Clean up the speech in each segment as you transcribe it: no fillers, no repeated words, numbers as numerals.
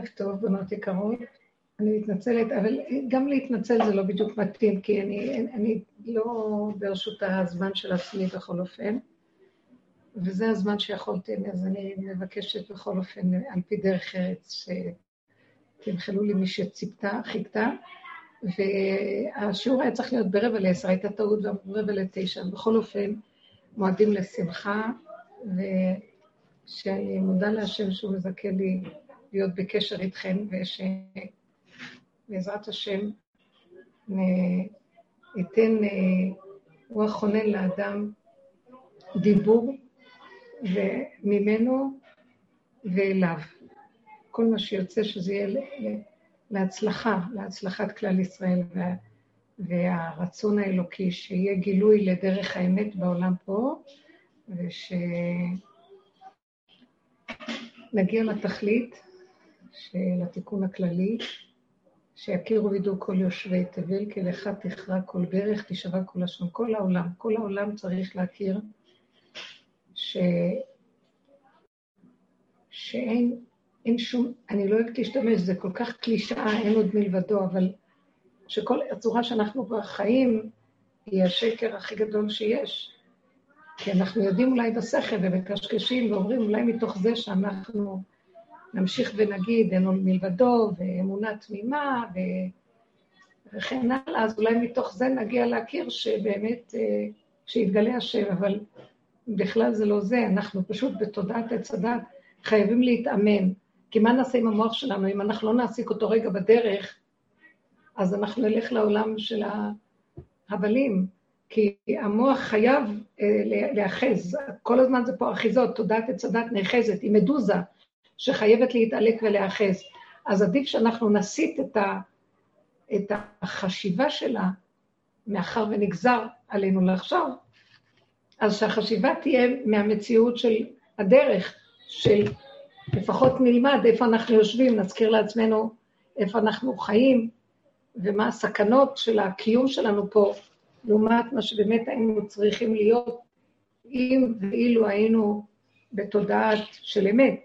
טוב, בנות יקרות. אני מתנצלת, אבל גם להתנצל זה לא בדיוק מתאים, כי אני לא ברשות הזמן של עצמי בכל אופן, וזה הזמן שיכולתי, אז אני מבקשת בכל אופן, על פי דרך ארץ, שתמחלו לי מי שציפתה, חיכתה, והשיעור היה צריך להיות ב8:45, הייתה טעות ב8:45, בכל אופן, מועדים לשמחה, ושאני מודה להשם שהוא מזכה לי להיות בקשר איתכם, ושבעזרת השם ניתן רוח חונן לאדם דיבור, וממנו ואליו. כל מה שיוצא שזה יהיה להצלחה, להצלחת כלל ישראל, והרצון האלוקי שיהיה גילוי לדרך האמת בעולם פה, ושנגיע לתכלית של התיקון הכללי, שיכירו וידעו כל יושבי תבל, כי לך תכרע כל ברך, תשבע כל לשון, כל העולם צריך להכיר שאין שום, אני לא אוהבת להשתמש, זה כל כך קלישאה, אין עוד מלבדו, אבל שכל הצורה שאנחנו בחיים היא השקר הכי גדול שיש. כי אנחנו יודעים אולי בשכל ובקשקשים ואומרים אולי מתוך זה שאנחנו נמשיך ונגיד אין עוד מלבדו ואמונה תמימה וכן הלאה, אז אולי מתוך זה נגיע להכיר שבאמת שיתגלה השם, אבל בכלל זה לא זה, אנחנו פשוט בתודעת הצדת חייבים להתאמן, כי מה נעשה עם המוח שלנו? אם אנחנו לא נעסיק אותו רגע בדרך, אז אנחנו נלך לעולם של ההבלים, כי המוח חייב להאחז, כל הזמן זה פה אחיזות, תודעת הצדת נאחזת, היא מדוזה שחייבת להתעלק ולהאחז, אז עדיף שאנחנו נסיט את החשיבה שלה, מאחר ונגזר עלינו לחשוב, אז שהחשיבה תהיה מהמציאות של הדרך, של לפחות נלמד איפה אנחנו יושבים, נזכיר לעצמנו איפה אנחנו חיים, ומה הסכנות של הקיום שלנו פה, לעומת מה שבאמת היינו צריכים להיות, אם ואילו היינו בתודעת של אמת.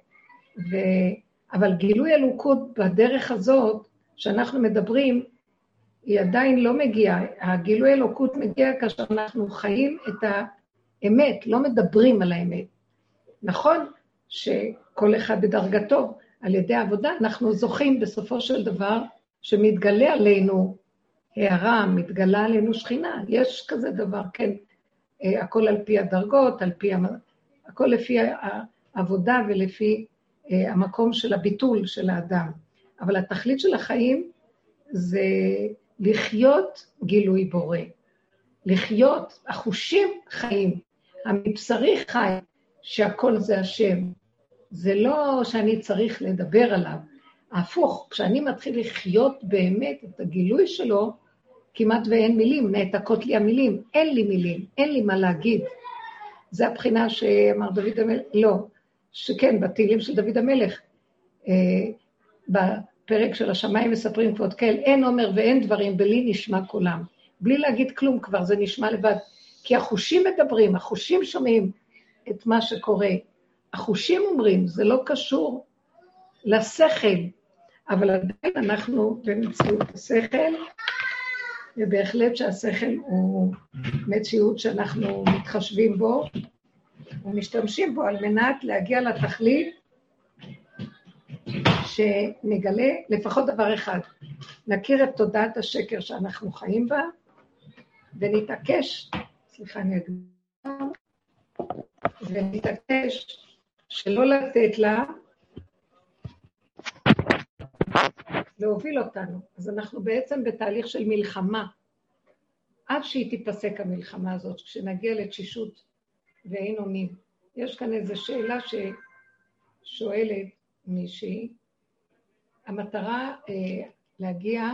אבל גילוי אלוקות בדרך הזאת, שאנחנו מדברים, היא עדיין לא מגיעה. הגילוי אלוקות מגיע כאשר אנחנו חיים את האמת, לא מדברים על האמת. נכון שכל אחד בדרגתו, על ידי העבודה, אנחנו זוכים בסופו של דבר, שמתגלה עלינו הערה, מתגלה עלינו שכינה, יש כזה דבר, כן, הכל על פי הדרגות, הכל לפי העבודה ולפי המקום של הביטול של האדם. אבל התכלית של החיים זה לחיות גילוי בורא, לחיות, החושים חיים, המבשרי חי, שהכל זה השם. זה לא שאני צריך לדבר עליו, ההפוך, כשאני מתחיל לחיות באמת את הגילוי שלו, כמעט ואין מילים, נעתקות לי המילים, אין לי מילים, אין לי מה להגיד. זה הבחינה שאמר דוד המלך, לא, שכן, בתהילים של דוד המלך, בפרק של השמיים מספרים כבוד כאל, אין אומר ואין דברים, בלי נשמע כולם. בלי להגיד כלום כבר, זה נשמע לבד. כי החושים מדברים, החושים שומעים את מה שקורה. החושים אומרים, זה לא קשור לשכל, אבל עדיין אנחנו במציאות השכל, ובהחלט שהשכל הוא מציאות שאנחנו מתחשבים בו, ומשתמשים בו על מנת להגיע לתכלית, שנגלה לפחות דבר אחד, נכיר את תודעת השקר שאנחנו חיים בה, ונתעקש, סליחה אני אגיד, ונתעקש שלא לתת לה, להוביל אותנו. אז אנחנו בעצם בתהליך של מלחמה, עד שהיא תיפסק המלחמה הזאת, כשנגיע לתשישות ואין אונים. יש כאן איזו שאלה ששואלת מישהי, המטרה להגיע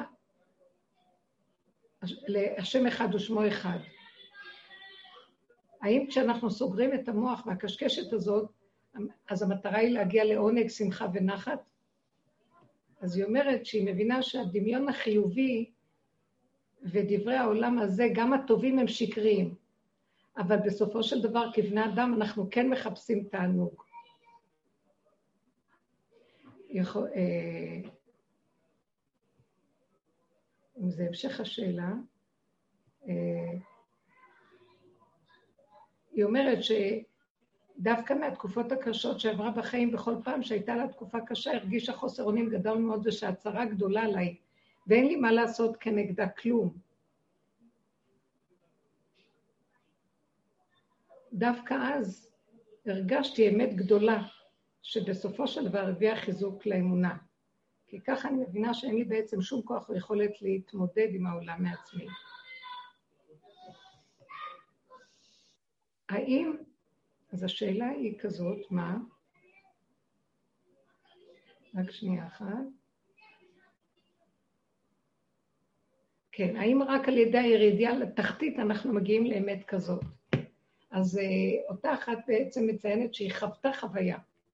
להשם אחד ושמו אחד. האם כשאנחנו סוגרים את המוח והקשקשת הזאת, אז המטרה היא להגיע לעונג, שמחה ונחת? אז היא אומרת שהיא מבינה שהדמיון החיובי ודברי העולם הזה, גם הטובים הם שקריים, אבל בסופו של דבר כבני אדם אנחנו כן מחפשים תענוג. אם זה המשך השאלה, היא אומרת שדווקא מהתקופות הקשות שעברה בחיים, בכל פעם שהייתה לה תקופה קשה, הרגישה חוסר אונים גדול מאוד ושהצרה גדולה עליי, ואין לי מה לעשות כנגדה כלום. דווקא אז הרגשתי אמת גדולה, שבסופו של דבר הביאה חיזוק לאמונה. כי ככה אני מבינה שאין לי בעצם שום כוח ויכולת להתמודד עם העולם מעצמי. האם, אז השאלה היא כזאת, מה? רק שנייה אחת. כן, האם רק על ידי הירידה לתחתית אנחנו מגיעים לאמת כזאת? אז אותה אחת בעצם מציינת שהיא חוותה חוויה,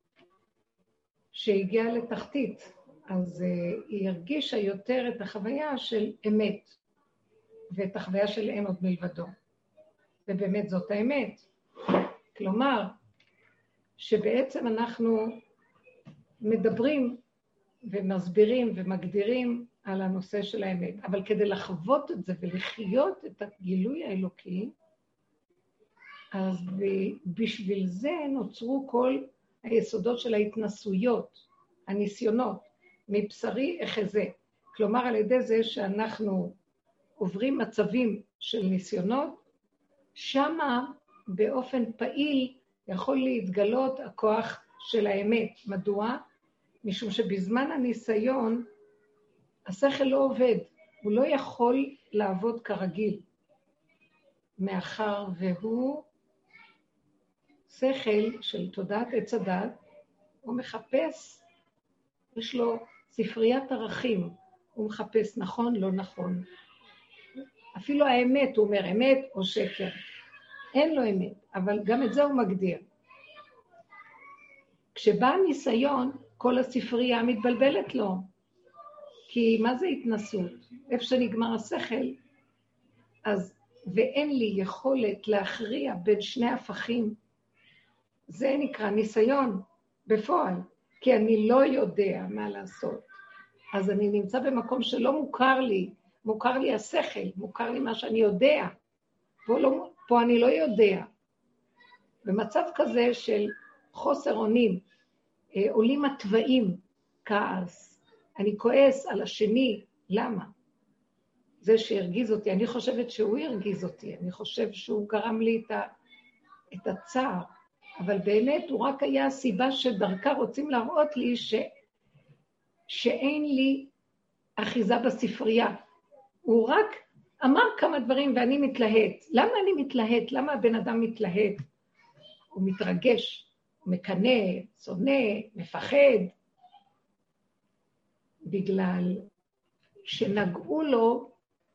שהגיעה לתחתית, אז היא הרגישה יותר את החוויה של אמת, ואת החוויה של אין עוד מלבדו. ובאמת זאת האמת. כלומר, שבעצם אנחנו מדברים ומסבירים ומגדירים על הנושא של האמת, אבל כדי לחוות את זה ולחיות את הגילוי האלוקי, אז בשביל זה נוצרו כל היסודות של ההתנסויות, הניסיונות, מבשרי אחזה. כלומר, על ידי זה שאנחנו עוברים מצבים של ניסיונות, שמה באופן פעיל יכול להתגלות הכוח של האמת. מדוע? משום שבזמן הניסיון, השכל לא עובד, הוא לא יכול לעבוד כרגיל, מאחר והוא שכל של תודעת עץ הדת, הוא מחפש, יש לו ספריית ערכים, הוא מחפש נכון, לא נכון. אפילו האמת, הוא אומר אמת או שקר. אין לו אמת, אבל גם את זה הוא מגדיר. כשבא הניסיון, כל הספרייה מתבלבלת לו. כי מה זה התנסות? איפה שנגמר השכל, אז ואין לי יכולת להכריע בין שני הפכים, זה נקרא ניסיון בפועל, כי אני לא יודע מה לעשות. אז אני נמצא במקום שלא מוכר לי, מוכר לי השכל, מוכר לי מה שאני יודע. פה אני לא יודע. במצב כזה של חוסר אונים, עולים הטבעים, כעס, אני כועס על השני, למה? זה שהרגיז אותי, אני חושבת שהוא הרגיז אותי, אני חושב שהוא גרם לי את הצער, אבל באמת הוא רק היה הסיבה שדרכה רוצים להראות לי שאין לי אחיזה בספרייה. הוא רק אמר כמה דברים ואני מתלהט. למה אני מתלהט? למה הבן אדם מתלהט? הוא מתרגש, הוא מקנא, שונא, מפחד. בגלל שנגעו לו,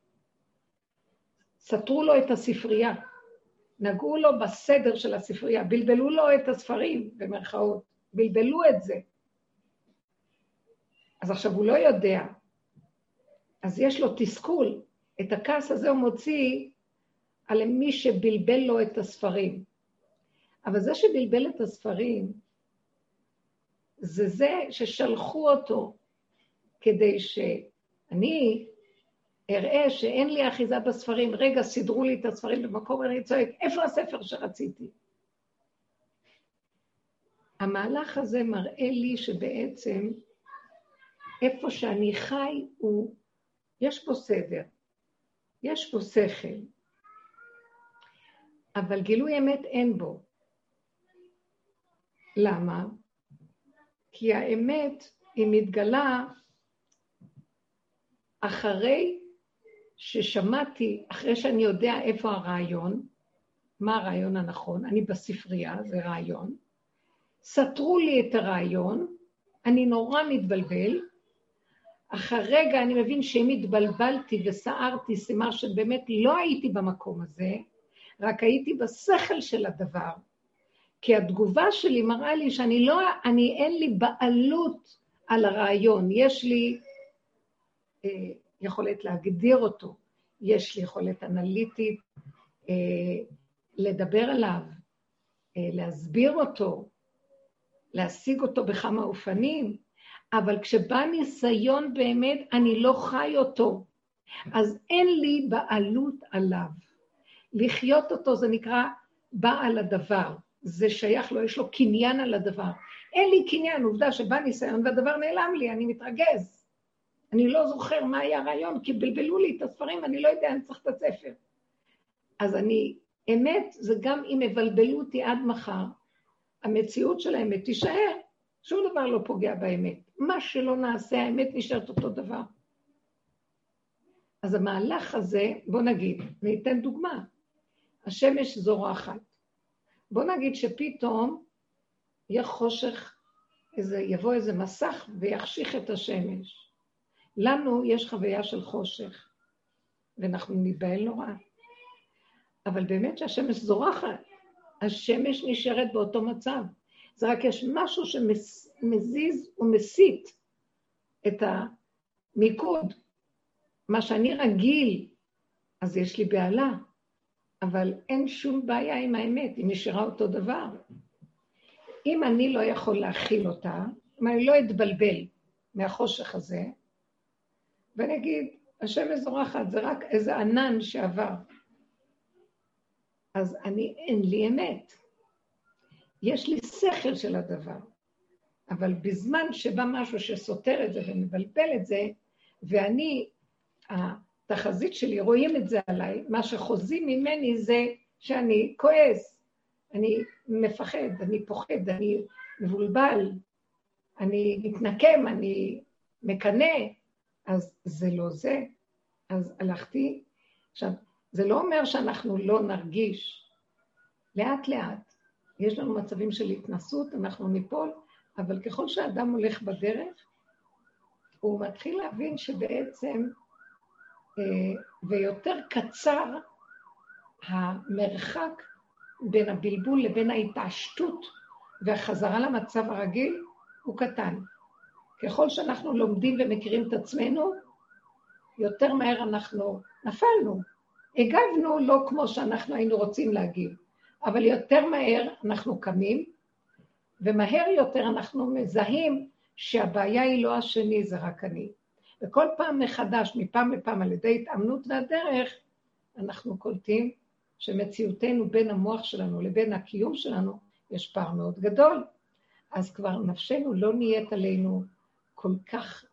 סתרו לו את הספרייה. נגעו לו בסדר של הספרייה, בלבלו לו את הספרים, במרכאות, בלבלו את זה. אז עכשיו הוא לא יודע, אז יש לו תסכול, את הכעס הזה הוא מוציא על מי שבלבל לו את הספרים. אבל זה שבלבל את הספרים, זה ששלחו אותו, כדי שאני אראה שאין לי אחיזה בספרים, רגע, סדרו לי את הספרים במקום, אני צועק, איפה הספר שרציתי? המהלך הזה מראה לי שבעצם, איפה שאני חי, יש פה סדר, יש פה שכל, אבל גילוי אמת אין בו. למה? כי האמת היא מתגלה אחרי ששמעתי, אחרי שאני יודע איפה הרעיון, מה הרעיון הנכון, אני בספרייה, זה רעיון, סתרו לי את הרעיון, אני נורא מתבלבל, אחרי רגע אני מבין שאם התבלבלתי וסערתי, סימן שבאמת לא הייתי במקום הזה, רק הייתי בשכל של הדבר, כי התגובה שלי מראה לי שאני אין לי בעלות על הרעיון, יש לי יכולת להגדיר אותו, יש לי יכולת אנליטית, לדבר עליו, להסביר אותו, להשיג אותו בכמה אופנים, אבל כשבא ניסיון באמת, אני לא חי אותו. אז אין לי בעלות עליו. לחיות אותו זה נקרא בעל הדבר. זה שייך לו, יש לו קניין על הדבר. אין לי קניין, עובדה שבא ניסיון והדבר נעלם לי, אני מתרגז. אני לא זוכר מה היה הרעיון, כי בלבלו לי את הספרים, אני לא יודע, אני צריך את הספר. אז אמת, זה גם אם מבלבלו אותי עד מחר, המציאות של האמת תישאר, שום דבר לא פוגע באמת. מה שלא נעשה, האמת נשארת אותו דבר. אז המהלך הזה, בוא נגיד, ניתן דוגמה, השמש זורחת. בוא נגיד שפתאום יהיה חושך, יבוא איזה מסך ויחשיך את השמש. לנו יש חוויה של חושך, ואנחנו ניבהל נורא. אבל באמת שהשמש זורחת, השמש נשארת באותו מצב. זה רק יש משהו שמזיז ומסית את המיקוד. מה שאני רגיל, אז יש לי בעלה, אבל אין שום בעיה עם האמת, היא נשארה אותו דבר. אם אני לא יכול להכיל אותה, אם אני לא אתבלבל מהחושך הזה, ואני אגיד, השמש זורחת, זה רק איזה ענן שעבר. אז אין לי אמת. יש לי שכל של הדבר. אבל בזמן שבא משהו שסותר את זה ומבלבל את זה, ואני, התחזית שלי, רואים את זה עליי, מה שחוזים ממני זה שאני כועס, אני מפחד, אני פוחד, אני מבולבל, אני מתנקם, אני מקנה, אז זה לא זה. אז הלכתי, עכשיו, זה לא אומר שאנחנו לא נרגיש. לאט לאט, יש לנו מצבים של התנסות, אנחנו ניפול, אבל ככל שהאדם הולך בדרך, הוא מתחיל להבין שבעצם, ויותר קצר, המרחק בין הבלבול לבין ההתעשתות והחזרה למצב הרגיל, הוא קטן. ככל שאנחנו לומדים ומכירים את עצמנו, יותר מהר אנחנו נפלנו. הגבנו לא כמו שאנחנו היינו רוצים להגיב, אבל יותר מהר אנחנו קמים, ומהר יותר אנחנו מזהים שהבעיה היא לא השני, זה רק אני. וכל פעם מחדש, מפעם לפעם, על ידי התאמנות והדרך, אנחנו קולטים שמציאותנו בין המוח שלנו לבין הקיום שלנו, יש פער מאוד גדול. אז כבר נפשנו לא נהיית עלינו כל כך,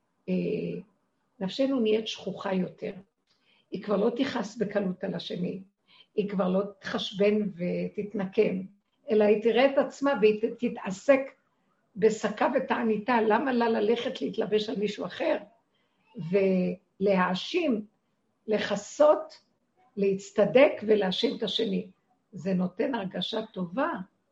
נפשנו נהיית שכוחה יותר. היא כבר לא תיחס בקלות על השני, היא כבר לא תחשבן ותתנקם, אלא היא תראה את עצמה והיא תתעסק בסקה ותעניתה, למה לה ללכת להתלבש על מישהו אחר, ולהאשים, לחסות, להצטדק ולהאשים את השני. זה נותן הרגשה טובה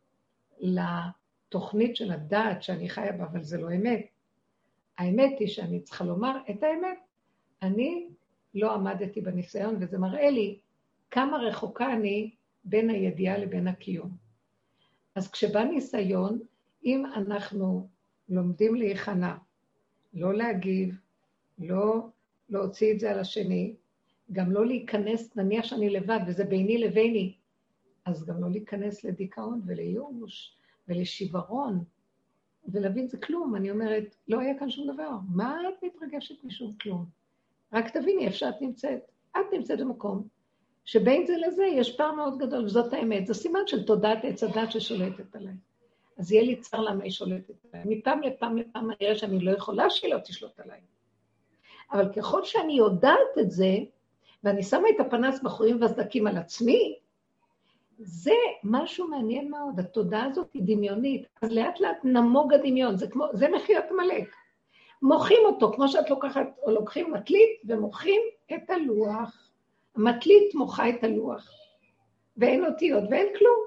לתוכנית של הדעת שאני חיה בה, אבל זה לא אמת. האמת היא שאני צריכה לומר את האמת, אני לא עמדתי בניסיון, וזה מראה לי כמה רחוקה אני בין הידיעה לבין הקיום. אז כשבא ניסיון, אם אנחנו לומדים להיכנע, לא להגיב, לא להוציא את זה על השני, גם לא להיכנס, נניח שאני לבד, וזה ביני לביני, אז גם לא להיכנס לדיכאון ולייאוש ולשיוורון, ולהבין זה כלום. אני אומרת, לא היה כאן שום דבר. מה את מתרגשת משום כלום? רק תביני איפה שאת נמצאת. את נמצאת במקום שבין זה לזה יש פער מאוד גדול, וזאת האמת. זה סימן של תודעת עץ הדת ששולטת עליי. אז יהיה לי צער למה היא שולטת עליי. מפעם לפעם אני אראה שאני לא יכולה שהיא לא תשלוט עליי. אבל ככל שאני יודעת את זה, ואני שמה את הפנס בחורים והסדקים על עצמי, זה משהו מעניין מאוד. התודעה הזאת היא דמיונית. אז לאט לאט נמוג הדמיון. זה מחיית מלאק. מוחים אותו, כמו שאת לוקחת, או לוקחים מטלית ומוחים את הלוח. המטלית מוחה את הלוח. ואין אותיות ואין כלום.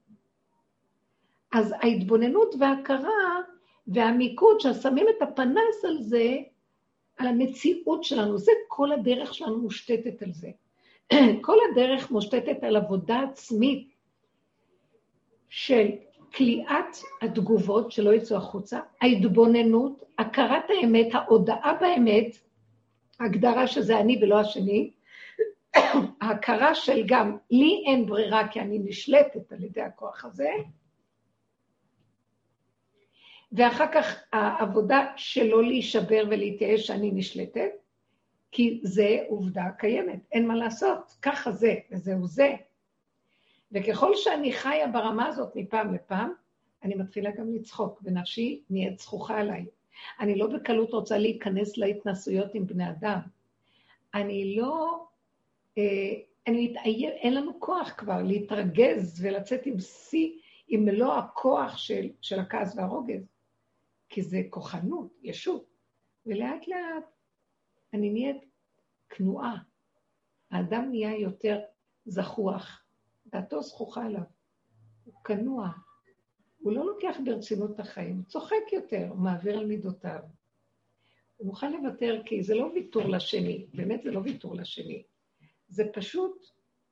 אז ההתבוננות וההכרה והמיקוד ששמים את הפנס על זה, על המציאות שלנו, זה כל הדרך שלנו מושתתת על זה. כל הדרך מושתתת על עבודה עצמית של קליעת התגובות שלא יצאו החוצה, ההתבוננות, הכרת האמת, ההודעה באמת, ההגדרה שזה אני ולא השני, ההכרה של גם לי אין ברירה כי אני נשלטת על ידי הכוח הזה, ואחר כך העבודה שלא להישבר ולהתייאש שאני נשלטת, כי זה עובדה קיימת, אין מה לעשות, ככה זה, וזהו זה. וככל שאני חיה ברמה הזאת מפעם לפעם, אני מתחילה גם לצחוק, ונפשי נהיית צחוחה עליי. אני לא בקלות רוצה להיכנס להתנסויות עם בני אדם. אני לא, אין לנו כוח כבר להתרגז ולצאת עם עם מלוא הכוח של הכעס והרוגז, כי זה כוחנות, ישות. ולאט לאט אני נהיית כנועה. האדם נהיה יותר זחוח, דעתו זכוחה עליו. הוא כנוע. הוא לא לוקח ברצינות את החיים, הוא צוחק יותר, הוא מעביר על מידותיו. הוא מוכן לוותר כי זה לא ויתור לשני, באמת זה לא ויתור לשני. זה פשוט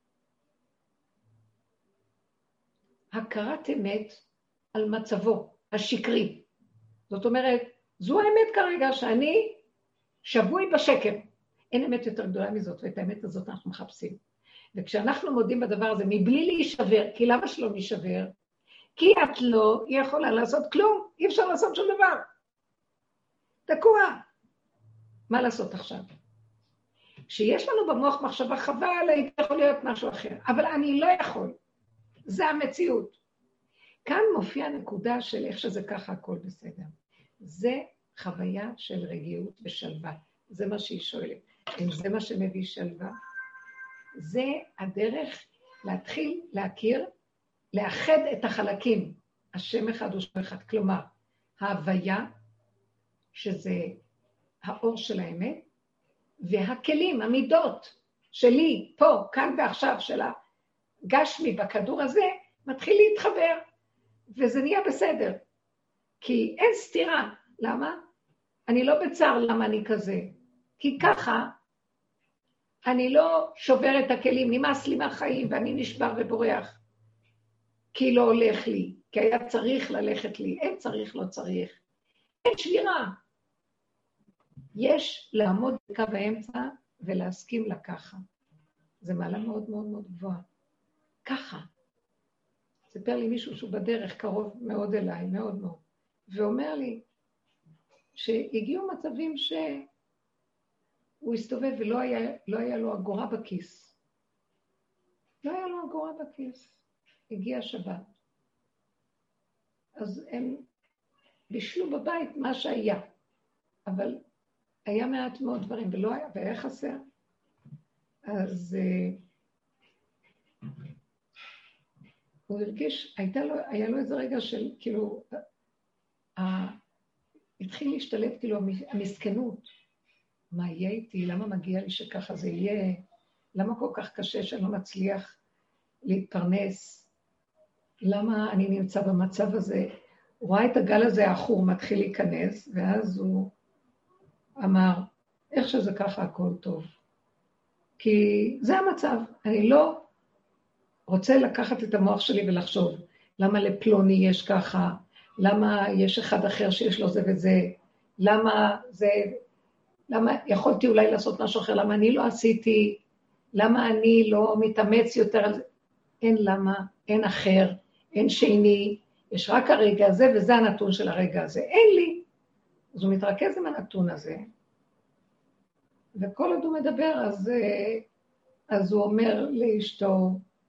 הכרת אמת על מצבו השקרי. זאת אומרת, זו האמת כרגע שאני שבוי בשקר. אין אמת יותר גדולה מזאת, ואת האמת הזאת אנחנו מחפשים. וכשאנחנו מודים בדבר הזה, מבלי להישבר, כי למה שלא נשבר? כי את לא יכולה לעשות כלום, אי אפשר לעשות שום דבר. תקוע. מה לעשות עכשיו? כשיש לנו במוח מחשבה חבל, הייתי יכול להיות משהו אחר, אבל אני לא יכול. זה המציאות. כאן מופיע הנקודה של איך שזה ככה, הכל בסדר. זה חוויה של רגיעות ושלווה. זה מה שהיא שואלת. אם זה מה שמביא שלווה, זה הדרך להתחיל להכיר, לאחד את החלקים. השם אחד ושם אחד. כלומר, ההוויה, שזה האור של האמת, והכלים, המידות שלי, פה, כאן ועכשיו, של הגשמי בכדור הזה, מתחיל להתחבר, וזה נהיה בסדר. כי אין סתירה. למה? אני לא בצער למה אני כזה. כי ככה, אני לא שובר את הכלים, נמאס לי מהחיים, ואני נשבר ובורח. כי לא הולך לי, כי היה צריך ללכת לי, אין צריך, לא צריך. אין שבירה. יש לעמוד בקו האמצע ולהסכים לככה. זה מעלה מאוד מאוד מאוד גבוהה. ככה. סיפר לי מישהו שהוא בדרך קרוב מאוד אליי, מאוד מאוד, ואומר לי שהגיעו מצבים שהוא הסתובב ולא היה לו אגורה בכיס. לא היה לו אגורה בכיס. הגיע שבת. אז הם בישלו בבית מה שהיה, אבל היה מעט מאוד דברים, ולא היה, והיה חסר. אז הוא הרגיש, היה לו איזה רגע של, כאילו, התחיל להשתלב, כאילו, המסכנות. מה יהיה איתי? למה מגיע לי שככה זה יהיה? למה כל כך קשה שאני לא מצליח להתפרנס? למה אני נמצא במצב הזה? הוא ראה את הגל הזה האחור מתחיל להיכנס, ואז הוא אמר, איך שזה ככה הכל טוב. כי זה המצב. אני לא רוצה לקחת את המוח שלי ולחשוב, למה לפלוני יש ככה, למה יש אחד אחר שיש לו זה וזה, למה יכולתי אולי לעשות משהו אחר, למה אני לא עשיתי, למה אני לא מתאמץ יותר על זה. אין למה, אין אחר, אין שני, יש רק הרגע הזה, וזה הנתון של הרגע הזה. אין לי. אז הוא מתרכז עם הנתון הזה, וכל עוד הוא מדבר, אז הוא אומר לאשתו,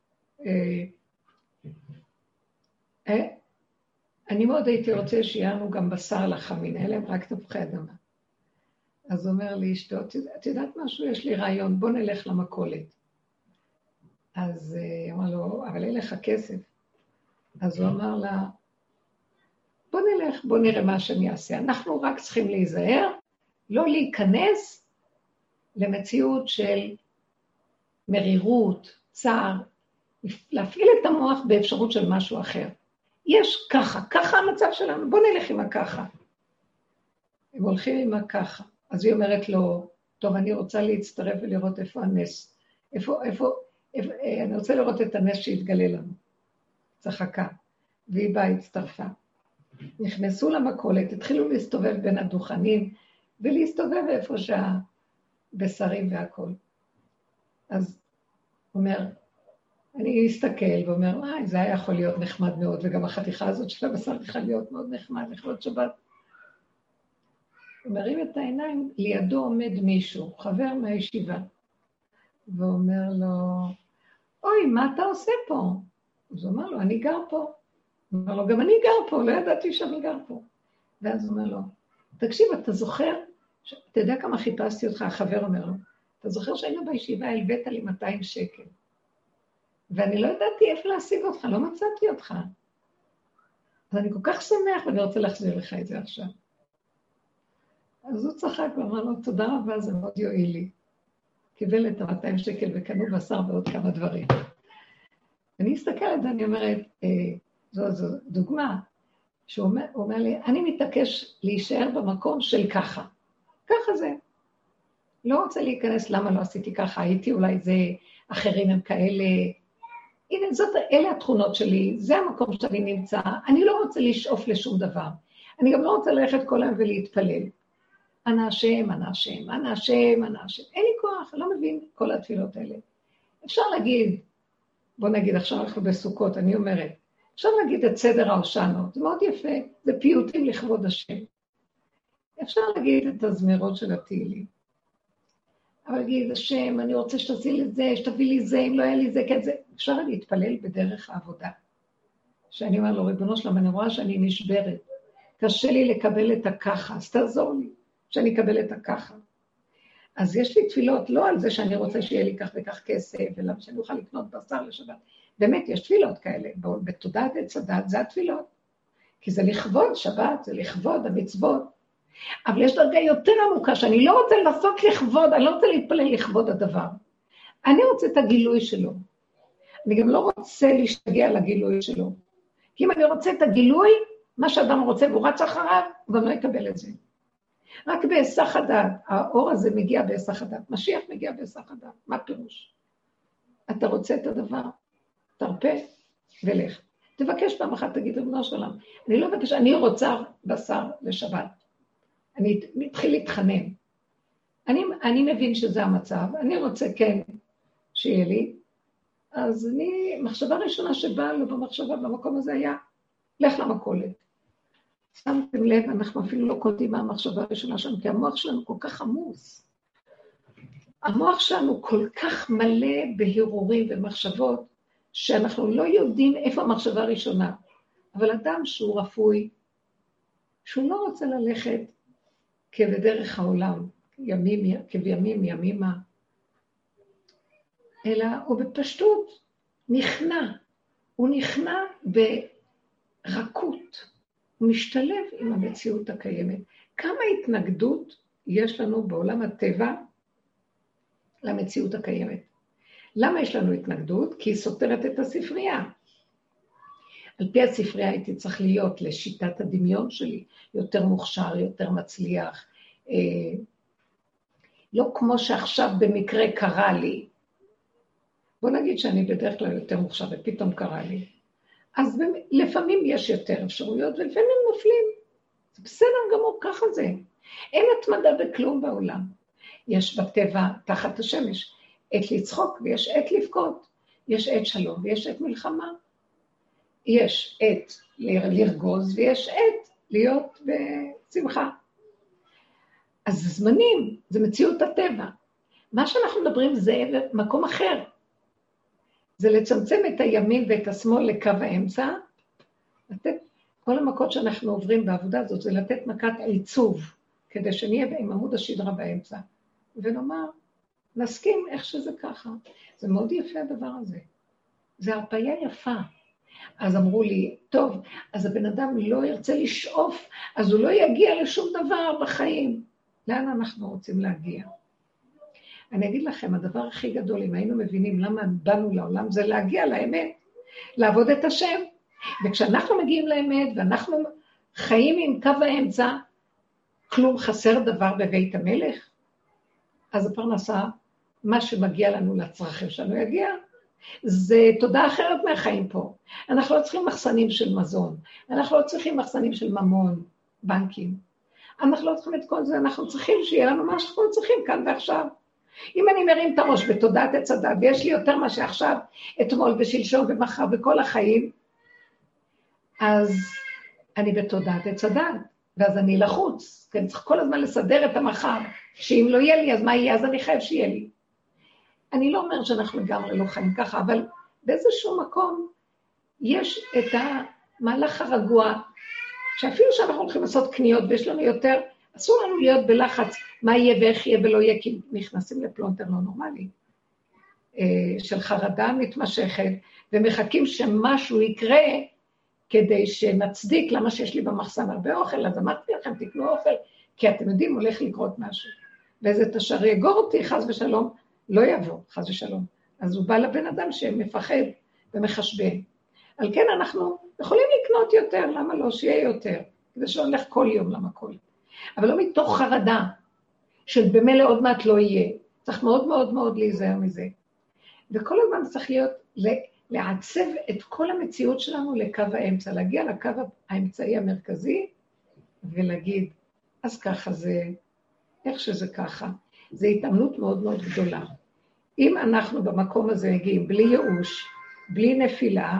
אני מאוד הייתי רוצה שיהיה לנו גם בשר לחמין, אלה הם רק תפוחי אדמה. אז הוא אומר לאשתו, את יודעת משהו? יש לי רעיון, בוא נלך למכולת. אז היא אמרה לו, אבל אין לך כסף. אז הוא אמר לה, בוא נלך, בוא נראה מה שאני אעשה. אנחנו רק צריכים להיזהר, לא להיכנס למציאות של מרירות, צער, להפעיל את המוח באפשרות של משהו אחר. יש ככה המצב שלנו, בוא נלך עם הככה. הם הולכים עם הככה. אז היא אומרת לו, טוב, אני רוצה להצטרף ולראות איפה הנס, אני רוצה לראות את הנס שהתגלה לנו. צחקה. והיא באה, הצטרפה. נכנסו למכולת, התחילו להסתובב בין הדוכנים, ולהסתובב איפה שהבשרים והכל. אז הוא אומר, אני אסתכל ואומר, זה היה יכול להיות נחמד מאוד, וגם החתיכה הזאת של הבשר יכולה להיות מאוד נחמד, לכבוד שבת. הוא מרים את העיניים, לידו עומד מישהו, חבר מהישיבה, ואומר לו, אוי, מה אתה עושה פה? אז הוא אומר לו, אני גר פה. הוא אומר לו, גם אני גר פה, לא ידעתי שאני גר פה. ואז הוא אומר לו, תקשיב, אתה זוכר, אתה יודע כמה חיפשתי אותך, החבר אומר לו, אתה זוכר שהיינו בישיבה, הלבאת לי 200 שקל. ואני לא ידעתי איפה להשיג אותך, לא מצאתי אותך. אז אני כל כך שמח, ואני רוצה להחזיר לך את זה עכשיו. אז הוא צחק ואמר לו, תודה רבה, זה מאוד יועיל לי. קיבל את 200 שקל וקנו בשר ועוד כמה דברים. אני אסתכלת ואני אומרת, זו דוגמה, שהוא אומר לי, אני מתעקש להישאר במקום של ככה. ככה זה. לא רוצה להיכנס למה לא עשיתי ככה, הייתי אולי זה, אחרים הם כאלה. הנה, אלה התכונות שלי, זה המקום שאני נמצא, אני לא רוצה לשאוף לשום דבר. אני גם לא רוצה ללכת כל היום ולהתפלל. אנא השם, אנא השם, אנא השם, אנא השם. אין לי כוח, אני לא מבין כל התפילות האלה. אפשר להגיד, בוא נגיד עכשיו אנחנו בסוכות, אני אומרת, אפשר להגיד את סדר ההושענות, זה מאוד יפה, זה פיוטים לכבוד השם. אפשר להגיד את הזמירות של התהילים. אבל להגיד, השם, אני רוצה שתעשי לי זה, שתביא לי זה, אם לא היה לי זה, כן זה. אפשר להתפלל בדרך העבודה. שאני אומר לו, ריבונו שלם, אני רואה שאני נשברת. קשה לי לקבל את הככה, אז תעזור לי שאני אקבל את הככה. אז יש לי תפילות, לא על זה שאני רוצה שיהיה לי כך וכך כסף, אלא שאני אוכל לקנות בשר לשבת. באמת, יש תפילות כאלה, בתודעת עץ הדת, זה התפילות. כי זה לכבוד שבת, זה לכבוד המצוות. אבל יש דרגה יותר עמוקה, שאני לא רוצה לעשות לכבוד, אני לא רוצה להתפלל לכבוד הדבר. אני רוצה את הגילוי שלו. אני גם לא רוצה להשתגע על הגילוי שלו. כי אם אני רוצה את הגילוי, מה שאדם רוצה והוא רץ אחריו, הוא גם לא יקבל את זה. רק בהיסח הדעת, האור הזה מגיע בהיסח הדעת, משיח מגיע בהיסח הדעת, מה פירוש? אתה רוצה את הדבר, תרפה ולך. תבקש פעם אחת, תגיד ריבונו של עולם, אני לא מבקש, אני רוצה בשר לשבת. אני מתחיל להתחנן. אני מבין שזה המצב, אני רוצה כן שיהיה לי, אז מחשבה ראשונה שבאה לו במחשבה במקום הזה היה, לך למכולת. שמתם לב, אנחנו אפילו לא קולטים מה המחשבה הראשונה שלנו, כי המוח שלנו כל כך עמוס. המוח שלנו כל כך מלא בהירורים ומחשבות, שאנחנו לא יודעים איפה המחשבה הראשונה. אבל אדם שהוא רפוי, שהוא לא רוצה ללכת כבדרך העולם, כבימים ימימה, אלא הוא בפשטות נכנע. הוא נכנע ברכות. הוא משתלב עם המציאות הקיימת. כמה התנגדות יש לנו בעולם הטבע למציאות הקיימת? למה יש לנו התנגדות? כי היא סותרת את הספרייה. על פי הספרייה הייתי צריך להיות לשיטת הדמיון שלי, יותר מוכשר, יותר מצליח. לא כמו שעכשיו במקרה קרה לי. בוא נגיד שאני בדרך כלל יותר מוכשר ופתאום קרה לי. אז לפעמים יש יותר אפשרויות ולפעמים נופלים. זה בסדר גמור, ככה זה. אין התמדה בכלום בעולם. יש בטבע תחת השמש עת לצחוק ויש עת לבכות. יש עת שלום ויש עת מלחמה. יש עת לרגוז ויש עת להיות בשמחה. אז זמנים, זה מציאות הטבע. מה שאנחנו מדברים זה מקום אחר. זה לצמצם את הימין ואת השמאל לקו האמצע, לתת, כל המכות שאנחנו עוברים בעבודה הזאת, זה לתת מכת עיצוב, כדי שנהיה עם עמוד השדרה באמצע, ונאמר, נסכים איך שזה ככה. זה מאוד יפה הדבר הזה. זה הרפאיה יפה. אז אמרו לי, טוב, אז הבן אדם לא ירצה לשאוף, אז הוא לא יגיע לשום דבר בחיים. לאן אנחנו רוצים להגיע? אני אגיד לכם, הדבר הכי גדול, אם היינו מבינים למה באנו לעולם, זה להגיע לאמת, לעבוד את השם. וכשאנחנו מגיעים לאמת, ואנחנו חיים עם קו האמצע, כלום חסר דבר בבית המלך, אז הפרנסה, מה שמגיע לנו לצרכים שלנו יגיע. זה תודה אחרת מהחיים פה. אנחנו לא צריכים מחסנים של מזון, אנחנו לא צריכים מחסנים של ממון, בנקים. אנחנו לא צריכים את כל זה, אנחנו צריכים שיהיה לנו מה שאנחנו צריכים כאן ועכשיו. אם אני מרים את הראש בתודעת עץ הדת, ויש לי יותר מה שעכשיו, אתמול ושלשום ומחר וכל החיים, אז אני בתודעת עץ הדת, ואז אני לחוץ, כי אני צריך כל הזמן לסדר את המחר, שאם לא יהיה לי, אז מה יהיה? אז אני חייב שיהיה לי. אני לא אומר שאנחנו לגמרי לא חיים ככה, אבל באיזשהו מקום יש את המהלך הרגוע, שאפילו שאנחנו הולכים לעשות קניות ויש לנו יותר, אסור לנו להיות בלחץ מה יהיה ואיך יהיה ולא יהיה, כי נכנסים לפלונטר לא נורמלי, של חרדה מתמשכת, ומחכים שמשהו יקרה, כדי שנצדיק למה שיש לי במחסן הרבה אוכל, אז אמרתי לכם, תקנו אוכל, כי אתם יודעים, הולך לקרות משהו. ואיזה תשר יגור אותי, חס ושלום, לא יבוא, חס ושלום. אז הוא בא לבן אדם שמפחד ומחשבן. על כן אנחנו יכולים לקנות יותר, למה לא? שיהיה יותר, כדי שהולך כל יום למכולת. אבל לא מתוך חרדה, של במילא עוד מעט לא יהיה. צריך מאוד מאוד מאוד להיזהר מזה. וכל הזמן צריך להיות, לעצב את כל המציאות שלנו לקו האמצע, להגיע לקו האמצעי המרכזי, ולהגיד, אז ככה זה, איך שזה ככה. זו התאמנות מאוד מאוד גדולה. אם אנחנו במקום הזה מגיעים בלי ייאוש, בלי נפילה,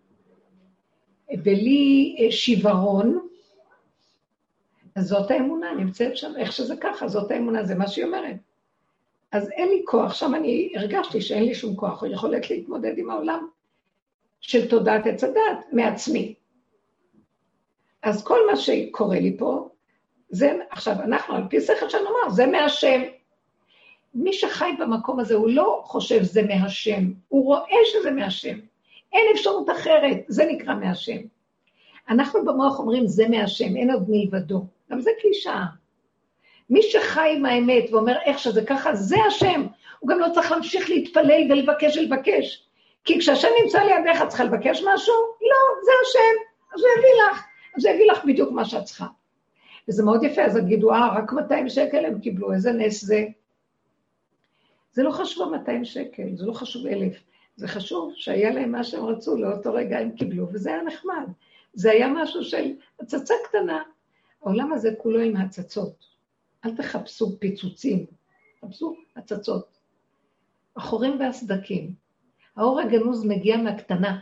בלי שיוורון, אז זאת האמונה, נמצאת שם, איך שזה ככה, זאת האמונה, זה מה שהיא אומרת. אז אין לי כוח, שם אני הרגשתי שאין לי שום כוח, או יכולת להתמודד עם העולם של תודעת עץ הדת מעצמי. אז כל מה שקורה לי פה, זה, עכשיו אנחנו על פי שכל שאני אומר, זה מהשם. מי שחי במקום הזה, הוא לא חושב זה מהשם, הוא רואה שזה מהשם. אין אפשרות אחרת, זה נקרא מהשם. אנחנו במוח אומרים זה מהשם, אין עוד מלבדו. גם זה קלישאה. מי שחי עם האמת ואומר איך שזה ככה, זה השם. הוא גם לא צריך להמשיך להתפלל ולבקש. כי כשהשם נמצא לידך, את צריכה לבקש משהו? לא, זה השם. אז הוא יביא לך. אז הוא יביא לך בדיוק מה שאת צריכה. וזה מאוד יפה, אז תגידו, רק 200 שקל הם קיבלו, איזה נס זה. זה לא חשוב 200 שקל, זה לא חשוב 1,000. זה חשוב שהיה להם מה שהם רצו, לאותו רגע הם קיבלו, וזה היה נחמד. זה היה משהו של הצצה קטנה. העולם הזה כולו עם הצצות. אל תחפשו פיצוצים, תחפשו הצצות. החורים והסדקים. האור הגנוז מגיע מהקטנה.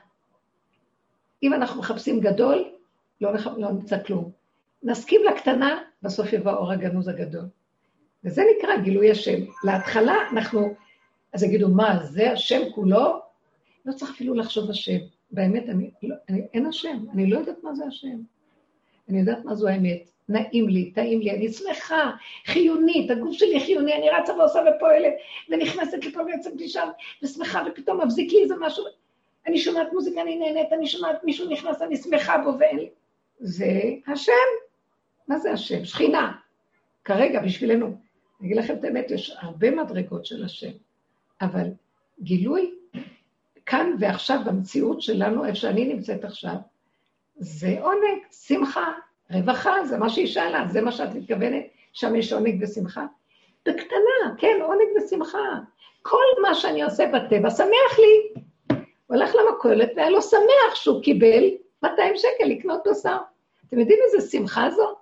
אם אנחנו מחפשים גדול, לא נמצא כלום. נסכים לקטנה, בסוף יבוא האור הגנוז הגדול. וזה נקרא גילוי השם. להתחלה אנחנו, אז יגידו, מה, זה השם כולו? לא צריך אפילו לחשוב השם. באמת, אין השם. אני לא יודעת מה זה השם. אני יודעת מה זו האמת. נעים לי, טעים לי, אני שמחה, חיונית, הגוף שלי חיוני, אני רצה ועושה ופועלת, ונכנסת לפה ויוצאת לי שם, ושמחה, ופתאום מבזיק לי איזה משהו. אני שומעת מוזיקה, אני נהנית, אני שומעת מישהו נכנס, אני שמחה בו, ואין לי. זה השם. מה זה השם? שכינה. כרגע, בשבילנו. אני אגיד לכם את האמת, יש הרבה מדרגות של השם, אבל גילוי כאן ועכשיו במציאות שלנו, איפה שאני נמצאת עכשיו, זה עונג, שמחה, רווחה, זה מה שהיא שאלה, זה מה שאת מתכוונת, שם יש עונג ושמחה. בקטנה, כן, עונג ושמחה. כל מה שאני עושה בטבע, שמח לי. הוא הלך למכולת והיה לו שמח שהוא קיבל 200 שקל לקנות בשר. אתם יודעים איזה שמחה זו?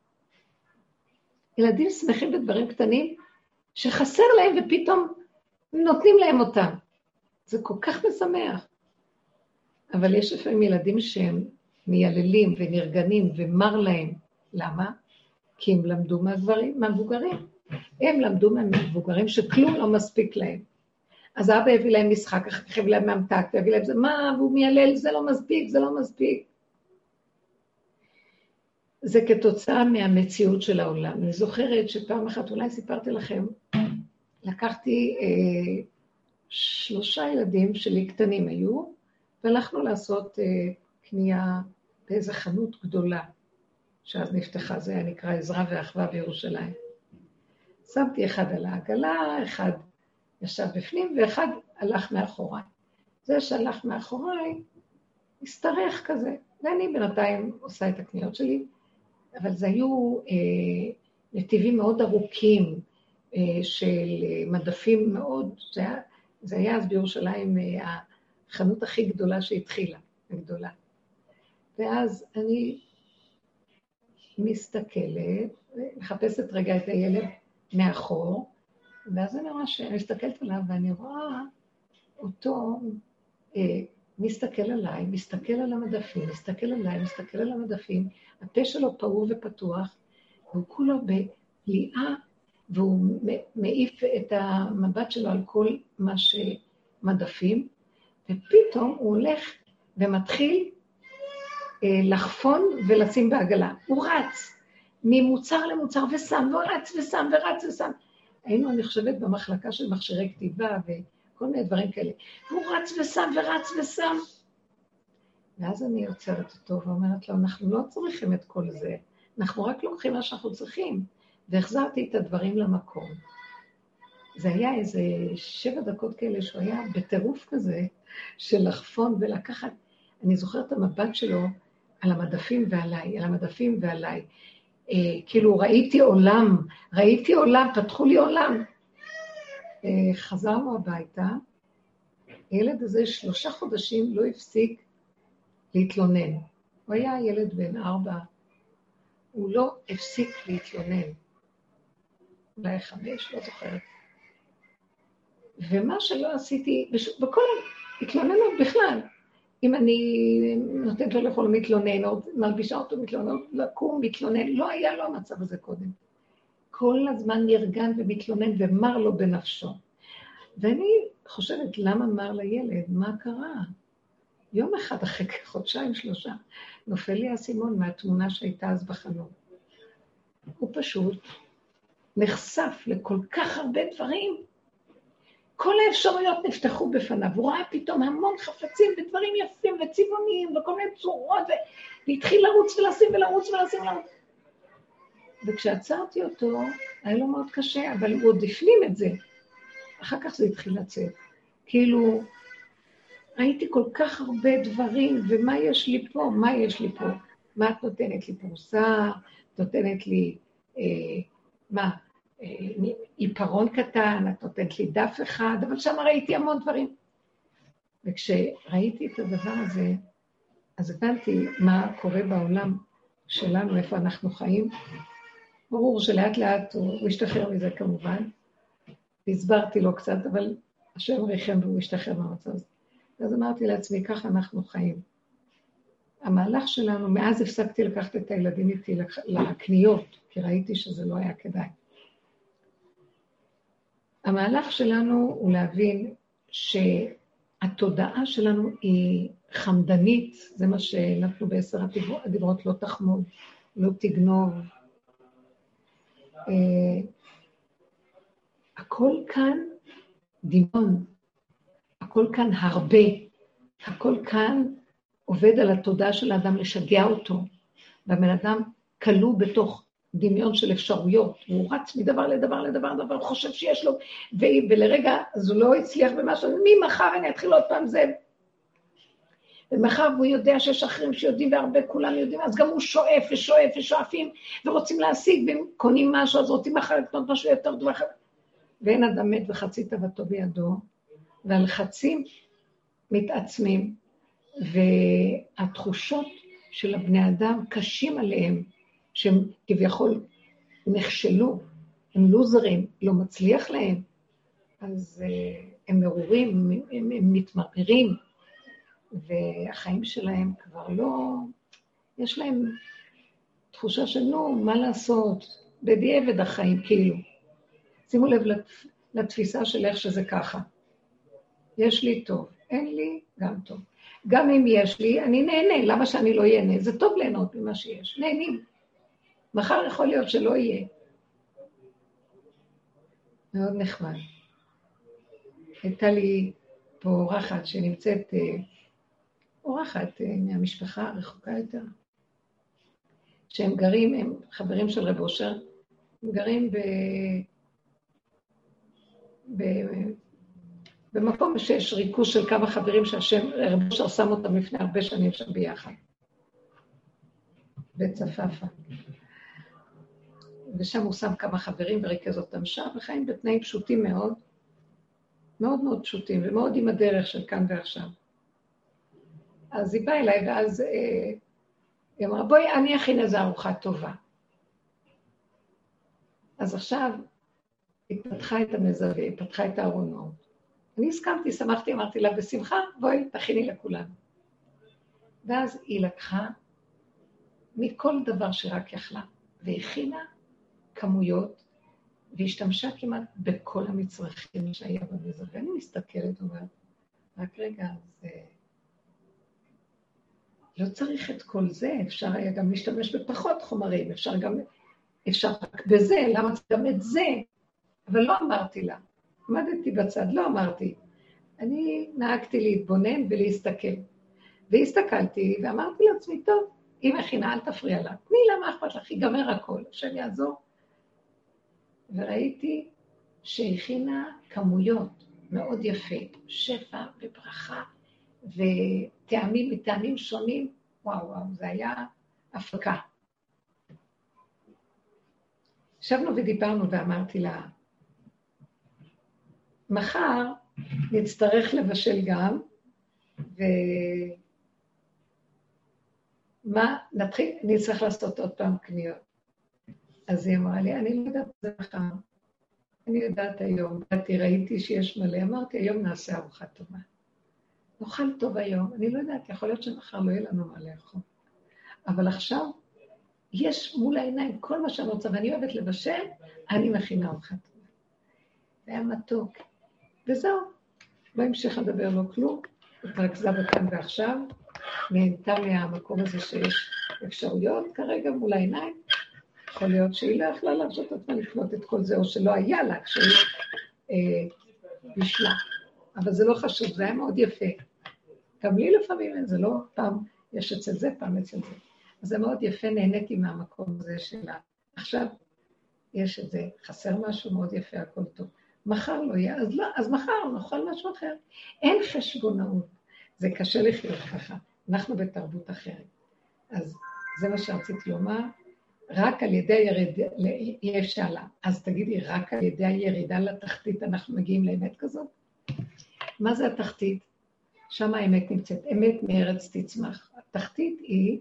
ילדים שמחים בדברים קטנים, שחסר להם ופתאום נותנים להם אותם. זה כל כך משמח. אבל יש לפעמים ילדים שהם מייללים ונרגנים ומר להם. למה? כי הם למדו מהמבוגרים. הם למדו מהמבוגרים שכלום לא מספיק להם. אז אבא הביא להם משחק, אחר כך הביא להם ממתק, והביא להם זה, מה, והוא מיילל, זה לא מספיק, זה לא מספיק. זה כתוצאה מהמציאות של העולם. אני זוכרת שפעם אחת, אולי סיפרתי לכם, לקחתי 3 ילדים שלי קטנים היו, והלכנו לעשות קנייה באיזו חנות גדולה, שאז נפתחה, זה היה נקרא עזרה ואחווה בירושלים. שמתי אחד על העגלה, אחד ישב בפנים, ואחד הלך מאחוריי. זה שהלך מאחוריי, הסתרך כזה, ואני בינתיים עושה את הקניות שלי, אבל זה היו נתיבים מאוד ארוכים, של מדפים מאוד, זה היה אז בירושלים החנות הכי גדולה שהתחילה, הגדולה. ואז אני מסתכלת, מחפשת רגע את הילד מאחור, ואז אני רואה שאני מסתכלת עליו, ואני רואה אותו מסתכל עליי, מסתכל על המדפים, מסתכל עליי, מסתכל על המדפים, הפה שלו פעור ופתוח, והוא כולו בפליאה, והוא מעיף את המבט שלו על כל מה שמדפים, ופתאום הוא הולך ומתחיל לחפון ולשים בעגלה. הוא רץ ממוצר למוצר ושם, והוא רץ ושם ורץ ושם. היינו, אני חושבת, במחלקה של מכשירי כתיבה וכל מיני דברים כאלה. והוא רץ ושם ורץ ושם. ואז אני יוצרת אותו ואומרת לו, אנחנו לא צריכים את כל זה, אנחנו רק לוקחים מה שאנחנו צריכים. והחזרתי את הדברים למקום. זה היה איזה 7 דקות כאלה שהוא היה בטירוף כזה של לחפון ולקחת. אני זוכרת את המבט שלו על המדפים ועליי, על המדפים ועליי. כאילו ראיתי עולם, פתחו לי עולם. חזרנו הביתה, הילד הזה 3 חודשים לא הפסיק להתלונן. הוא היה ילד בן 4, הוא לא הפסיק להתלונן. אולי 5, לא זוכרת. ומה שלא עשיתי, בכל התלוננות בכלל, אם אני נותנת לו לאכול מתלונן, או מלבישה אותו מתלונן, לקום מתלונן, לא היה לו המצב הזה קודם. כל הזמן נרגן ומתלונן ומר לו בנפשו. ואני חושבת, למה מר לילד? מה קרה? יום אחד אחרי 2-3, נופל לי הסימון מהתמונה שהייתה אז בחנות. הוא פשוט נחשף לכל כך הרבה דברים. כל האפשרויות נפתחו בפניו, הוא ראה פתאום המון חפצים ודברים יפים וצבעוניים וכל מיני צורות, והתחיל לרוץ ולשים ולרוץ ולשים ולרוץ. וכשעצרתי אותו, היה לו מאוד קשה, אבל הוא עוד הפנים את זה. אחר כך זה התחיל לצאת. כאילו, ראיתי כל כך הרבה דברים, ומה יש לי פה? מה יש לי פה? מה את נותנת לי פרוסה? את נותנת לי, עיפרון קטן, את נותנת לי דף אחד, אבל שם ראיתי המון דברים. וכשראיתי את הדבר הזה, אז הבנתי מה קורה בעולם שלנו, איפה אנחנו חיים. ברור שלאט לאט הוא השתחרר מזה כמובן. הסברתי לו קצת, אבל השם ריחם והוא השתחרר מהמצב הזה. אז אמרתי לעצמי, ככה אנחנו חיים. המהלך שלנו, מאז הפסקתי לקחת את הילדים איתי לקניות, כי ראיתי שזה לא היה כדאי. המהלך שלנו הוא להבין שהתודעה שלנו היא חמדנית, זה מה שנתנו ב10 הדיברות, לא תחמוד, לא תגנוב. הכל כאן דמיון, הכל כאן הרבה, הכל כאן עובד על התודעה של האדם לשגע אותו, והבן אדם כלוא בתוך דמיון של אפשרויות, הוא רץ מדבר לדבר לדבר, הוא חושב שיש לו, ולרגע אז הוא לא הצליח במשהו, ממחר אני אתחיל עוד פעם זה, ומחר הוא יודע שיש אחרים שיודעים והרבה כולם יודעים, אז גם הוא שואף ושואף ושואפים, ורוצים להשיג, והם קונים משהו, אז רוצים מחר לקנות משהו יותר דבר, ואין אדם מת וחצי תוותו בידו, והלחצים מתעצמים, והתחושות של הבני אדם קשים עליהם, שהם כביכול נכשלו, הם לוזרים, לא מצליח להם, אז הם מרורים, הם מתמררים, והחיים שלהם כבר לא, יש להם תחושה של נו, מה לעשות, בדיעבד החיים כאילו. שימו לב לתפיסה של איך שזה ככה. יש לי טוב, אין לי גם טוב. גם אם יש לי, אני נהנה, למה שאני לא ייהנה? זה טוב ליהנות ממה שיש, נהנים. מחר יכול להיות שלא יהיה. מאוד נחמד. הייתה לי פה אורחת שנמצאת, אורחת מהמשפחה הרחוקה יותר, שהם גרים, הם חברים של רב אושר, הם גרים במקום שיש ריכוז של כמה חברים שהשם, רב אושר שם אותם לפני הרבה שנים שם ביחד. בצפפה. ושם הוא שם כמה חברים וריכז אותם שם, וחיים בתנאים פשוטים מאוד, מאוד מאוד פשוטים, ומאוד עם הדרך של כאן ועכשיו. אז היא באה אליי, ואז היא אמרה, בואי, אני אכין איזו ארוחה טובה. אז עכשיו היא פתחה את המזווה, היא פתחה את הארונות. אני הסכמתי, שמחתי, אמרתי לה, בשמחה, בואי, תכיני לכולם. ואז היא לקחה מכל דבר שרק יכלה, והכינה כמויות, והשתמשה כמעט בכל המצרכים שהיה במזווה. ואני מסתכלת ואומרת, רק רגע, אז לא צריך את כל זה, אפשר היה גם להשתמש בפחות חומרים, אפשר רק בזה, למה גם את זה? אבל לא אמרתי לה, עמדתי בצד, לא אמרתי. אני נהגתי להתבונן ולהסתכל. והסתכלתי ואמרתי לעצמי, טוב, היא מכינה, אל תפריע לה. תני לה, מה אכפת לך, ייגמר הכל, השם יעזור. וראיתי שהכינה כמויות מאוד יפה, שפע וברכה, וטעמים מטעמים שונים. וואו, זה היה הפקה. ישבנו ודיברנו ואמרתי לה, מחר נצטרך לבשל גם, נתחיל, אני צריך לעשות עוד פעם קניות. אז היא אמרה לי, אני לא יודעת זה מחר, אני יודעת היום, ראיתי שיש מלא, אמרתי, היום נעשה ארוחה טובה. נאכל טוב היום, אני לא יודעת, יכול להיות שמחר לא יהיה לנו מה לאכול. אבל עכשיו, יש מול העיניים כל מה שאני רוצה, ואני אוהבת לבשל, אני מכינה ארוחה טובה. זה היה מתוק. וזהו, לא המשיך לדבר לו כלום, התרכזה בכאן ועכשיו, נהנתה מהמקום הזה שיש אפשרויות כרגע מול העיניים, יכול להיות שהיא לא יכלה להרשות עצמה לקנות את כל זה, או שלא היה לה כשהיא בשלה. אבל זה לא חשוב, זה היה מאוד יפה. גם לי לפעמים זה לא פעם יש אצל זה, פעם אצל זה. אז זה מאוד יפה, נהניתי מהמקום הזה שלה. עכשיו יש את זה, חסר משהו מאוד יפה, הכל טוב. מחר לא יהיה, אז לא, אז מחר נאכל משהו אחר. אין חשבונאות, זה קשה לחיות ככה. אנחנו בתרבות אחרת. אז זה מה שרציתי לומר, רק על ידי הירידה, יש שאלה. אז תגידי, רק על ידי הירידה לתחתית אנחנו מגיעים לאמת כזאת? מה זה התחתית? שם האמת נמצאת, אמת מארץ תצמח. התחתית היא,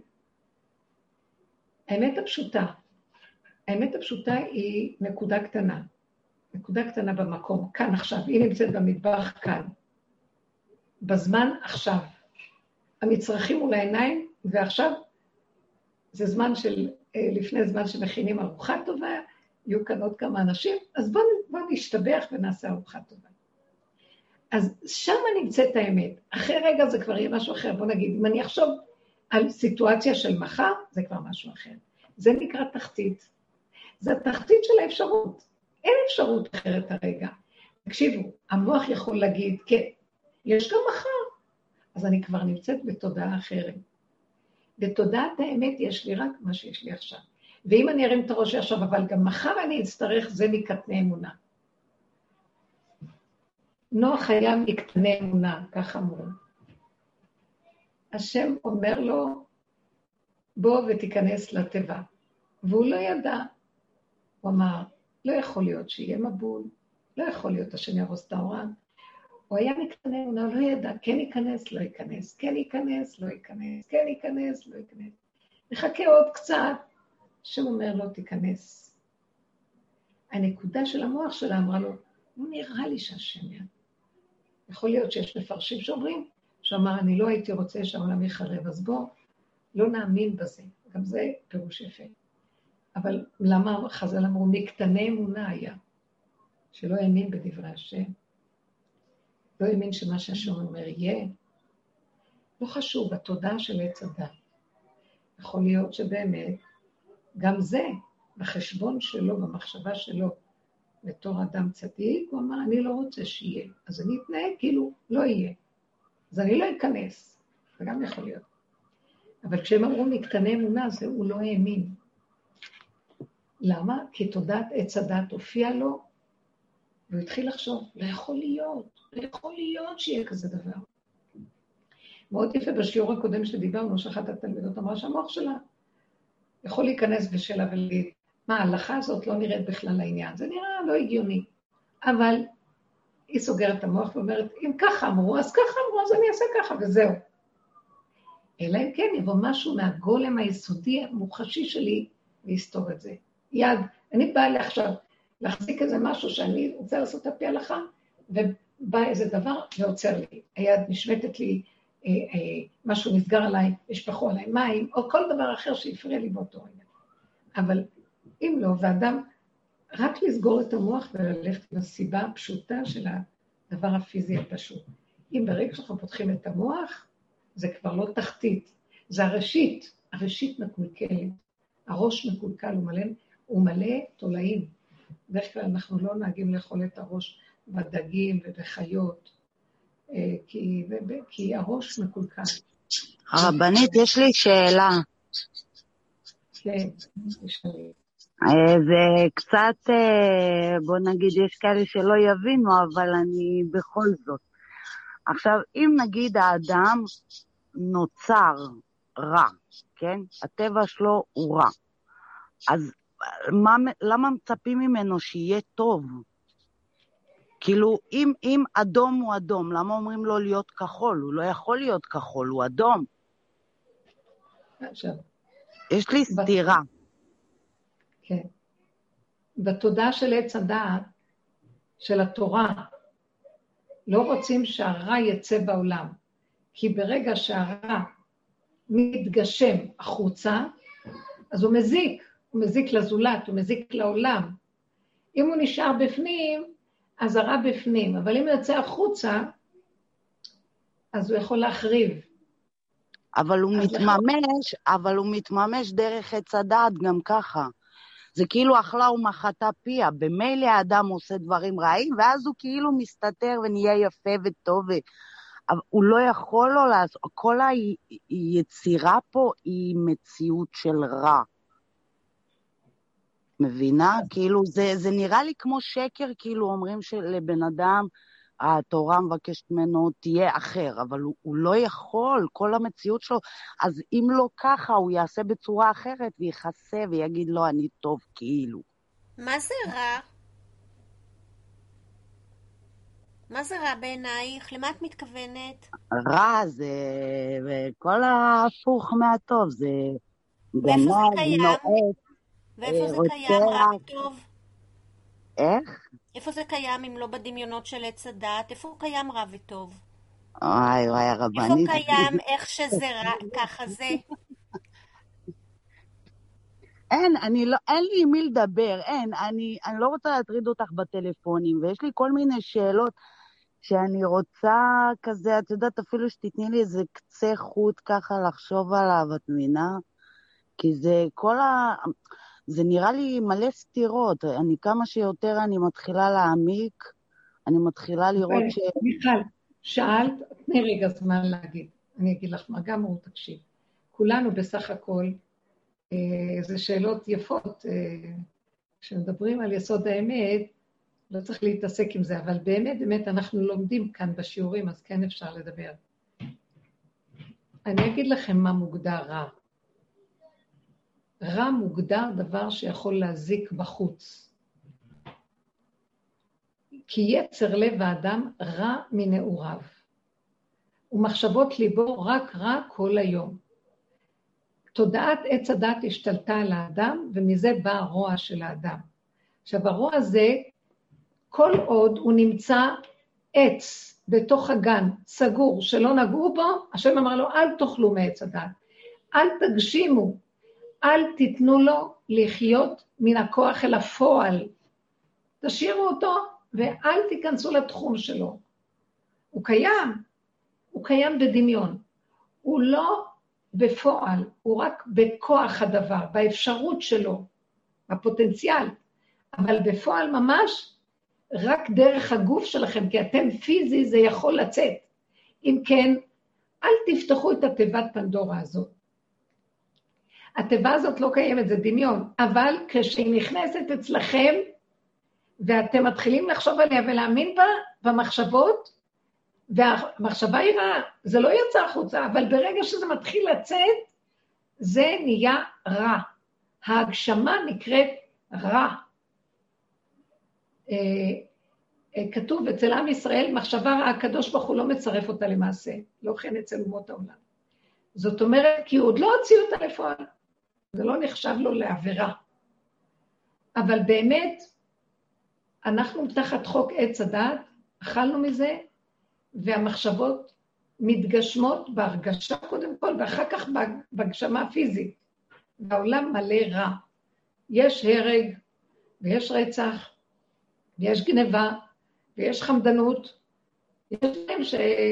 האמת הפשוטה. האמת הפשוטה היא נקודה קטנה. נקודה קטנה במקום, כאן עכשיו, היא נמצאת במטבח כאן. בזמן עכשיו. המצרכים מול העיניים, ועכשיו זה זמן של, לפני זמן שמכינים ארוחה טובה, יהיו כאן עוד כמה אנשים, אז בואו נשתבח ונעשה ארוחה טובה. אז שם נמצאת האמת. אחרי רגע זה כבר יהיה משהו אחר. בוא נגיד, אם אני אחשוב על סיטואציה של מחר, זה כבר משהו אחר. זה נקרא תחתית. זה התחתית של האפשרות. אין אפשרות אחרת הרגע. תקשיבו, המוח יכול להגיד, כן, יש גם מחר. אז אני כבר נמצאת בתודעה אחרת. בתודעת האמת יש לי רק מה שיש לי עכשיו. ואם אני ארים את הראש עכשיו, אבל גם מחר אני אצטרך, זה מקטני אמונה. נוח היה מקטני אמונה, כך אמרו. השם אומר לו, בוא ותיכנס לתיבה. והוא לא ידע. הוא אמר, לא יכול להיות שיהיה מבול, לא יכול להיות השם ירוס את העולם. הוא היה מקטני אמונה, הוא לא ידע, כן ייכנס, לא ייכנס, כן ייכנס, לא ייכנס, כן ייכנס, לא ייכנס. נחכה עוד קצת, השם אומר לו, תיכנס. הנקודה של המוח שלה אמרה לו, לא נראה לי שהשם יד. יכול להיות שיש מפרשים שאומרים, שאמר, אני לא הייתי רוצה שהעולם יחרב, אז בוא, לא נאמין בזה. גם זה פירוש יפה. אבל למה חז"ל אמרו, מקטני אמונה היה, שלא האמין בדברי השם, לא האמין שמה שהשם אומר יהיה, לא חשוב, התודעה של עץ הדת. יכול להיות שבאמת, גם זה, בחשבון שלו, במחשבה שלו, בתור אדם צדיק, הוא אמר, אני לא רוצה שיהיה. אז אני אתנהג כאילו לא יהיה. אז אני לא אכנס. זה גם יכול להיות. אבל כשהם אמרו מקטני אמונה, זה הוא לא האמין. למה? כי תודעת עץ הדת הופיע לו, והוא התחיל לחשוב, לא יכול להיות שיהיה כזה דבר. מאוד יפה בשיעור הקודם שדיברנו, שאחת התלמידות אמרה שהמוח שלה יכול להיכנס בשלה ולהגיד, מה, ההלכה הזאת לא נראית בכלל לעניין, זה נראה לא הגיוני. אבל היא סוגרת את המוח ואומרת, אם ככה אמרו, אז אני אעשה ככה וזהו. אלא אם כן יבוא משהו מהגולם היסודי המוחשי שלי, ויסתור את זה. יד, אני באה לי עכשיו, להחזיק איזה משהו שאני רוצה לעשות על פי הלכה, ובא איזה דבר ועוצר לי. היד נשמטת לי, משהו נסגר עליי, השפכו עליי מים, או כל דבר אחר שיפריע לי באותו רגע. אבל אם לא, ואדם רק לסגור את המוח וללכת לסיבה הפשוטה של הדבר הפיזי הפשוט. אם ברגע שאנחנו פותחים את המוח, זה כבר לא תחתית, זה הראשית, הראשית מקולקלת. הראש מקולקל, הוא מלא תולעים. בדרך כלל אנחנו לא נהגים לאכול את הראש בדגים ובחיות, כי הראש מקולקל. הרבנית, יש לי שאלה. כן, יש לי. זה קצת, בוא נגיד, יש כאלה שלא יבינו, אבל אני בכל זאת. עכשיו, אם נגיד האדם נוצר רע, כן? הטבע שלו הוא רע. אז למה מצפים ממנו שיהיה טוב? כאילו, אם אדום הוא אדום, למה אומרים לו להיות כחול? הוא לא יכול להיות כחול, הוא אדום. עכשיו. יש לי סתירה. כן. בתודעה של עץ הדעת, של התורה, לא רוצים שהרע יצא בעולם. כי ברגע שהרע מתגשם החוצה, אז הוא מזיק לזולת, הוא מזיק לעולם. אם הוא נשאר בפנים, אז הרע בפנים, אבל אם הוא יוצא החוצה, אז הוא יכול להחריב. אבל הוא מתממש דרך עץ הדעת גם ככה. זה כאילו אכלה ומחתה פיה, במילא האדם עושה דברים רעים, ואז הוא כאילו מסתתר ונהיה יפה וטוב, אבל הוא לא יכול לו לעשות, כל היצירה פה היא מציאות של רע. מבינה? כאילו זה נראה לי כמו שקר, כאילו אומרים שלבן אדם, התורה מבקשת ממנו תהיה אחר, אבל הוא לא יכול, כל המציאות שלו, אז אם לא ככה, הוא יעשה בצורה אחרת, ויחסה ויגיד לו, אני טוב כאילו. מה זה רע? מה זה רע בעינייך? למה את מתכוונת? רע זה כל ההפוך מהטוב, זה גנב, נועץ, ואיפה זה קיים רע וטוב? איך? איפה זה קיים אם לא בדמיונות של עץ הדעת? איפה הוא קיים רע וטוב? וואי, הרבנית. איפה קיים איך שזה רע, ככה זה? אין לי עם מי לדבר, אני לא רוצה להטריד אותך בטלפונים, ויש לי כל מיני שאלות שאני רוצה כזה, את יודעת, אפילו שתתני לי איזה קצה חוט ככה לחשוב עליו, את מבינה? כי זה זה נראה לי מלא סתירות, כמה שיותר אני מתחילה להעמיק, אני מתחילה לראות מיכל, שאלת, תני רגע זמן להגיד, אני אגיד לך מה, גם הוא תקשיב. כולנו בסך הכל, זה שאלות יפות, כשמדברים על יסוד האמת, לא צריך להתעסק עם זה, אבל באמת אנחנו לומדים כאן בשיעורים, אז כן אפשר לדבר. אני אגיד לכם מה מוגדר רע. רע מוגדר דבר שיכול להזיק בחוץ. כי יצר לב האדם רע מנעוריו. ומחשבות ליבו רק רע כל היום. תודעת עץ הדת השתלטה על האדם, ומזה בא הרוע של האדם. עכשיו, הרוע הזה, כל עוד הוא נמצא עץ בתוך הגן, סגור, שלא נגעו בו, השם אמר לו, אל תאכלו מעץ הדת, אל תגשימו, אל תיתנו לו לחיות מן הכוח אל הפועל. תשאירו אותו, ואל תיכנסו לתחום שלו. הוא קיים בדמיון. הוא לא בפועל, הוא רק בכוח הדבר, באפשרות שלו, בפוטנציאל. אבל בפועל ממש, רק דרך הגוף שלכם, כי אתם פיזי, זה יכול לצאת. אם כן, אל תפתחו את התיבת פנדורה הזאת. התיבה הזאת לא קיימת, זה דמיון, אבל כשהיא נכנסת אצלכם, ואתם מתחילים לחשוב עליה ולהאמין בה, במחשבות, והמחשבה היא רעה, זה לא יצא החוצה, אבל ברגע שזה מתחיל לצאת, זה נהיה רע. ההגשמה נקראת רע. כתוב אצל עם ישראל, מחשבה רעה, הקדוש ברוך הוא לא מצרף אותה למעשה, לא כן אצל אומות העולם. זאת אומרת, כי הוא עוד לא הוציא אותה לפועל, זה לא נחשב לו לעבירה. אבל באמת, אנחנו תחת חוק עץ הדעת, אכלנו מזה, והמחשבות מתגשמות בהרגשה קודם כל, ואחר כך בהגשמה הפיזית. והעולם מלא רע. יש הרג, ויש רצח, ויש גניבה, ויש חמדנות. יש דברים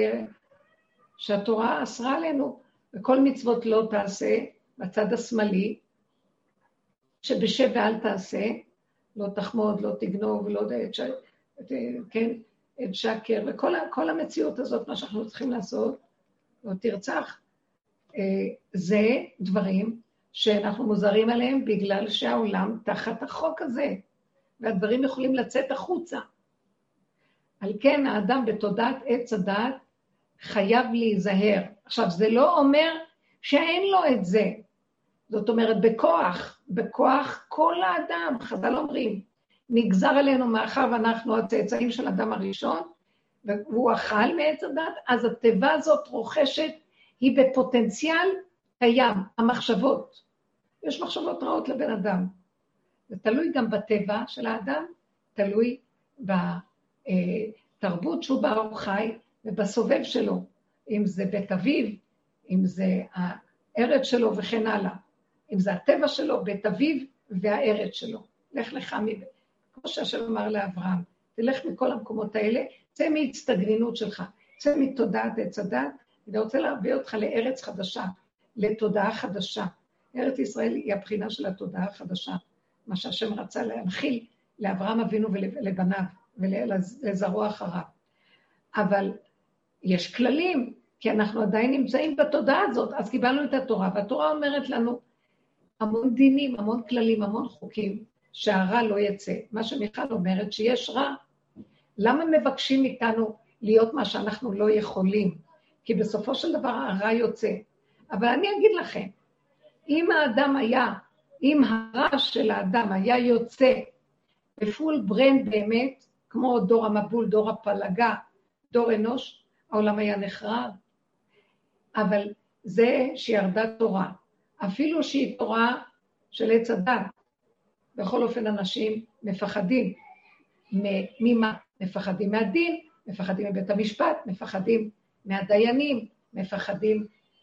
שהתורה אסרה עלינו, וכל מצוות לא תעשה, בצד השמאלי, שבשב ואל תעשה, לא תחמוד, לא תגנוב, לא כן, את שקר, וכל המציאות הזאת, מה שאנחנו צריכים לעשות, לא תרצח, זה דברים שאנחנו מוזרים עליהם בגלל שהעולם תחת החוק הזה, והדברים יכולים לצאת החוצה. על כן האדם בתודעת עץ הדעת חייב להיזהר. עכשיו זה לא אומר שאין לו את זה, זאת אומרת בכוח כל האדם, חז"ל אומרים, נגזר עלינו מאחר ואנחנו הצאצאים של אדם הראשון, והוא אכל מעץ הדעת, אז הטבע הזאת רוכשת, היא בפוטנציאל קיים, המחשבות. יש מחשבות רעות לבן אדם. זה תלוי גם בטבע של האדם, תלוי בתרבות שהוא בה הוא חי, ובסובב שלו, אם זה בית אביו, אם זה הארץ שלו וכן הלאה. אם זה הטבע שלו, בית אביו והארץ שלו. לך לך כמו שהשם אמר לאברהם, תלך מכל המקומות האלה, צא מהצטגנינות שלך, צא מתודעת עץ הדעת, אני רוצה להביא אותך לארץ חדשה, לתודעה חדשה. ארץ ישראל היא הבחינה של התודעה החדשה, מה שהשם רצה להנחיל לאברהם אבינו ולבניו, ולזרוע אחריו. אבל יש כללים, כי אנחנו עדיין נמצאים בתודעה הזאת, אז קיבלנו את התורה, והתורה אומרת לנו המון דינים, המון כללים, המון חוקים, שהרע לא יצא. מה שמיכל אומרת, שיש רע, למה מבקשים איתנו להיות מה שאנחנו לא יכולים? כי בסופו של דבר הרע יוצא. אבל אני אגיד לכם, אם הרע של האדם היה יוצא בפול ברנד באמת, כמו דור המבול, דור הפלגה, דור אנוש, העולם היה נחרב. אבל זה שירדה תורה, אפילו שהיא תורה של עץ הדת, בכל אופן אנשים מפחדים. ממה? מפחדים מהדין, מפחדים מבית המשפט, מפחדים מהדיינים, מפחדים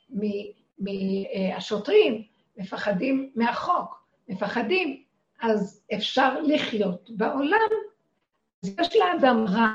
מהשוטרים, מפחדים מהחוק, מפחדים, אז אפשר לחיות בעולם. אז יש לאדם רע,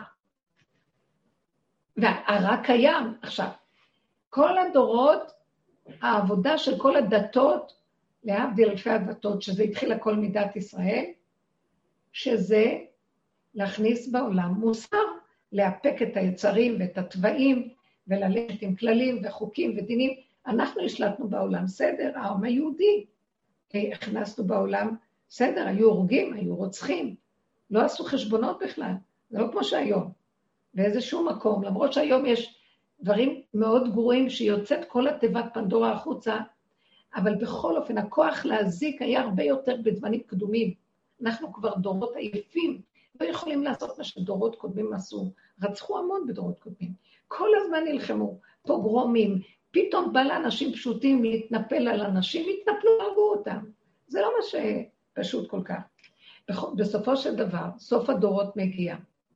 והרע קיים. עכשיו, כל הדורות, העבודה של כל הדתות, להבדיל אלפי הדתות, שזה התחיל הכל מדת ישראל, שזה להכניס בעולם מוסר, להפק את היצרים ואת הטבעים, וללכת עם כללים וחוקים ודינים. אנחנו השלטנו בעולם סדר, העם היהודי, הכנסנו בעולם סדר, היו הורגים, היו רוצחים, לא עשו חשבונות בכלל, זה לא כמו שהיום. באיזשהו מקום, למרות שהיום יש דברים מאוד גרועים שיוצאת כל התיבת פנדורה החוצה, אבל בכל אופן הכוח להזיק היה הרבה יותר בזמנים קדומים. אנחנו כבר דורות עייפים, לא יכולים לעשות מה שדורות קודמים עשו, רצחו המון בדורות קודמים. כל הזמן נלחמו, פוגרומים, פתאום בא לאנשים פשוטים להתנפל על אנשים, התנפלו, הרגו אותם. זה לא מה שפשוט כל כך. בסופו של דבר, סוף הדורות מגיע.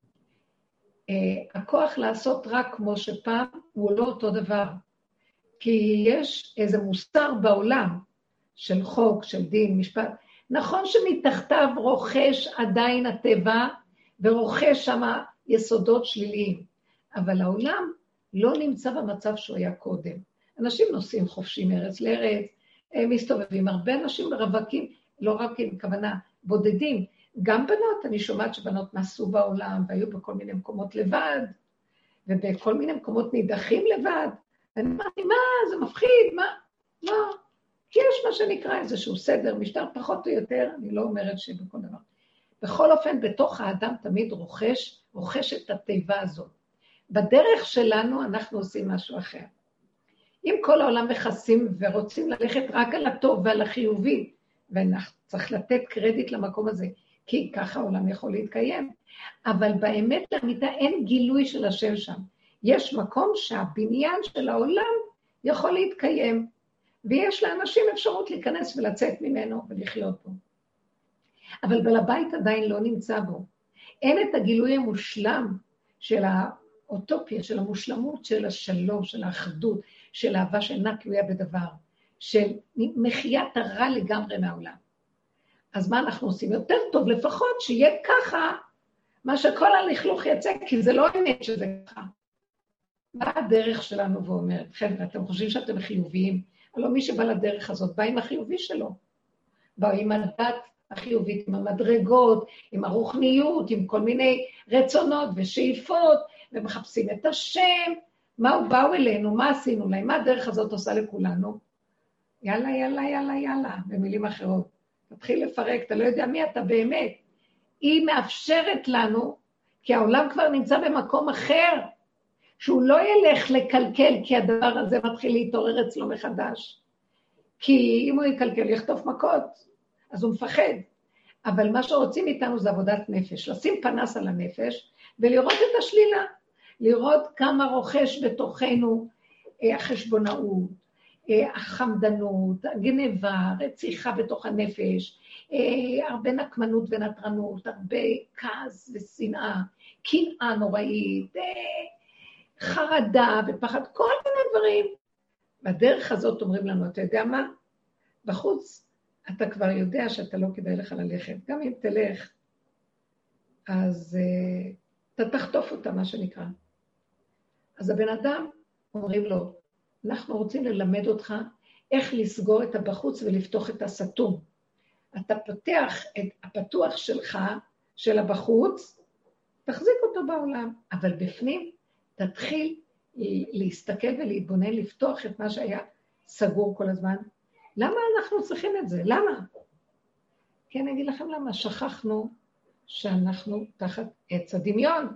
הכוח לעשות רק כמו שפעם הוא לא אותו דבר. כי יש איזה מוסר בעולם של חוק, של דין, משפט. נכון שמתחתיו רוכש עדיין הטבע, ורוכש שם יסודות שליליים. אבל העולם לא נמצא במצב שהוא היה קודם. אנשים נוסעים חופשי מארץ לארץ, מסתובבים, הרבה אנשים רווקים, לא רק עם כוונה, בודדים. גם בנות, אני שומעת שבנות נסעו בעולם, והיו בכל מיני מקומות לבד, ובכל מיני מקומות נידחים לבד. ואני אמרתי, מה? זה מפחיד, מה? לא. כי יש מה שנקרא איזשהו סדר, משטר פחות או יותר, אני לא אומרת שבכל דבר. בכל אופן, בתוך האדם תמיד רוכש את התיבה הזאת. בדרך שלנו אנחנו עושים משהו אחר. אם כל העולם מכסים ורוצים ללכת רק על הטוב ועל החיובי, וצריך לתת קרדיט למקום הזה, כי ככה העולם יכול להתקיים. אבל באמת לאמיתה אין גילוי של השם שם. יש מקום שהבניין של העולם יכול להתקיים, ויש לאנשים אפשרות להיכנס ולצאת ממנו ולחיות בו. אבל בעל הבית עדיין לא נמצא בו. אין את הגילוי המושלם של האוטופיה, של המושלמות, של השלום, של האחדות, של אהבה שאינה תלויה בדבר, של מחיית הרע לגמרי מהעולם. אז מה אנחנו עושים? יותר טוב לפחות שיהיה ככה, מה שכל הלכלוך יצא, כי זה לא אמת שזה ככה. מה הדרך שלנו ואומרת? חבר'ה, אתם חושבים שאתם חיוביים, אבל לא מי שבא לדרך הזאת, בא עם החיובי שלו. בא עם הדת החיובית, עם המדרגות, עם הרוחניות, עם כל מיני רצונות ושאיפות, ומחפשים את השם. מה הוא באו אלינו? מה עשינו להם? מה הדרך הזאת עושה לכולנו? יאללה, יאללה, יאללה, יאללה, במילים אחרות. תתחיל לפרק, אתה לא יודע מי אתה באמת. היא מאפשרת לנו, כי העולם כבר נמצא במקום אחר, שהוא לא ילך לקלקל, כי הדבר הזה מתחיל להתעורר אצלו מחדש. כי אם הוא יקלקל, יחטוף מכות, אז הוא מפחד. אבל מה שרוצים איתנו זה עבודת נפש, לשים פנס על הנפש, ולראות את השלילה, לראות כמה רוכש בתוכנו החשבונאות, החמדנות, הגניבה, רציחה בתוך הנפש, הרבה נקמנות ונטרנות, הרבה כעס ושנאה, קנאה נוראית, חרדה ופחד, כל מיני דברים. בדרך הזאת אומרים לנו, אתה יודע מה? בחוץ אתה כבר יודע שאתה לא כדאי לך ללכת. גם אם תלך, אז אתה תחטוף אותה, מה שנקרא. אז הבן אדם אומרים לו, אנחנו רוצים ללמד אותך איך לסגור את הבחוץ ולפתוח את הסתום. אתה פותח את הפתוח שלך, של הבחוץ, תחזיק אותו בעולם, אבל בפנים תתחיל להסתכל ולהתבונן, לפתוח את מה שהיה סגור כל הזמן. למה אנחנו צריכים את זה? למה? כן, אני אגיד לכם למה. שכחנו שאנחנו תחת עץ הדמיון,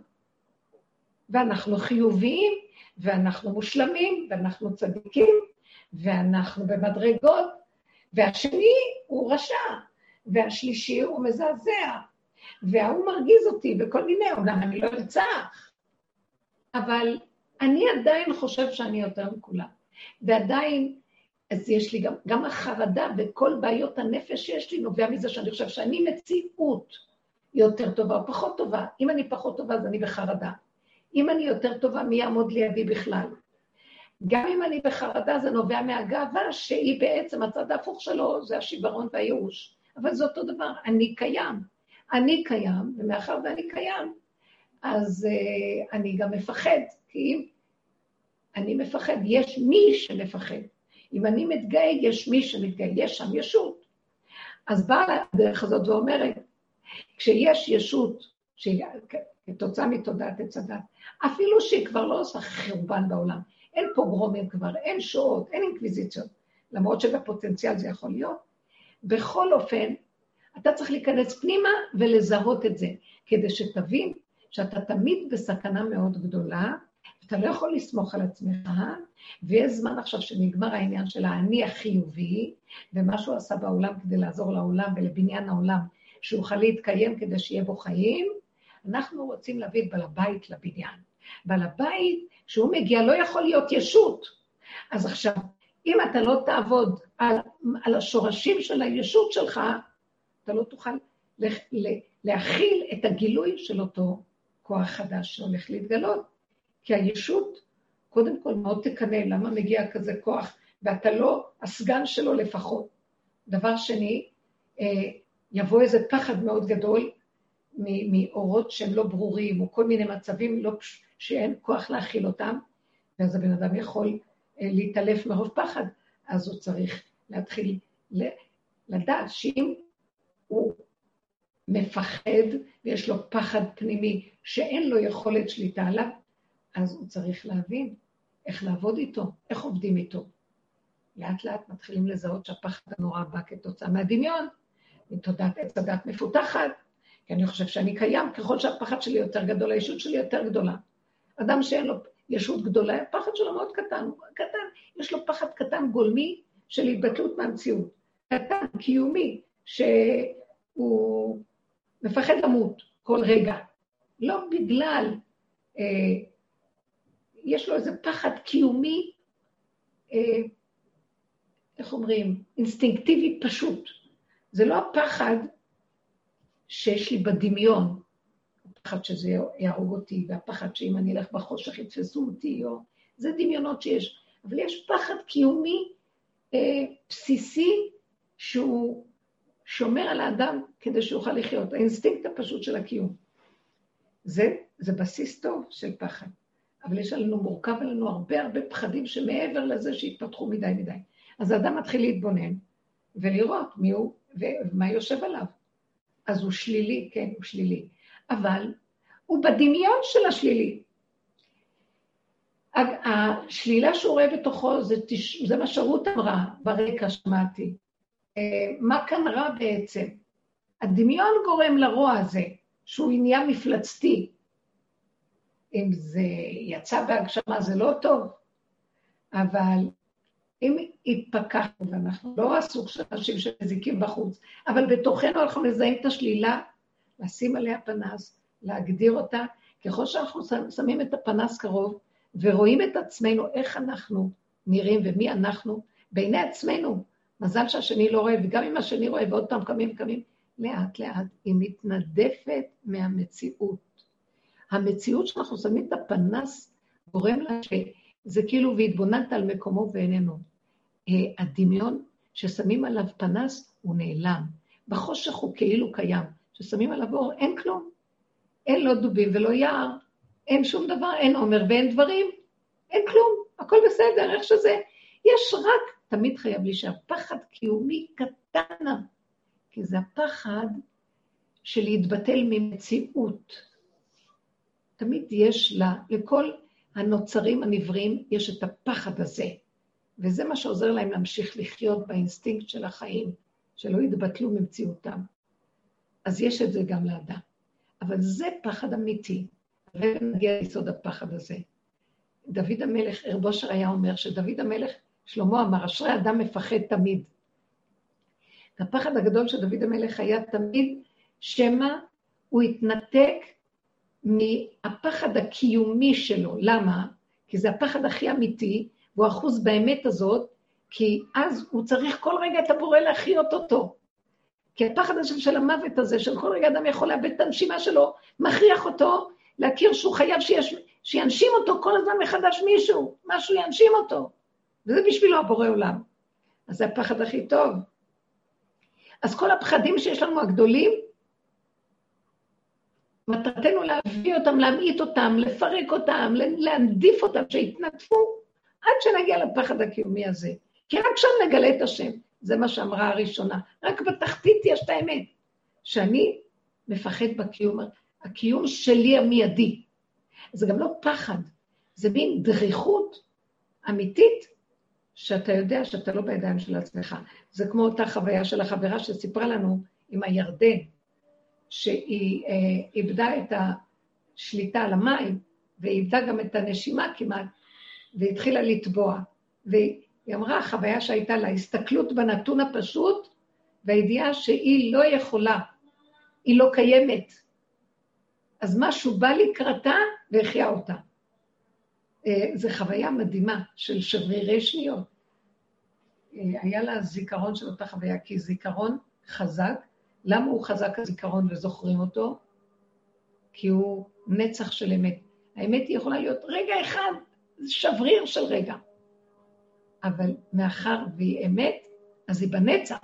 ואנחנו חיוביים, ואנחנו מושלמים, ואנחנו צדיקים, ואנחנו במדרגות, והשני הוא רשע, והשלישי הוא מזעזע, והוא מרגיז אותי וכל מיני, אומנם אני לא ארצח, אבל אני עדיין חושב שאני יותר מכולם, ועדיין, אז יש לי גם החרדה וכל בעיות הנפש שיש לי נובע מזה שאני חושב שאני מציאות יותר טובה או פחות טובה. אם אני פחות טובה אז אני בחרדה. אם אני יותר טובה מי יעמוד לידי בכלל. גם אם אני בחרדה זה נובע מהגאווה שהיא בעצם הצד ההפוך שלו, זה השיוורון והייאוש. אבל זה אותו דבר, אני קיים. אני קיים, ומאחר ואני קיים, אז אני גם מפחד, כי אם אני מפחד, יש מי שמפחד. אם אני מתגאה, יש מי שמתגאה, יש שם ישות. אז באה הדרך הזאת ואומרת, כשיש ישות, שהיא כתוצאה מתודעת עץ הדת, אפילו שהיא כבר לא עושה חורבן בעולם, אין פוגרומים כבר, אין שואות, אין אינקוויזיציות, למרות שבפוטנציאל זה יכול להיות, בכל אופן, אתה צריך להיכנס פנימה ולזהות את זה, כדי שתבין שאתה תמיד בסכנה מאוד גדולה, אתה לא יכול לסמוך על עצמך, ויש זמן עכשיו שנגמר העניין של האני החיובי, ומה שהוא עשה בעולם כדי לעזור לעולם ולבניין העולם, שאוכל להתקיים כדי שיהיה בו חיים, אנחנו רוצים להביא את בעל הבית לבניין. בעל הבית, שהוא מגיע, לא יכול להיות ישות. אז עכשיו, אם אתה לא תעבוד על השורשים של הישות שלך, אתה לא תוכל להכיל את הגילוי של אותו כוח חדש שהולך להתגלות. כי הישות, קודם כל מאוד תקנה, למה מגיע כזה כוח, ואתה לא הסגן שלו לפחות. דבר שני, יבוא איזה פחד מאוד גדול, מאורות שהם לא ברורים, או כל מיני מצבים שאין כוח להכיל אותם, ואז הבן אדם יכול להתעלף מרוב פחד, אז הוא צריך להתחיל לדעת שאם הוא מפחד, ויש לו פחד פנימי שאין לו יכולת שליטה עליו, אז הוא צריך להבין איך לעבוד איתו, איך עובדים איתו. לאט לאט מתחילים לזהות שהפחד הנורא בא כתוצאה מהדמיון, מתודעת עץ הדת מפותחת, כי אני חושב שאני קיים, ככל שהפחד שלי יותר גדול, הישות שלי יותר גדולה. אדם שאין לו ישות גדולה, הפחד שלו מאוד קטן, הוא קטן, יש לו פחד קטן גולמי של התבטלות מהמציאות, קטן, קיומי, שהוא מפחד למות כל רגע, לא בגלל, יש לו איזה פחד קיומי, איך אומרים, אינסטינקטיבי פשוט. זה לא הפחד שיש לי בדמיון, הפחד שזה יהרוג אותי, והפחד שאם אני אלך בחושך יתפסו אותי, זה דמיונות שיש. אבל יש פחד קיומי בסיסי, שהוא שומר על האדם כדי שיוכל לחיות. האינסטינקט הפשוט של הקיום. זה בסיס טוב של פחד. אבל יש לנו מורכב עלינו הרבה פחדים שמעבר לזה שהתפתחו מדי. אז האדם מתחיל להתבונן ולראות מי הוא ומה יושב עליו. אז הוא שלילי, כן, הוא שלילי. אבל הוא בדמיון של השלילי. השלילה שהוא רואה בתוכו, זה מה שרות אמרה ברקע שמעתי. מה כאן רע בעצם? הדמיון גורם לרוע הזה, שהוא עניין מפלצתי. אם זה יצא בהגשמה זה לא טוב, אבל אם התפקחנו, ואנחנו לא הסוג של אנשים שמזיקים בחוץ, אבל בתוכנו אנחנו מזהים את השלילה, לשים עליה פנס, להגדיר אותה, ככל שאנחנו שמים את הפנס קרוב, ורואים את עצמנו, איך אנחנו נראים ומי אנחנו, בעיני עצמנו, מזל שהשני לא רואה, וגם אם השני רואה, ועוד פעם קמים, לאט, היא מתנדפת מהמציאות. המציאות שאנחנו שמים את הפנס, גורם לה שזה כאילו והתבוננת על מקומו ואיננו. הדמיון ששמים עליו פנס, הוא נעלם. בחושך הוא כאילו קיים. ששמים עליו אור, אין כלום. אין לא דובים ולא יער, אין שום דבר, אין עומר ואין דברים, אין כלום, הכל בסדר, איך שזה. יש רק, תמיד חייב לי שהפחד קיומי קטנה, כי זה הפחד של להתבטל ממציאות. תמיד יש לכל הנוצרים הנבראים, יש את הפחד הזה, וזה מה שעוזר להם להמשיך לחיות באינסטינקט של החיים, שלא יתבטלו ממציאותם. אז יש את זה גם לאדם. אבל זה פחד אמיתי, ונגיע ליסוד הפחד הזה. דוד המלך, רבושר היה אומר שדוד המלך, שלמה אמר, אשרי אדם מפחד תמיד. הפחד הגדול של דוד המלך היה תמיד, שמה הוא התנתק מהפחד הקיומי שלו. למה? כי זה הפחד הכי אמיתי, והוא אחוז באמת הזאת, כי אז הוא צריך כל רגע את הבורא להחיות אותו. כי הפחד הזה של המוות הזה, של כל רגע אדם יכול לאבד את הנשימה שלו, מכריח אותו להכיר שהוא חייב שינשים אותו כל הזמן מחדש מישהו, משהו ינשים אותו. וזה בשבילו הבורא עולם. אז זה הפחד הכי טוב. אז כל הפחדים שיש לנו הגדולים, מטרתנו להביא אותם, להמעיט אותם, לפרק אותם, להנדיף אותם, שיתנדפו, עד שנגיע לפחד הקיומי הזה. כי רק שם נגלה את השם. זה מה שאמרה הראשונה. רק בתחתית יש את האמת. שאני מפחד בקיום, הקיום שלי המיידי. זה גם לא פחד, זה מין דריכות אמיתית, שאתה יודע שאתה לא בידיים של עצמך. זה כמו אותה חוויה של החברה שסיפרה לנו עם הירדן, שהיא איבדה את השליטה על המים, והיא איבדה גם את הנשימה כמעט, והתחילה לטבוע. והיא אמרה, החוויה שהייתה לה, הסתכלות בנתון הפשוט, והידיעה שהיא לא יכולה, היא לא קיימת. אז משהו בא לקראתה והחיה אותה. זו חוויה מדהימה של שברירי שניות. היה לה זיכרון של אותה חוויה, כי זיכרון חזק. למה הוא חזק הזיכרון וזוכרים אותו? כי הוא נצח של אמת. האמת היא יכולה להיות רגע אחד, שבריר של רגע. אבל מאחר והיא אמת, אז היא בנצח.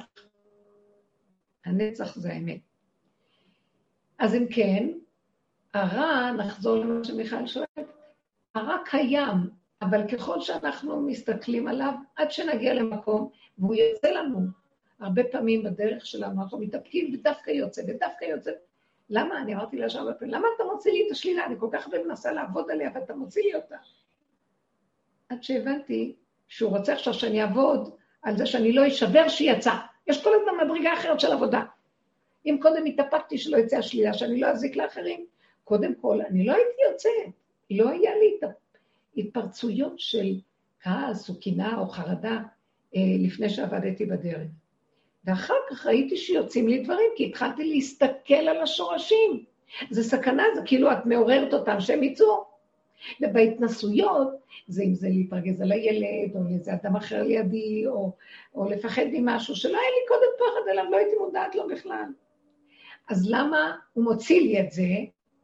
הנצח זה האמת. אז אם כן, הרע, נחזור למה שמיכל שואלת, הרע קיים, אבל ככל שאנחנו מסתכלים עליו, עד שנגיע למקום, והוא יוצא לנו, הרבה פעמים בדרך שלנו, אנחנו מתאפקים ודווקא יוצא. למה? אני אמרתי לה הרבה פעמים, למה אתה מוציא לי את השלילה? אני כל כך הרבה מנסה לעבוד עליה, ואתה מוציא לי אותה. עד שהבנתי שהוא רוצה עכשיו שאני אעבוד על זה שאני לא אשבר שיצא. יש כל הזמן מדרגה אחרת של עבודה. אם קודם התאפקתי שלא יצא השלילה, שאני לא אזיק לאחרים, קודם כל, אני לא הייתי יוצאת. לא היה לי התפרצויות של כעס או קנאה או חרדה לפני שעבדתי בדרך. ואחר כך ראיתי שיוצאים לי דברים, כי התחלתי להסתכל על השורשים. זה סכנה, זה כאילו את מעוררת אותם שהם יצאו. ובהתנסויות, זה אם זה להתרגז על הילד, או איזה אדם אחר לידי, או לפחד ממשהו, שלא היה לי קודם פחד אליו, לא הייתי מודעת לו בכלל. אז למה הוא מוציא לי את זה?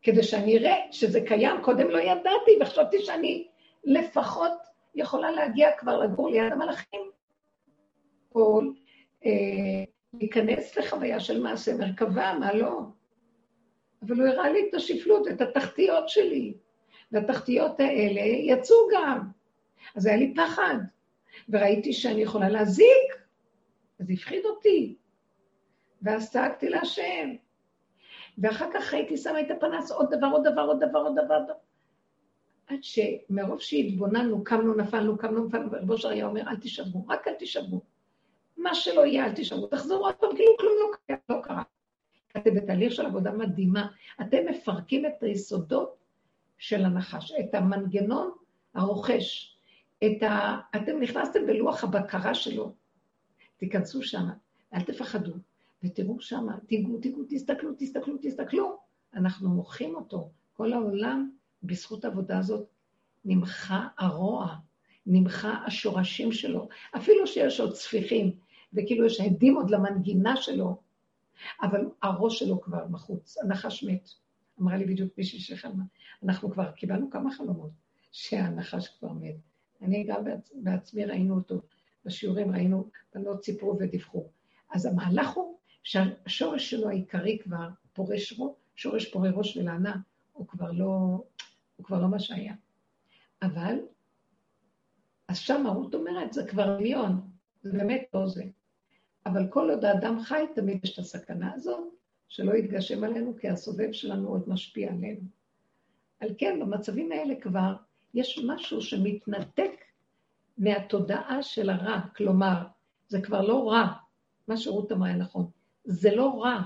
כדי שאני אראה שזה קיים, קודם לא ידעתי, וחשבתי שאני לפחות יכולה להגיע כבר לגור ליד המלאכים, או להיכנס לחוויה של מעשה מרכבה, מה לא? אבל הוא הראה לי את השפלות, את התחתיות שלי, והתחתיות האלה יצאו גם. אז היה לי פחד, וראיתי שאני יכולה להזיק, אז הפחיד אותי, ואז צעקתי להשם, ואחר כך הייתי שמה את הפנס, עוד דבר, עוד דבר, עוד דבר, עוד דבר, עד שמרוב שהתבוננו, קמנו, נפלנו, ורבו שריה אומר, אל תשברו, רק אל תשברו. מה שלא יהיה, אל תשברו, תחזרו עוד פעם, כאילו כלום לא קרה. אתם בתהליך של עבודה מדהימה, אתם מפרקים את היסודות של הנחש, את המנגנון הרוכש, אתם נכנסתם בלוח הבקרה שלו, תיכנסו שם, אל תפחדו, ותראו שם, תיגעו, תסתכלו, אנחנו מוחים אותו, כל העולם, בזכות העבודה הזאת, נמחה הרוע, נמחה השורשים שלו, אפילו שיש עוד צפיחים, וכאילו יש הדים עוד למנגינה שלו, אבל הראש שלו כבר מחוץ, הנחש מת. אמרה לי בדיוק מישהי שחלמה, אנחנו כבר קיבלנו כמה חלומות, שהנחש כבר מת. אני גם בעצמי ראינו אותו, בשיעורים ראינו, בנות סיפרו ודיווחו. אז המהלך הוא שהשורש שלו העיקרי כבר שורש פורה ראש ולענה, הוא כבר לא מה שהיה. אבל, אז שם הרות אומרת, זה כבר דמיון, זה באמת לא זה. אבל כל עוד האדם חי, תמיד יש את הסכנה הזאת, שלא יתגשם עלינו, כי הסובב שלנו עוד משפיע עלינו. על כן, במצבים האלה כבר, יש משהו שמתנתק מהתודעה של הרע, כלומר, זה כבר לא רע, מה שרות אמרה נכון, זה לא רע,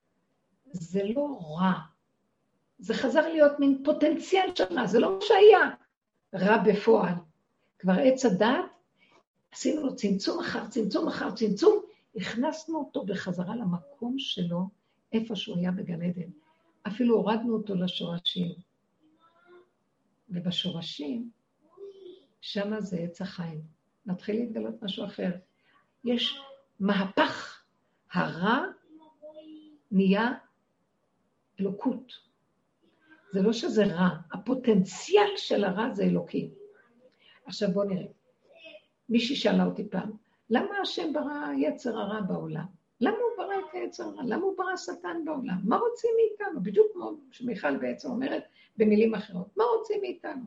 זה חזר להיות מין פוטנציאל שמה, זה לא מה שהיה רע בפועל. כבר עץ הדעת, עשינו לו צמצום אחר צמצום, הכנסנו אותו בחזרה למקום שלו, איפה שהוא היה בגן עדן. אפילו הורדנו אותו לשורשים. ובשורשים, שמה זה עץ החיים. מתחיל להתגלות משהו אחר. יש מהפך, הרע נהיה אלוקות. זה לא שזה רע, הפוטנציאל של הרע זה אלוקי. עכשיו בואו נראה. מישהי שאלה אותי פעם, למה השם ברא יצר הרע בעולם? למה הוא ברא את היצר הרע? למה הוא ברא שטן בעולם? מה רוצים מאיתנו? בדיוק כמו שמיכל בעצם אומרת במילים אחרות. מה רוצים מאיתנו?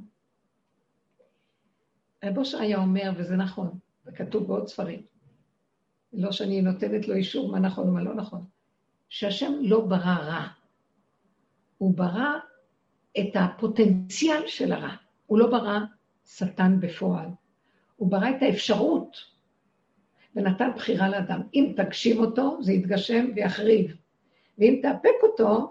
רבו שריה אומר, וזה נכון, זה כתוב בעוד ספרים, לא שאני נותנת לו אישור מה נכון ומה לא נכון, שהשם לא ברא רע, הוא ברא את הפוטנציאל של הרע, הוא לא ברא שטן בפועל, הוא ברא את האפשרות, ונתן בחירה לאדם. אם תגשים אותו, זה יתגשם ויחריב. ואם תאפק אותו,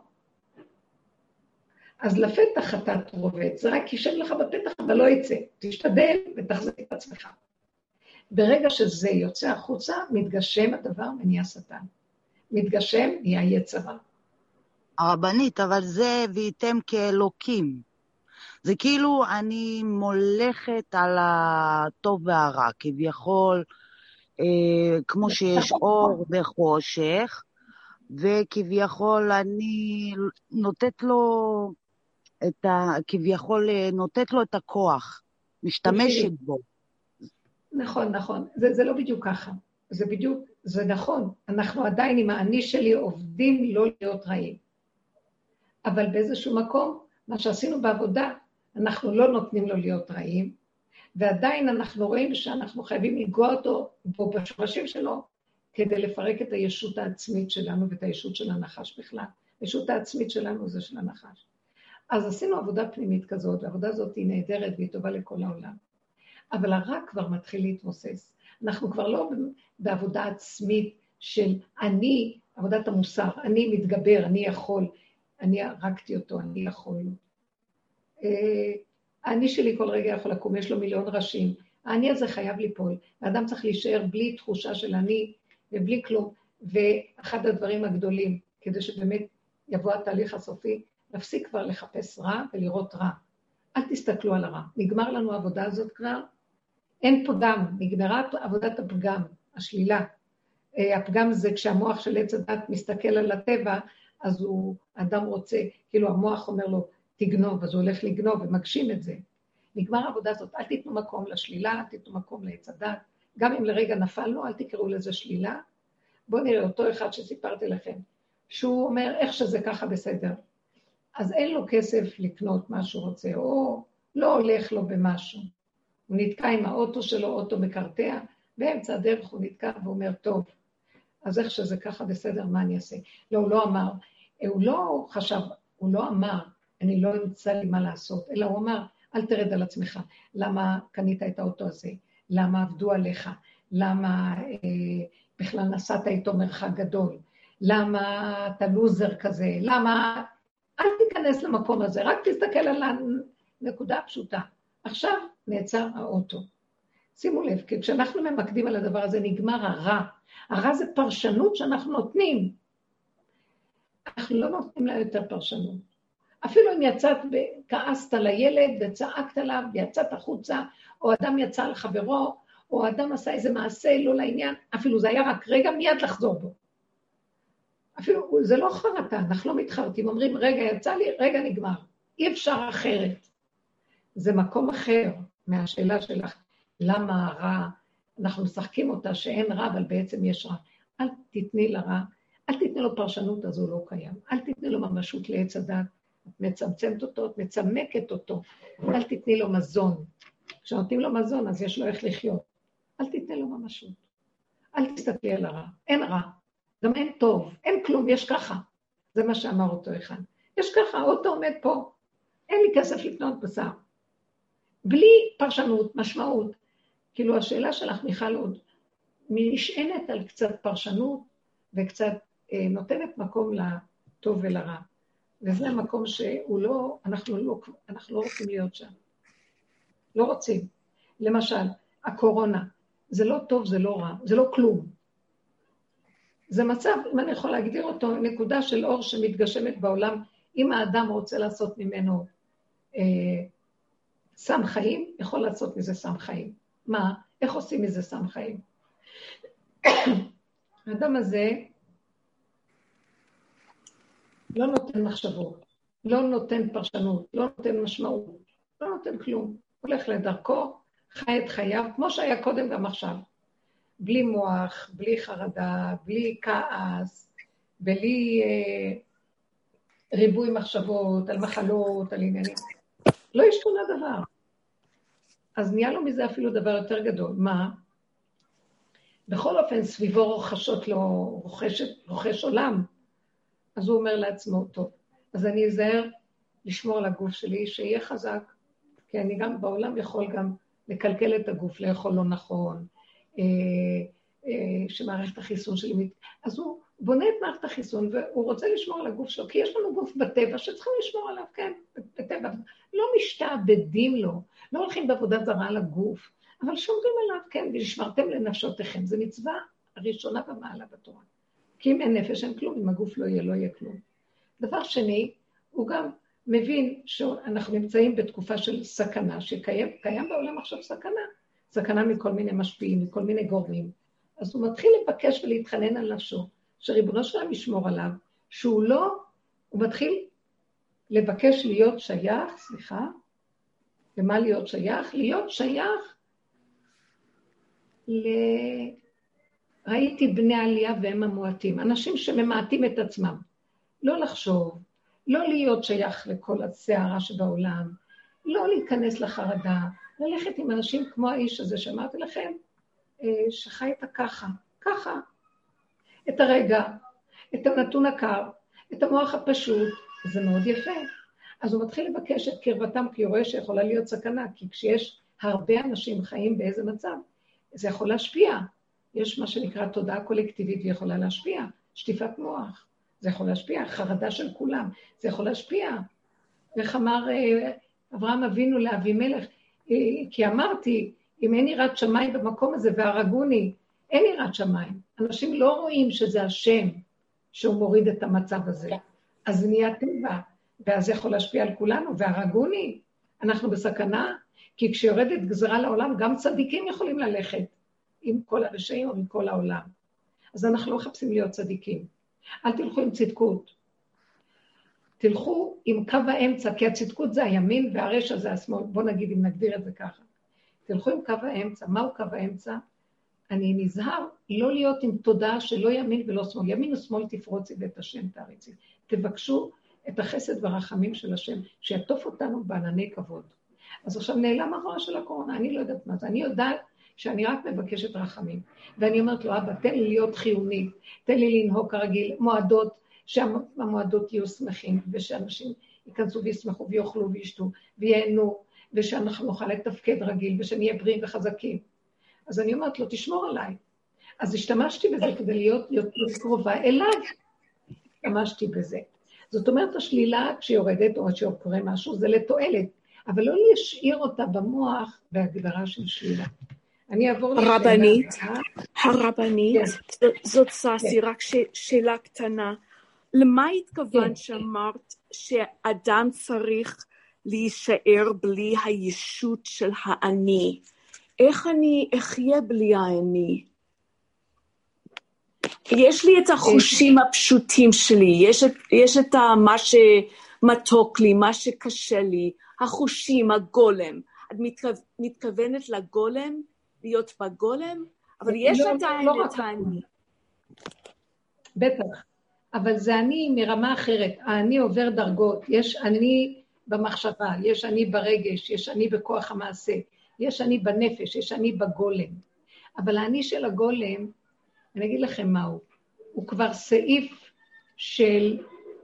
אז לפתח אתה תרובץ. זה רק יישב לך בפתח, אבל לא יצא. תשתדל ותחזיק את עצמך. ברגע שזה יוצא החוצה, מתגשם הדבר ונהיה שטן. מתגשם, נהיה יצרה. הרבנית, אבל זה והייתם כאלוקים. זה כאילו אני מולכת על הטוב והרע, כביכול, כמו שיש אור וחושך, וכביכול אני נותנת לו כביכול נותנת לו את הכוח, משתמשת בו. נכון. זה לא בדיוק ככה. זה נכון. אנחנו עדיין עם האני שלי עובדים לא להיות רעים. אבל באיזשהו מקום, מה שעשינו בעבודה, אנחנו לא נותנים לו להיות רעים, ועדיין אנחנו רואים שאנחנו חייבים לגוע אותו פה בשורשים שלו, כדי לפרק את הישות העצמית שלנו ואת הישות של הנחש בכלל. הישות העצמית שלנו זה של הנחש. אז עשינו עבודה פנימית כזאת, והעבודה הזאת היא נהדרת והיא טובה לכל העולם. אבל הרע כבר מתחיל להתמוסס. אנחנו כבר לא בעבודה עצמית של אני, עבודת המוסר, אני מתגבר, אני יכול, אני הרגתי אותו, אני יכול. אני שלי כל רגע יכול לקום, יש לו מיליון ראשים. אני הזה חייב ליפול. האדם צריך להישאר בלי תחושה של אני ובלי כלום. ואחד הדברים הגדולים, כדי שבאמת יבוא התהליך הסופי, נפסיק כבר לחפש רע ולראות רע. אל תסתכלו על הרע. נגמר לנו העבודה הזאת כבר. אין פגם, נגמרה עבודת הפגם, השלילה. הפגם זה כשהמוח של עץ הדת מסתכל על הטבע, אז האדם רוצה, כאילו המוח אומר לו, תגנוב, אז הוא הולך לגנוב ומגשים את זה. נגמר העבודה הזאת, אל תיתנו מקום לשלילה, אל תיתנו מקום לעץ הדת, גם אם לרגע נפלנו, אל תקראו לזה שלילה. בואו נראה אותו אחד שסיפרתי לכם, שהוא אומר איך שזה ככה בסדר. אז אין לו כסף לקנות מה שהוא רוצה, או לא הולך לו במשהו. הוא נתקע עם האוטו שלו, אוטו מקרטע, באמצע הדרך הוא נתקע ואומר, טוב, אז איך שזה ככה בסדר, מה אני אעשה? לא, הוא לא אמר, הוא לא חשב, הוא לא אמר, אני לא אמצא לי מה לעשות, אלא הוא אמר, אל תרד על עצמך, למה קנית את האוטו הזה? למה עבדו עליך? למה בכלל נסעת איתו מרחק גדול? למה אתה לוזר כזה? למה... אל תיכנס למקום הזה, רק תסתכל על הנקודה הפשוטה. עכשיו נעצר האוטו. שימו לב, כי כשאנחנו ממקדים על הדבר הזה, נגמר הרע. הרע זה פרשנות שאנחנו נותנים. אנחנו לא נותנים לה יותר פרשנות. אפילו אם יצאת וכעסת לילד וצעקת עליו ויצאת החוצה, או אדם יצא לחברו, או אדם עשה איזה מעשה לא לעניין, אפילו זה היה רק רגע מיד לחזור בו. אפילו זה לא חרטה, אנחנו לא מתחרטים, אומרים רגע יצא לי, רגע נגמר, אי אפשר אחרת. זה מקום אחר מהשאלה שלך, למה הרע, אנחנו משחקים אותה שאין רע, אבל בעצם יש רע. אל תתני לרע, אל תתני לו פרשנות, אז הוא לא קיים. אל תתני לו ממשות לעץ הדת, את מצמצמת אותו, את מצמקת אותו. אל תתני לו מזון. כשנותנים לו מזון, אז יש לו איך לחיות. אל תתני לו ממשות. אל תסתכלי על הרע, אין רע. גם אין טוב, אין כלום, יש ככה. זה מה שאמר אותו אחד. יש ככה, האוטו עומד פה. אין לי כסף לקנות בשר. בלי פרשנות, משמעות. כאילו השאלה שלך, מיכל, עוד נשענת על קצת פרשנות, וקצת נותנת מקום לטוב ולרע. וזה המקום שהוא לא, אנחנו לא רוצים להיות שם. לא רוצים. למשל, הקורונה, זה לא טוב, זה לא רע, זה לא כלום. זה מצב, אם אני יכול להגדיר אותו, נקודה של אור שמתגשמת בעולם, אם האדם רוצה לעשות ממנו סם חיים, יכול לעשות מזה סם חיים. מה? איך עושים מזה סם חיים? האדם הזה לא נותן מחשבות, לא נותן פרשנות, לא נותן משמעות, לא נותן כלום. הולך לדרכו, חי את חייו, כמו שהיה קודם גם עכשיו. בלי מוח, בלי חרדה, בלי כעס, בלי ריבוי מחשבות, על מחלות, על עניינים. לא השתנה דבר. אז נהיה לו מזה אפילו דבר יותר גדול. מה? בכל אופן, סביבו רוכשות לו, רוכש עולם. אז הוא אומר לעצמו, טוב, אז אני אזהר לשמור על הגוף שלי, שיהיה חזק, כי אני גם בעולם יכול גם לקלקל את הגוף, לאכול לא נכון, שמערכת החיסון שלי, אז הוא בונה את מערכת החיסון, והוא רוצה לשמור על הגוף שלו, כי יש לנו גוף בטבע שצריכים לשמור עליו, כן, בטבע, לא משתעבדים לו, לא הולכים בעבודה זרה על הגוף, אבל שומרים עליו, כן, ושמרתם לנפשותיכם, זו מצווה הראשונה במעלה בתורה, כי אם אין נפש אין כלום, אם הגוף לא יהיה כלום. דבר שני, הוא גם מבין שאנחנו נמצאים בתקופה של סכנה, שקיים בעולם עכשיו סכנה מכל מיני משפיעים, מכל מיני גורמים. אז הוא מתחיל לבקש ולהתחנן על נפשו, שריבונו שלהם ישמור עליו, שהוא לא, הוא מתחיל לבקש להיות שייך, למה להיות שייך? להיות שייך ראיתי בני עלייה והם המועטים, אנשים שממעטים את עצמם, לא לחשוב, לא להיות שייך לכל הסערה שבעולם, לא להיכנס לחרדה, ללכת עם אנשים כמו האיש הזה שאמרתי לכם, שחי את ככה, את הרגע, את הנתון הקר, את המוח הפשוט, זה מאוד יפה. אז הוא מתחיל לבקש את קרבתם, כי הוא רואה שיכולה להיות סכנה, כי כשיש הרבה אנשים חיים באיזה מצב, זה יכול להשפיע. יש מה שנקרא תודעה קולקטיבית, והיא יכולה להשפיע, שטיפת מוח, זה יכול להשפיע, חרדה של כולם, זה יכול להשפיע. איך אמר אברהם אבינו לאבימלך, כי אמרתי, אם אין יראת שמיים במקום הזה והרגוני, אין יראת שמיים. אנשים לא רואים שזה השם שהוא מוריד את המצב הזה. אז נהיה טבע, ואז יכול להשפיע על כולנו, והרגוני, אנחנו בסכנה, כי כשיורדת גזרה לעולם, גם צדיקים יכולים ללכת עם כל הרשעים או עם כל העולם. אז אנחנו לא מחפשים להיות צדיקים. אל תלכו עם צדקות. תלכו עם קו האמצע, כי הצדקות זה הימין והרשע זה השמאל, בוא נגיד אם נגדיר את זה ככה. תלכו עם קו האמצע, מהו קו האמצע? אני נזהר לא להיות עם תודעה שלא ימין ולא שמאל, ימין ושמאל תפרוצי ואת השם תעריצי, תבקשו את החסד והרחמים של השם, שיטוף אותנו בענני כבוד. אז עכשיו נעלם הרוע של הקורונה, אני לא יודעת מה זה, אני יודעת שאני רק מבקשת רחמים, ואני אומרת לו, אבא, תן לי להיות חיוני, תן לי לנהוג כרגיל, מועדות, שהמועדות יהיו שמחים, ושאנשים ייכנסו וישמחו ויאכלו וישתו, ויהנו, ושאנחנו נוכל לתפקד רגיל, ושנהיה בריאים וחזקים. אז אני אומרת לו, תשמור עליי. אז השתמשתי בזה כדי להיות יותר קרובה אליו. השתמשתי בזה. זאת אומרת, השלילה שיורדת, או שקורה משהו, זה לתועלת, אבל לא להשאיר אותה במוח בהגדרה של שלילה. אני אעבור לשאלה. הרבנית, זאת ססי, רק שאלה קטנה. למה התכוונת שאמרת שאדם צריך להישאר בלי הישות של האני? איך אני אחיה בלי האני? יש לי את החושים הפשוטים שלי, יש את מה שמתוק לי, מה שקשה לי, החושים, הגולם. את מתכוונת לגולם, להיות בגולם? אבל יש עדיין את האני. בטח, אבל זה אני מרמה אחרת, האני עובר דרגות, יש אני במחשבה, יש אני ברגש, יש אני בכוח המעשה, יש אני בנפש, יש אני בגולם. אבל האני של הגולם, אני אגיד לכם מהו, הוא כבר סעיף של,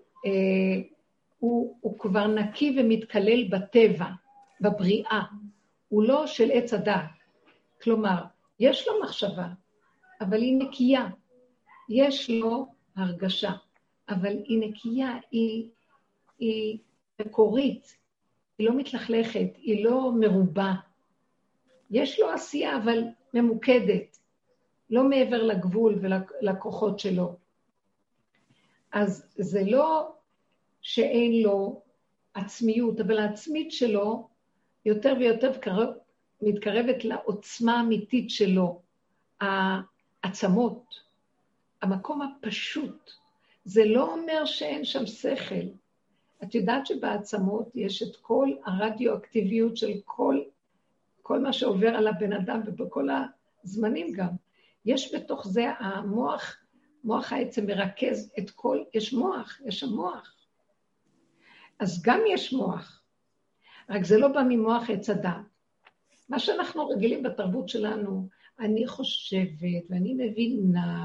הוא כבר נקי ומתכלל בטבע, בבריאה, הוא לא של עץ הדעת. כלומר, יש לו מחשבה, אבל היא נקייה. יש לו הרגשה, אבל היא נקייה, היא מקורית, היא לא מתלכלכת, היא לא מרובה. יש לו עשייה, אבל ממוקדת, לא מעבר לגבול ולכוחות שלו. אז זה לא שאין לו עצמיות, אבל העצמית שלו יותר ויותר מתקרבת לעוצמה האמיתית שלו, העצמות, המקום הפשוט. זה לא אומר שאין שם שכל. את יודעת שבעצמות יש את כל הרדיואקטיביות של כל מה שעובר על הבן אדם ובכל הזמנים גם. יש בתוך זה המוח, מוח העצם מרכז את כל, יש מוח, יש המוח. אז גם יש מוח, רק זה לא בא ממוח עץ הדעת. מה שאנחנו רגילים בתרבות שלנו, אני חושבת ואני מבינה,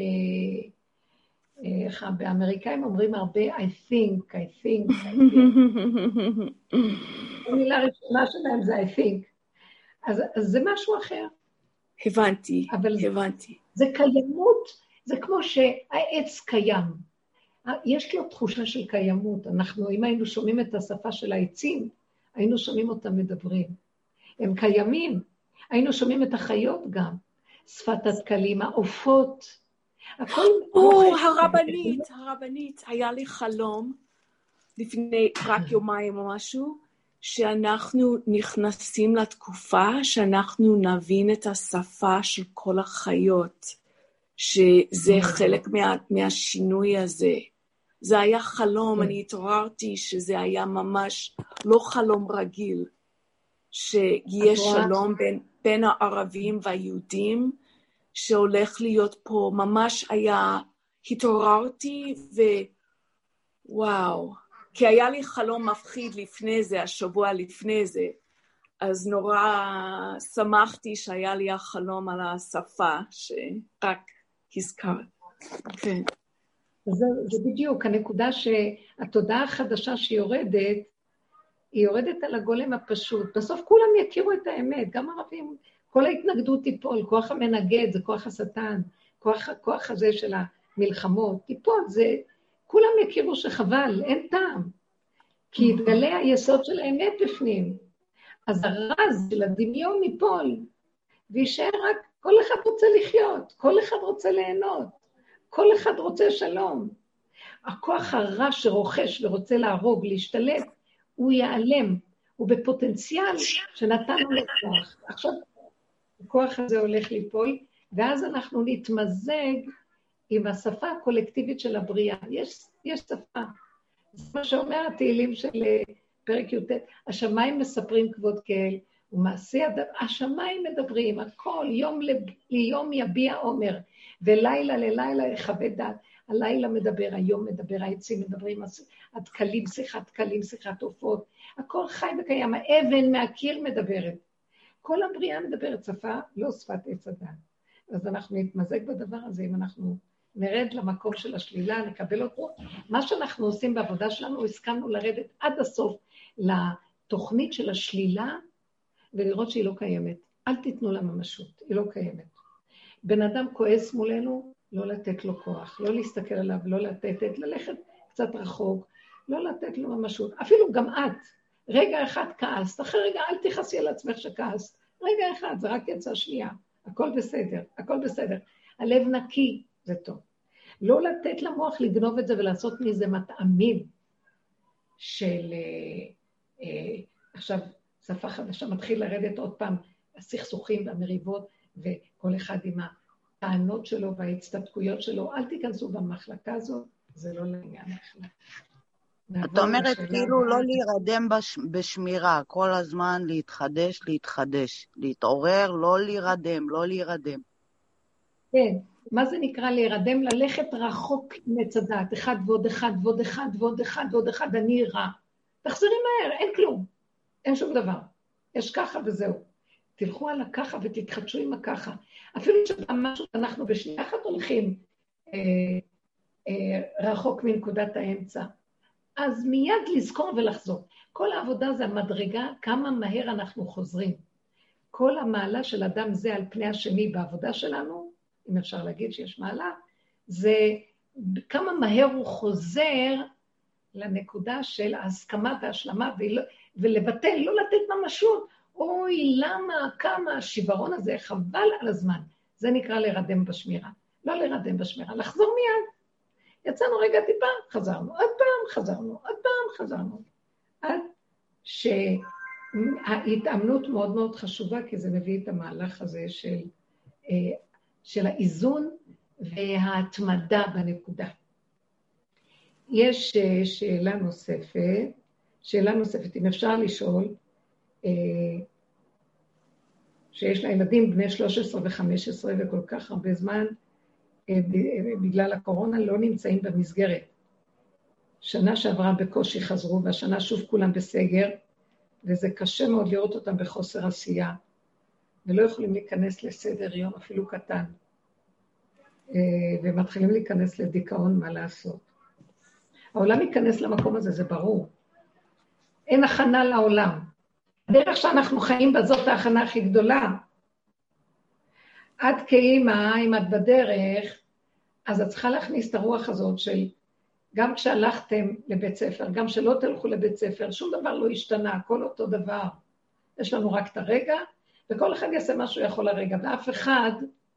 באמריקאים אומרים הרבה I think. המילה הראשונה שלהם זה I think. אז זה משהו אחר. הבנתי. זה קיימות, זה כמו שהעץ קיים. יש לו תחושה של קיימות. אנחנו, אם היינו שומעים את השפה של העצים, היינו שומעים אותם מדברים. הם קיימים. היינו שומעים את החיות גם. שפת התקלים, העופות. הכל... הרבנית, היה לי חלום לפני רק יומיים או משהו, שאנחנו נכנסים לתקופה שאנחנו נבין את השפה של כל החיות, שזה חלק מהשינוי הזה. זה היה חלום, אני התעוררתי שזה היה ממש לא חלום רגיל, שיש שלום בין הערבים והיהודים, שהולך להיות פה, ממש התעוררתי וואו, כי היה לי חלום מפחיד לפני זה, השבוע לפני זה, אז נורא שמחתי שהיה לי החלום על השפה, שרק הזכרת. כן. זה בדיוק, הנקודה שהתודעה החדשה שיורדת, היא יורדת על הגולם הפשוט. בסוף כולם יכירו את האמת, גם ערבים, כל ההתנגדות תיפול, כוח המנגד, זה כוח השטן, כוח הזה של המלחמות, תיפול, זה, כולם יכירו שחבל, אין טעם, כי יתגלה היסוד של האמת בפנים. אז הרז של הדמיון ייפול, וישאר רק, כל אחד רוצה לחיות, כל אחד רוצה ליהנות, כל אחד רוצה שלום. הכוח הרע שרוכש ורוצה להרוג, להשתלט, הוא ייעלם, הוא בפוטנציאל שנתנו לכוח. עכשיו, הכוח הזה הולך ליפול, ואז אנחנו נתמזג עם השפה הקולקטיבית של הבריאה. יש שפה זה מה שאומר התהילים של פרק י"ט, השמיים מספרים כבוד כאל, ומעשי השמיים מדברים, הכל, יום ליום יביע עומר, ולילה ללילה יחווה דעת, הלילה מדבר, היום מדבר, העצים מדברים, התקלים, שיחת עופות, הכל חי וקיים, האבן מהקיר מדברת, כל הבריאה מדברת שפה, לא שפת עץ הדת. אז אנחנו נתמזג בדבר הזה, אם אנחנו נרד למקום של השלילה, נקבל אותו. מה שאנחנו עושים בעבודה שלנו, הסכמנו לרדת עד הסוף לתוכנית של השלילה, ולראות שהיא לא קיימת. אל תיתנו לה ממשות, היא לא קיימת. בן אדם כועס מולנו, לא לתת לו כוח, לא להסתכל עליו, לא לתת, ללכת קצת רחוק, לא לתת לו ממשות. אפילו גם את, רגע אחד כעסת, אחרי רגע אל תכעסי על עצמך שכעסת, רגע אחד, זה רק יצא שנייה, הכל בסדר, הכל בסדר. הלב נקי, זה טוב. לא לתת למוח לגנוב את זה ולעשות מזה מטעמים של עכשיו שפה חדשה, מתחיל לרדת עוד פעם הסכסוכים והמריבות, וכל אחד עם הטענות שלו וההצטדקויות שלו, אל תיכנסו במחלקה הזאת, זה לא לעניין בכלל. את אומרת כאילו לא להירדם בשמירה, כל הזמן להתחדש, להתעורר, לא להירדם. כן, מה זה נקרא להירדם? ללכת רחוק מצדת, אחד ועוד אחד ועוד אחד ועוד אחד ועוד אחד, אני רע. תחזרי מהר, אין כלום, אין שום דבר. יש ככה וזהו. תלכו על הככה ותתחדשו עם הככה. אפילו שמשהו אנחנו בשנייה אחת הולכים רחוק מנקודת האמצע. אז מיד לזכור ולחזור. כל העבודה זה המדרגה, כמה מהר אנחנו חוזרים. כל המעלה של אדם זה על פני השני בעבודה שלנו, אם אפשר להגיד שיש מעלה, זה כמה מהר הוא חוזר לנקודה של ההסכמה וההשלמה, ולבטל, לא לתת ממשות. אוי, למה, כמה השיוורון הזה, חבל על הזמן. זה נקרא לרדם בשמירה. לא לרדם בשמירה, לחזור מיד. יצאנו רגע טיפה, חזרנו, עוד פעם, חזרנו. עד שההתאמנות מאוד מאוד חשובה, כי זה מביא את המהלך הזה של האיזון וההתמדה בנקודה. יש שאלה נוספת, אם אפשר לשאול, שיש לה ילדים בני 13 ו-15 וכל כך הרבה זמן, בגלל הקורונה לא נמצאים במסגרת. שנה שעברה בקושי חזרו, והשנה שוב כולם בסגר, וזה קשה מאוד לראות אותם בחוסר עשייה, ולא יכולים להיכנס לסדר יום אפילו קטן, ומתחילים להיכנס לדיכאון, מה לעשות. העולם ייכנס למקום הזה, זה ברור. אין הכנה לעולם. הדרך שאנחנו חיים בזאת ההכנה הכי גדולה. את כאימא, אם את בדרך, אז את צריכה להכניס את הרוח הזאת של, גם כשהלכתם לבית ספר, גם שלא תלכו לבית ספר, שום דבר לא השתנה, הכל אותו דבר. יש לנו רק את הרגע, וכל אחד יעשה מה שהוא יכול לרגע, ואף אחד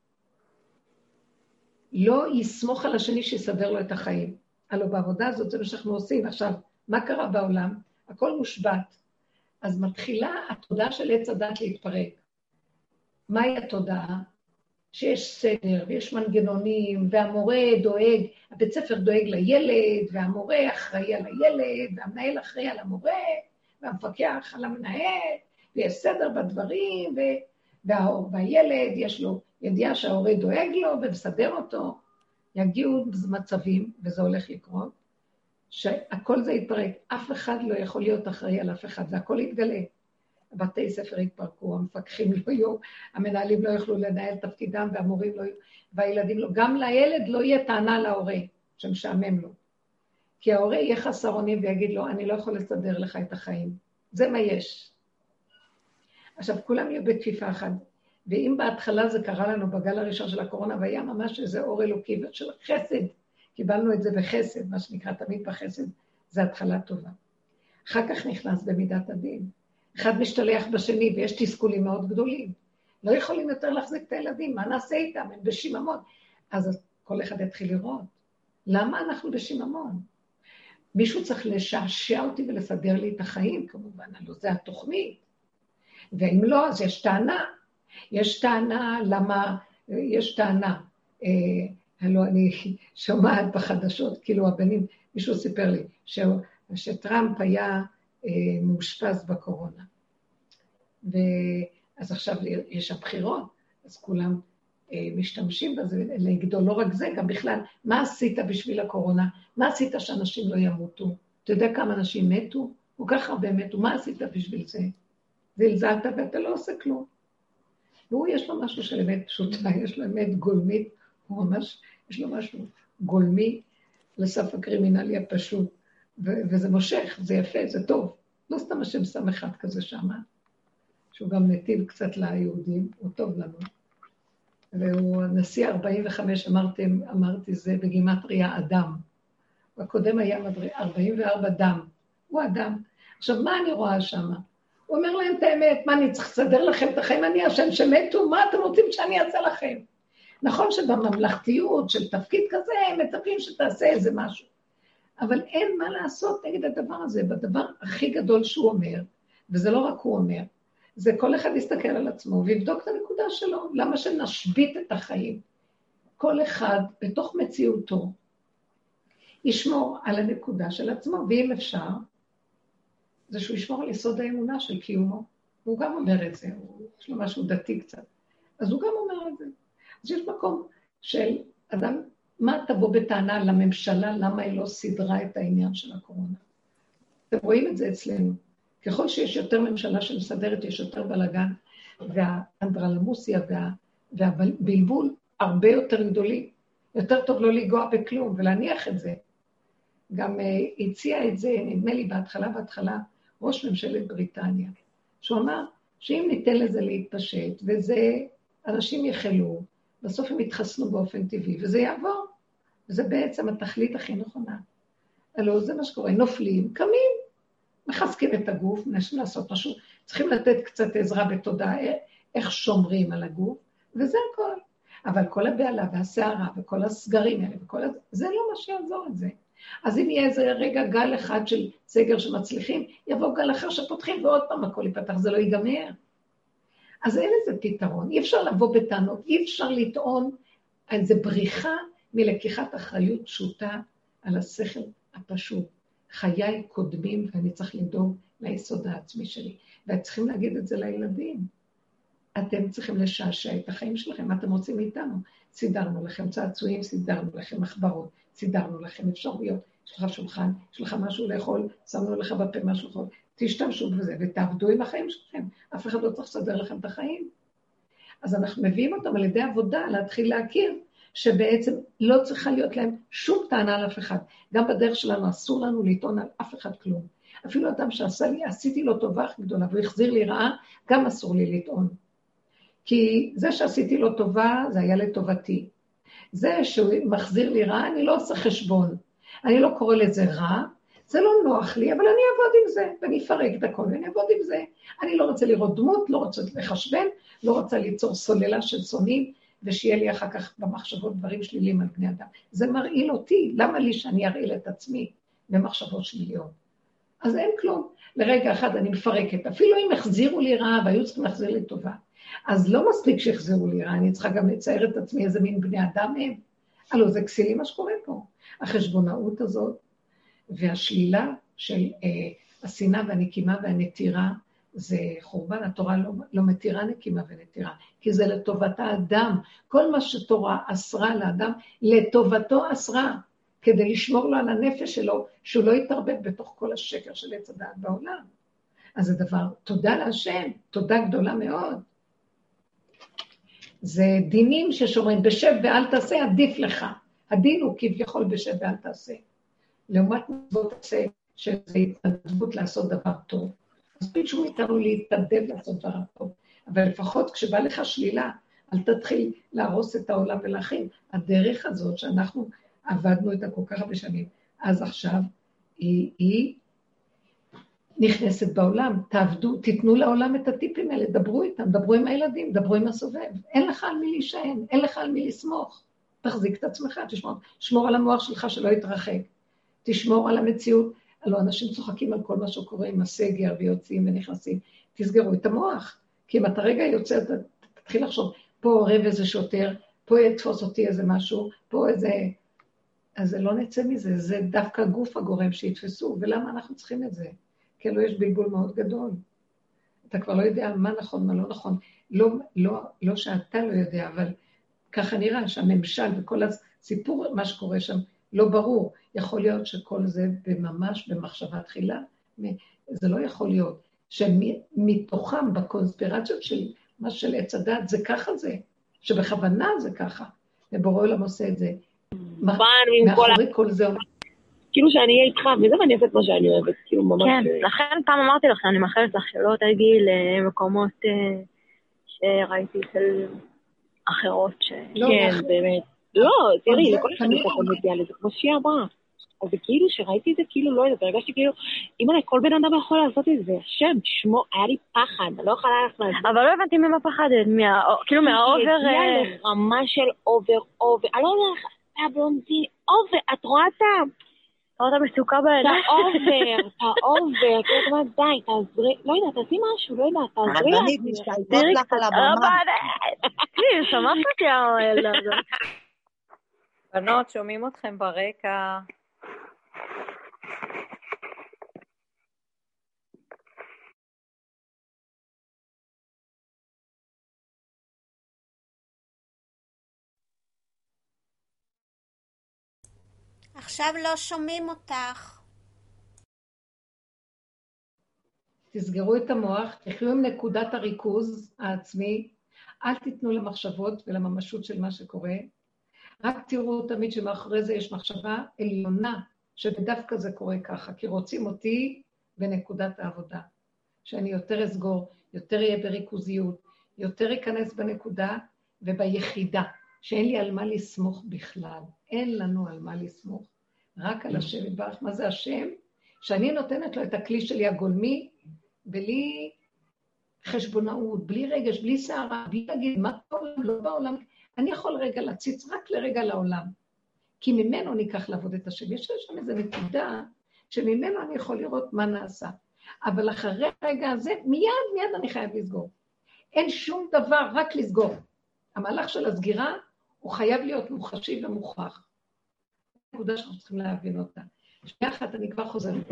לא יסמוך על השני שיסדר לו את החיים. הלוא בעבודה הזאת זה מה שאנחנו עושים. עכשיו, מה קרה בעולם? הכל מושבת. אז מתחילה התודעה של עץ הדת להתפרק. מהי התודעה? שיש סדר ויש מנגנונים, והמורה דואג, הבית ספר דואג לילד, והמורה אחראי על הילד, והמנהל אחראי על המורה, והמפקח על המנהל, ויש סדר בדברים, והילד יש לו ידיעה שההורה דואג לו ומסדר אותו. יגיעו מצבים, וזה הולך לקרות, שהכל זה יתפרק, אף אחד לא יכול להיות אחראי על אף אחד, והכל יתגלה. בתי ספר יתפרקו, המפקחים לא יהיו, המנהלים לא יוכלו לנהל תפקידם, והמורים לא יהיו, והילדים לא. גם לילד לא יהיה טענה להורה, שמשעמם לו. כי ההורה יהיה חסר אונים ויגיד לו, אני לא יכול לסדר לך את החיים. זה מה יש. עכשיו, כולם יהיו בכפיפה אחת. ואם בהתחלה זה קרה לנו בגל הראשון של הקורונה, והיה ממש איזה אור אלוקי של חסד, קיבלנו את זה בחסד, מה שנקרא תמיד בחסד, זה התחלה טובה. אחר כך נכנס במידת הדין. אחד משתלח בשני, ויש תסכולים מאוד גדולים. לא יכולים יותר להחזיק את הילדים, מה נעשה איתם? הם בשיממון. אז כל אחד יתחיל לראות. למה אנחנו בשיממון? מישהו צריך לשעשע אותי ולסדר לי את החיים, כמובן, הלוא זה התוכנית. ואם לא, אז יש טענה. יש טענה, למה? יש טענה. הלוא אני שומעת בחדשות, כאילו הבנים מישהו סיפר לי שטראמפ היה מאושפז בקורונה. אז עכשיו יש הבחירות, אז כולם משתמשים בזה נגדו, לא רק זה, גם בכלל, מה עשית בשביל הקורונה? מה עשית שאנשים לא ימותו? אתה יודע כמה אנשים מתו? כל כך הרבה מתו, מה עשית בשביל זה? זלזלת ואתה לא עושה כלום. והוא יש לו משהו של אמת פשוטה, יש לו אמת גולמית, הוא ממש, יש לו משהו גולמי לסף הקרימינלי הפשוט, וזה מושך, זה יפה, זה טוב. לא סתם השם שם אחד כזה שמה, שהוא גם נתיב קצת ליהודים, הוא טוב לנו. והוא הנשיא 45, אמרתי זה בגימטריה אדם. הקודם היה 44 דם, הוא אדם. עכשיו, מה אני רואה שמה? הוא אומר להם את האמת, מה אני צריך לסדר לכם את החיים? אני השם שמתו, מה אתם רוצים שאני אעשה לכם? נכון שבממלכתיות של תפקיד כזה, הם מצפים שתעשה איזה משהו. אבל אין מה לעשות נגד הדבר הזה, בדבר הכי גדול שהוא אומר, וזה לא רק הוא אומר, זה כל אחד יסתכל על עצמו ויבדוק את הנקודה שלו, למה שנשבית את החיים? כל אחד בתוך מציאותו ישמור על הנקודה של עצמו, ואם אפשר, זה שהוא ישמור על יסוד האמונה של קיומו. והוא גם אומר את זה, יש לו משהו דתי קצת. אז הוא גם אומר את זה. אז יש מקום של אדם, מה תבוא בטענה לממשלה, למה היא לא סדרה את העניין של הקורונה? אתם רואים את זה אצלנו. ככל שיש יותר ממשלה שמסדרת, יש יותר בלגן, והאנדרלמוסיה והבלבול הרבה יותר גדולים. יותר טוב לא לגוע בכלום ולהניח את זה. גם הציע את זה, נדמה לי בהתחלה, ראש ממשלת בריטניה, שהוא אמר שאם ניתן לזה להתפשט, וזה אנשים יחלו, בסוף הם יתחסנו באופן טבעי, וזה יעבור. וזה בעצם התכלית הכי נכונה. אלו, זה מה שקורה, נופלים, קמים, מחזקים את הגוף, מנסים לעשות משהו, צריכים לתת קצת עזרה בתודעה, איך שומרים על הגוף, וזה הכל. אבל כל הבעלה והסערה וכל הסגרים האלה, זה לא מה שיעזור את זה. אז אם יהיה איזה רגע גל אחד של סגר שמצליחים, יבוא גל אחר שפותחים ועוד פעם הכל ייפתח, זה לא ייגמר. אז אין איזה פתרון, אי אפשר לבוא בטענות, אי אפשר לטעון על איזה בריחה מלקיחת אחריות פשוטה על השכל הפשוט. חיי קודמים ואני צריך לדאוג ליסוד העצמי שלי. וצריכים להגיד את זה לילדים. אתם צריכים לשעשע את החיים שלכם, מה אתם רוצים מאיתנו? סידרנו לכם צעצועים, סידרנו לכם מחברות, סידרנו לכם אפשרויות, יש לך שולחן, יש לך משהו לאכול, שמנו לך בפה משהו לאכול, תשתמשו בזה ותעבדו עם החיים שלכם, אף אחד לא צריך לסדר לכם את החיים. אז אנחנו מביאים אותם על ידי עבודה, להתחיל להכיר, שבעצם לא צריכה להיות להם שום טענה על אף אחד. גם בדרך שלנו אסור לנו לטעון על אף אחד כלום. אפילו אדם שעשה לי, עשיתי לו טובה הכי גדולה, והוא החזיר לי רעה, גם אסור לי לטעון. כי זה שעשיתי לו טובה, זה היה לטובתי. זה שהוא מחזיר לי רע, אני לא עושה חשבון. אני לא קורא לזה רע, זה לא נוח לי, אבל אני אעבוד עם זה, ואני אפרק את הכל, ואני אעבוד עם זה. אני לא רוצה לראות דמות, לא רוצה לחשבן, לא רוצה ליצור סוללה של שונאים, ושיהיה לי אחר כך במחשבות דברים שליליים על בני אדם. זה מרעיל אותי, למה לי שאני ארעיל את עצמי במחשבות שליליות? אז אין כלום. לרגע אחד אני מפרקת, אפילו אם החזירו לי רע, והיו צריכים להחזיר לי טובה. אז לא מספיק שהחזירו לי רע, אני צריכה גם לצייר את עצמי איזה מין בני אדם הם. הלוא זה כסילי מה שקורה פה. החשבונאות הזאת והשלילה של השנאה והנקימה והנטירה, זה חורבן, התורה לא מתירה נקימה ונטירה, כי זה לטובת האדם. כל מה שתורה אסרה לאדם, לטובתו אסרה, כדי לשמור לו על הנפש שלו, שהוא לא יתרבב בתוך כל השקר של עץ הדעת בעולם. אז זה דבר, תודה להשם, תודה גדולה מאוד. זה דינים ששומרים, בשב ואל תעשה, עדיף לך. הדין הוא כביכול בשב ואל תעשה. לעומת מצוות תעשה, שזה התנדבות לעשות דבר טוב. אז פתאום איתנו להתנדב לעשות דבר טוב. אבל לפחות כשבא לך שלילה, אל תתחיל להרוס את העולם ולהכין. הדרך הזאת שאנחנו עבדנו את כל כך הרבה שנים, אז עכשיו היא נכנסת בעולם, תעבדו, תיתנו לעולם את הטיפים האלה, דברו איתם, דברו עם הילדים, דברו עם הסובב. אין לך על מי להישען, אין לך על מי לסמוך. תחזיק את עצמך, תשמור על המוח שלך שלא יתרחק. תשמור על המציאות. הלוא אנשים צוחקים על כל מה שקורה עם הסגר ויוצאים ונכנסים. תסגרו את המוח. כי אם אתה רגע יוצא, תתחיל לחשוב, פה עורב איזה שוטר, פה יתפוס אותי איזה משהו, פה איזה אז לא נצא מזה, זה דווקא גוף הגורם שיתפסו, ולמה אנחנו צריכים את זה? כי לא יש בלבול מאוד גדול. אתה כבר לא יודע מה נכון, מה לא נכון. לא שאתה לא יודע, אבל ככה נראה שהממשל וכל הסיפור, מה שקורה שם, לא ברור. יכול להיות שכל זה ממש במחשבה תחילה, זה לא יכול להיות. שמתוכם בקונספירציות של מה של עץ הדת, זה ככה זה, שבכוונה זה ככה, ובורא עולם עושה את זה. מאחורי כל זה... כאילו שאני אהיה איתך, וזה ואני אעשה את מה שאני אוהבת, כאילו ממש... כן, לכן פעם אמרתי לך, אני מאחלת לך שלא תגיעי למקומות שראיתי של אחרות כן, באמת. לא, תראי, לכל אחד יש את מגיע לזה, כמו שהיא אמרה. אז זה כאילו שראיתי את זה, כאילו לא יודעת, הרגשתי כאילו, אם כל בן אדם יכול לעשות את זה, השם, תשמעו, היה לי פחד, אני לא יכולה ללכת לזה. אבל לא הבנתי ממה פחדת, כאילו מהאובר... היא הגיעה לרמה של אובר, אני לא יודעת, הבלונדין, אובר, את רואה את המצוקה בעיניים. את האובר, כאילו, את אומרת, די, תעזרי, לא יודעת, תעשי משהו, לא יודעת, תעזרי. רבנית, משתלטות לך על הבמה. תראי, שמעת אותי הילדה הזאת. בנות, שומעים אתכם ברקע. עכשיו לא שומעים אותך. תסגרו את המוח, תחיו עם נקודת הריכוז העצמי, אל תיתנו למחשבות ולממשות של מה שקורה, רק תראו תמיד שמאחורי זה יש מחשבה עליונה, שבדווקא זה קורה ככה, כי רוצים אותי בנקודת העבודה, שאני יותר אסגור, יותר יהיה בריכוזיות, יותר אכנס בנקודה וביחידה, שאין לי על מה לסמוך בכלל, אין לנו על מה לסמוך, רק על השם יתברך. מה זה השם? שאני נותנת לו את הכלי שלי הגולמי, בלי חשבונאות, בלי רגש, בלי שערה, בלי להגיד מה בעולם, לא בעולם, אני יכול רגע להציץ רק לרגע לעולם, כי ממנו ניקח לעבוד את השם. יש שם איזו נקודה שממנו אני יכול לראות מה נעשה. אבל אחרי הרגע הזה, מיד אני חייב לסגור. אין שום דבר, רק לסגור. המהלך של הסגירה הוא חייב להיות מוחשי ומוכח. נקודה שאנחנו צריכים להבין אותה. שנייה אחת, אני כבר חוזרת.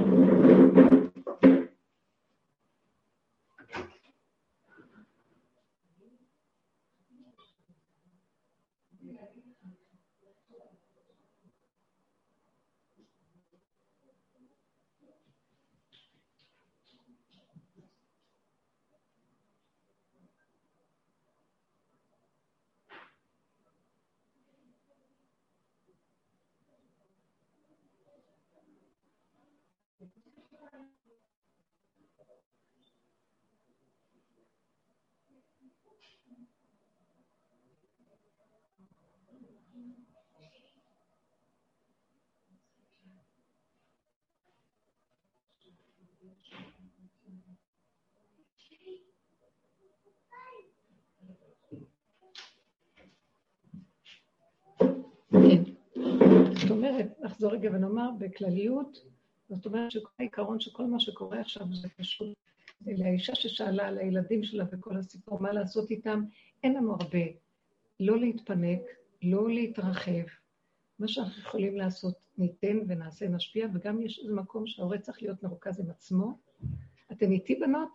כן. זאת אומרת, נחזור רגע ונאמר בכלליות, זאת אומרת שכל העיקרון שכל מה שקורה עכשיו זה פשוט, לאישה ששאלה על הילדים שלה וכל הסיפור, מה לעשות איתם, אין לנו הרבה. לא להתפנק, לא להתרחב. מה שאנחנו יכולים לעשות, ניתן ונעשה, נשפיע, וגם יש איזה מקום שההורה צריך להיות מרוכז עם עצמו. אתם איתי בנות?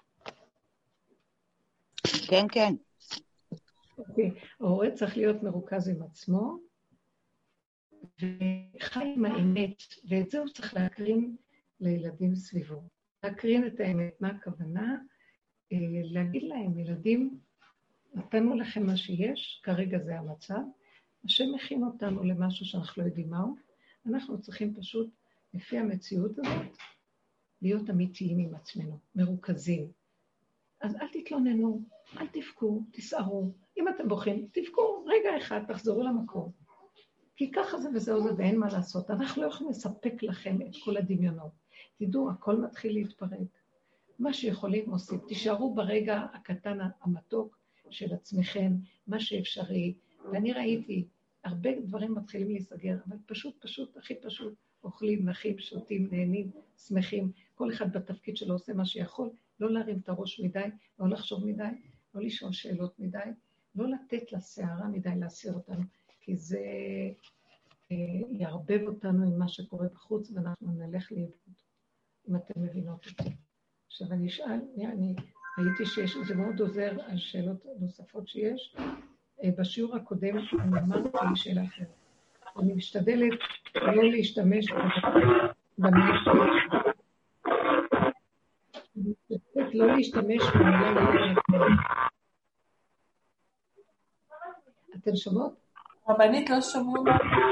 כן, כן. אוקיי, ההורה צריך להיות מרוכז עם עצמו, וחי עם האמת, ואת זה הוא צריך להקרין לילדים סביבו. להקרין את האמת, מה הכוונה? להגיד להם, ילדים, נתנו לכם מה שיש, כרגע זה המצב, השם מכין אותנו למשהו שאנחנו לא יודעים מהו, אנחנו צריכים פשוט, לפי המציאות הזאת, להיות אמיתיים עם עצמנו, מרוכזים. אז אל תתלוננו, אל תבכו, תסערו. אם אתם בוכים, תבכו רגע אחד, תחזרו למקום. כי ככה זה וזהו זה ואין מה לעשות. אנחנו לא יכולים לספק לכם את כל הדמיונות. תדעו, הכל מתחיל להתפרק. מה שיכולים עושים, תישארו ברגע הקטן המתוק של עצמכם, מה שאפשרי. ואני ראיתי, הרבה דברים מתחילים להיסגר, אבל פשוט, הכי פשוט, אוכלים, נחים, שותים, נהנים, שמחים. כל אחד בתפקיד שלו עושה מה שיכול, לא להרים את הראש מדי, לא לחשוב מדי, לא לשאול שאלות מדי, לא לתת לסערה מדי להסיר אותנו, כי זה יערבב אותנו עם מה שקורה בחוץ, ואנחנו נלך לאיבוד, אם אתם מבינות אותי. עכשיו אני אשאל, אני ראיתי שיש, זה מאוד עוזר על שאלות נוספות שיש. בשיעור הקודם אני אמרתי שאלה אחרת. אני משתדלת לא להשתמש במילה. אני משתדלת לא להשתמש במילה יהיה רצון. אתן שומעות? רבנית לא שומעות.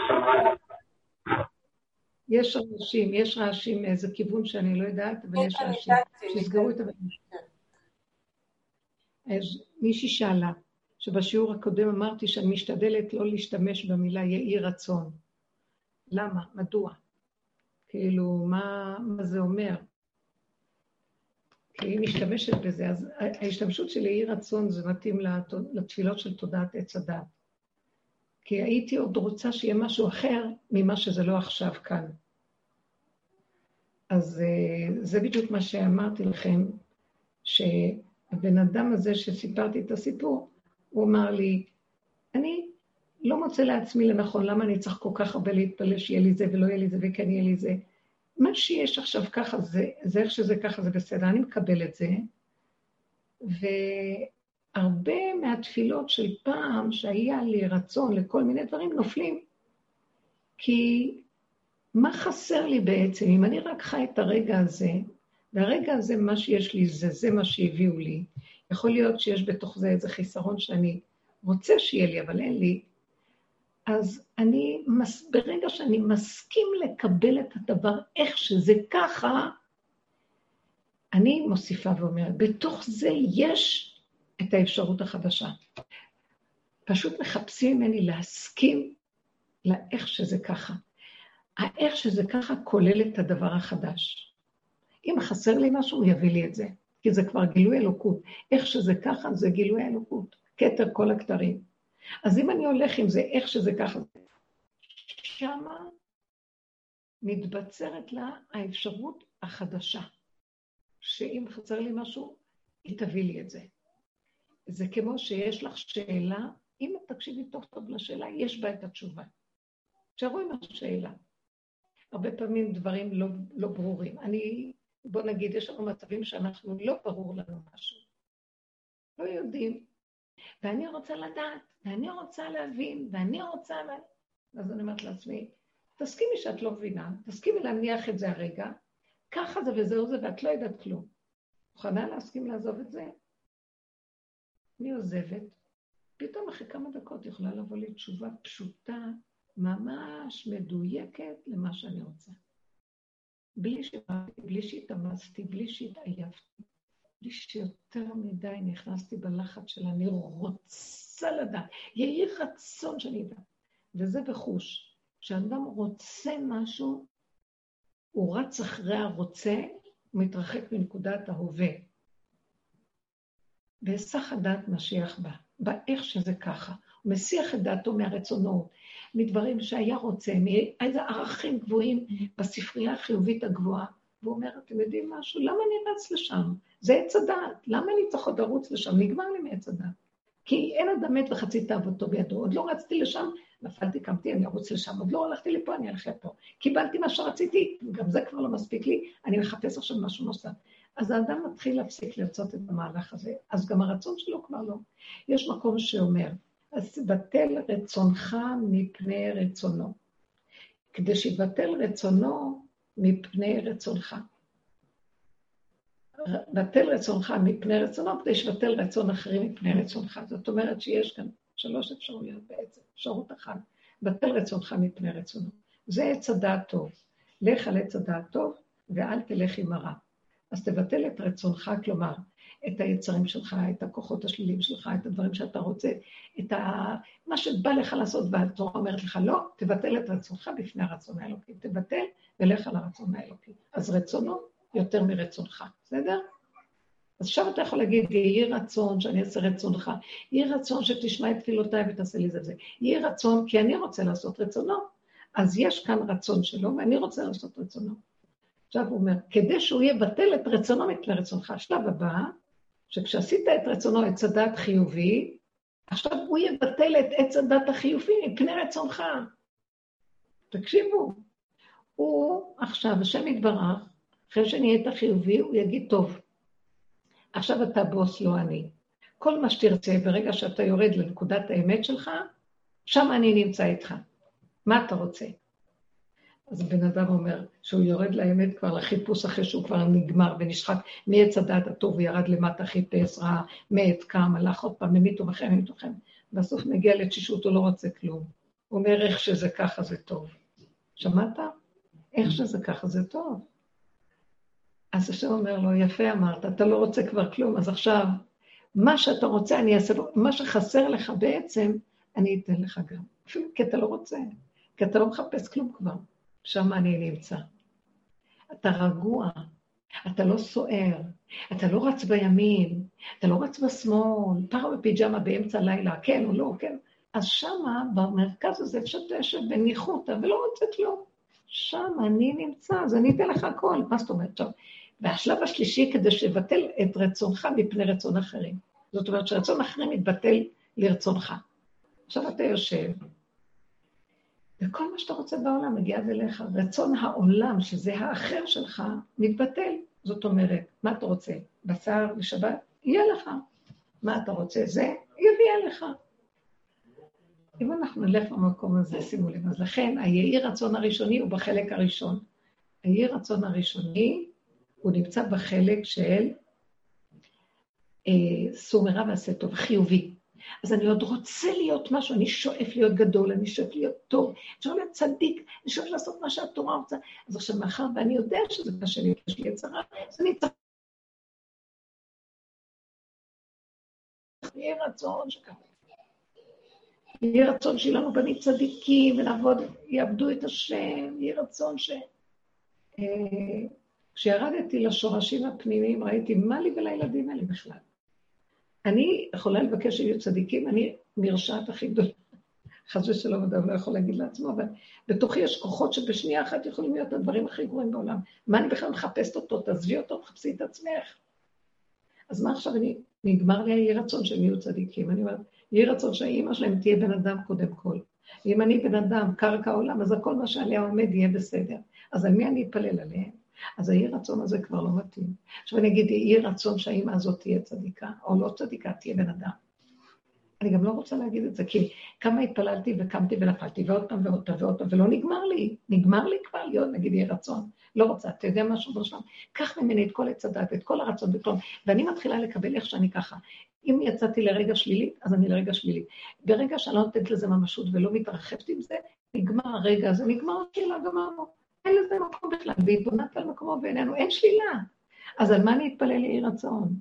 יש רעשים מאיזה כיוון שאני לא יודעת, אבל יש רעשים. שיסגרו את הבנים. אז מישהי שאלה, שבשיעור הקודם אמרתי שאני משתדלת לא להשתמש במילה יהי רצון. למה? מדוע? כאילו, מה זה אומר? כי היא משתמשת בזה, אז ההשתמשות של יהי רצון זה מתאים לתפילות של תודעת עץ הדת. כי הייתי עוד רוצה שיהיה משהו אחר ממה שזה לא עכשיו כאן. אז זה בדיוק מה שאמרתי לכם, שהבן אדם הזה שסיפרתי את הסיפור, הוא אמר לי, אני לא מוצא לעצמי לנכון, למה אני צריך כל כך הרבה להתפלל שיהיה לי זה ולא יהיה לי זה וכן יהיה לי זה. מה שיש עכשיו ככה, זה איך שזה ככה, זה בסדר, אני מקבל את זה. והרבה מהתפילות של פעם שהיה לי רצון לכל מיני דברים נופלים. כי מה חסר לי בעצם? אם אני רק חי את הרגע הזה, והרגע הזה מה שיש לי זה מה שהביאו לי, יכול להיות שיש בתוך זה איזה חיסרון שאני רוצה שיהיה לי, אבל אין לי. אז ברגע שאני מסכים לקבל את הדבר איך שזה ככה, אני מוסיפה ואומרת, בתוך זה יש את האפשרות החדשה. פשוט מחפשים ממני להסכים לאיך שזה ככה. האיך שזה ככה כולל את הדבר החדש. אם חסר לי משהו, הוא יביא לי את זה. כי זה כבר גילוי אלוקות. איך שזה ככה, זה גילוי אלוקות. כתר כל הכתרים. אז אם אני הולך עם זה, איך שזה ככה, שמה מתבצרת לה האפשרות החדשה. שאם חסר לי משהו, היא תביא לי את זה. זה כמו שיש לך שאלה, אם תקשיבי טוב לשאלה, יש בה את התשובה. תשארו עם השאלה. הרבה פעמים דברים לא ברורים. בוא נגיד, יש לנו מצבים שאנחנו לא ברור לנו משהו. לא יודעים. ואני רוצה לדעת, ואני רוצה להבין, אז אני אומרת לעצמי, תסכימי שאת לא מבינה, תסכימי להניח את זה הרגע, ככה זה וזהו זה, ואת לא יודעת כלום. מוכנה להסכים לעזוב את זה? אני עוזבת, פתאום אחרי כמה דקות יכולה לבוא לי תשובה פשוטה, ממש מדויקת למה שאני רוצה. בלי שהתאמצתי, בלי שהתעייפתי, בלי שיותר מדי נכנסתי בלחץ של אני רוצה לדעת. יהי רצון שאני אדע. וזה בחוש. כשאדם רוצה משהו, הוא רץ אחרי הרוצה, הוא מתרחק מנקודת ההווה. והיסח הדעת משיח בה, באיך שזה ככה. הוא מסיח את דעתו מהרצונות, מדברים שהיה רוצה, מאיזה ערכים גבוהים בספרייה החיובית הגבוהה. והוא אומר, אתם יודעים משהו? למה אני רץ לשם? זה עץ הדעת. למה אני צריך עוד לרוץ לשם? נגמר לי מעץ הדעת. כי אין אדם מת וחצי תאוותו בידו. עוד לא רצתי לשם, נפלתי, קמתי, אני ארוץ לשם. עוד לא הלכתי לפה, אני אלך לפה. קיבלתי מה שרציתי, גם זה כבר לא מספיק לי, אני מחפש עכשיו משהו נוסף. אז האדם מתחיל להפסיק לרצות את המהלך הזה. אז גם הרצון שלו כבר לא. יש מקום שאומר, אז תבטל רצונך מפני רצונו. כדי שיבטל רצונו מפני רצונך. בטל רצונך מפני רצונו, כדי שבטל רצון אחרים מפני רצונך. זאת אומרת שיש כאן 3 אפשרויות בעצם. אפשרות אחת, בטל רצונך מפני רצונו. זה עץ הדעת טוב. לך על עץ הדעת טוב, ואל תלך עם הרע. אז תבטל את רצונך, כלומר, את היצרים שלך, את הכוחות השלילים שלך, את הדברים שאתה רוצה, מה שבא לך לעשות, והתורה אומרת לך, לא, תבטל את רצונך בפני הרצון האלוקי. תבטל ולך על הרצון האלוקי. אז רצונו יותר מרצונך, בסדר? אז עכשיו אתה יכול להגיד, יהי רצון שאני אעשה רצונך, יהי רצון שתשמע את תפילותיי ותעשה לי זה. יהי רצון כי אני רוצה לעשות רצונו, אז יש כאן רצון שלו ואני רוצה לעשות רצונו. עכשיו הוא אומר, כדי שהוא יבטל את רצונו מפני רצונך, השלב הבא, שכשעשית את רצונו עץ הדת חיובי, עכשיו הוא יבטל את עץ הדת החיובי מפני רצונך. תקשיבו, הוא עכשיו, השם יתברך, אחרי שנהיית חיובי, הוא יגיד, טוב, עכשיו אתה בוס, לא אני. כל מה שתרצה, ברגע שאתה יורד לנקודת האמת שלך, שם אני נמצא איתך. מה אתה רוצה? אז הבן אדם אומר שהוא יורד לאמת כבר לחיפוש אחרי שהוא כבר נגמר ונשחק מעץ הדעת הטוב, וירד למטה חיפש רע, מת קם, הלך עוד פעם, ממית ומחם, ממית ומחם. בסוף מגיע לתשישות, הוא לא רוצה כלום. הוא אומר איך שזה ככה זה טוב. שמעת? איך שזה ככה זה טוב. אז השם אומר לו, יפה אמרת, אתה לא רוצה כבר כלום, אז עכשיו, מה שאתה רוצה אני אעשה לו, מה שחסר לך בעצם, אני אתן לך גם. אפילו כי אתה לא רוצה, כי אתה לא מחפש כלום כבר. שם אני נמצא. אתה רגוע, אתה לא סוער, אתה לא רץ בימין, אתה לא רץ בשמאל, פרה בפיג'מה באמצע הלילה, כן או לא, כן. אז שמה, במרכז הזה, שאתה יושב בניחותא ולא רוצה כלום. שם אני נמצא, אז אני אתן לך הכל. מה זאת אומרת? טוב. והשלב השלישי, כדי שבטל את רצונך מפני רצון אחרים. זאת אומרת שרצון אחרים מתבטל לרצונך. עכשיו אתה יושב, וכל מה שאתה רוצה בעולם מגיע אליך. רצון העולם, שזה האחר שלך, מתבטל. זאת אומרת, מה אתה רוצה? בשר לשבת? יהיה לך. מה אתה רוצה? זה יביא לך. אם אנחנו נלך למקום הזה, שימו לב, אז לכן, היהי רצון הראשוני הוא בחלק הראשון. היהי רצון הראשוני, הוא נמצא בחלק של סומרה ועשה טוב, חיובי. אז אני עוד רוצה להיות משהו, אני שואף להיות גדול, אני שואף להיות טוב, אני שואף להיות צדיק, אני שואף לעשות מה שהתורה רוצה. אז עכשיו מאחר, ואני יודע שזה קשה לי, יש לי יצרה, אז אני צריך... יהיה רצון שככה. יהיה רצון שיהיה לנו בנים צדיקים, ונעבוד, יעבדו את השם, יהיה רצון ש... כשירדתי לשורשים הפנימיים, ראיתי מה לי ולילדים האלה בכלל. אני יכולה לבקש שיהיו צדיקים, אני מרשעת הכי גדולה. חס ושלום אדם לא יכול להגיד לעצמו, אבל בתוכי יש כוחות שבשנייה אחת יכולים להיות הדברים הכי גרועים בעולם. מה אני בכלל מחפשת אותו? תעזבי אותו, מחפשי את עצמך. אז מה עכשיו נגמר לי יהי רצון שהם יהיו צדיקים. אני אומרת, יהי רצון שהאימא שלהם תהיה בן אדם קודם כל. אם אני בן אדם, קרקע עולם, אז הכל מה שעליה עומד יהיה בסדר. אז על מי אני אפלל עליהם? אז היהי רצון הזה כבר לא מתאים. עכשיו אני אגיד, יהי רצון שהאימא הזאת תהיה צדיקה, או לא צדיקה, תהיה בן אדם. אני גם לא רוצה להגיד את זה, כי כמה התפללתי וקמתי ונפלתי, ועוד פעם ועוד פעם ועוד פעם, ולא נגמר לי כבר להיות, נגיד, יהי רצון. לא רוצה, אתה יודע משהו בראשם? קח ממני את כל הצדת, את כל הרצון וכלום, ואני מתחילה לקבל איך שאני ככה. אם יצאתי לרגע שלילי, אז אני לרגע שלילי. ברגע שאני לא נותנת לזה ממשות ולא מתרחבת עם זה, נגמר הרגע הזה, נגמר השלילה, גמרנו. אין לזה מקום בכלל, והתבוננת על מקומו בעינינו, אין שלילה. אז על מה אני אתפלל יהי רצון?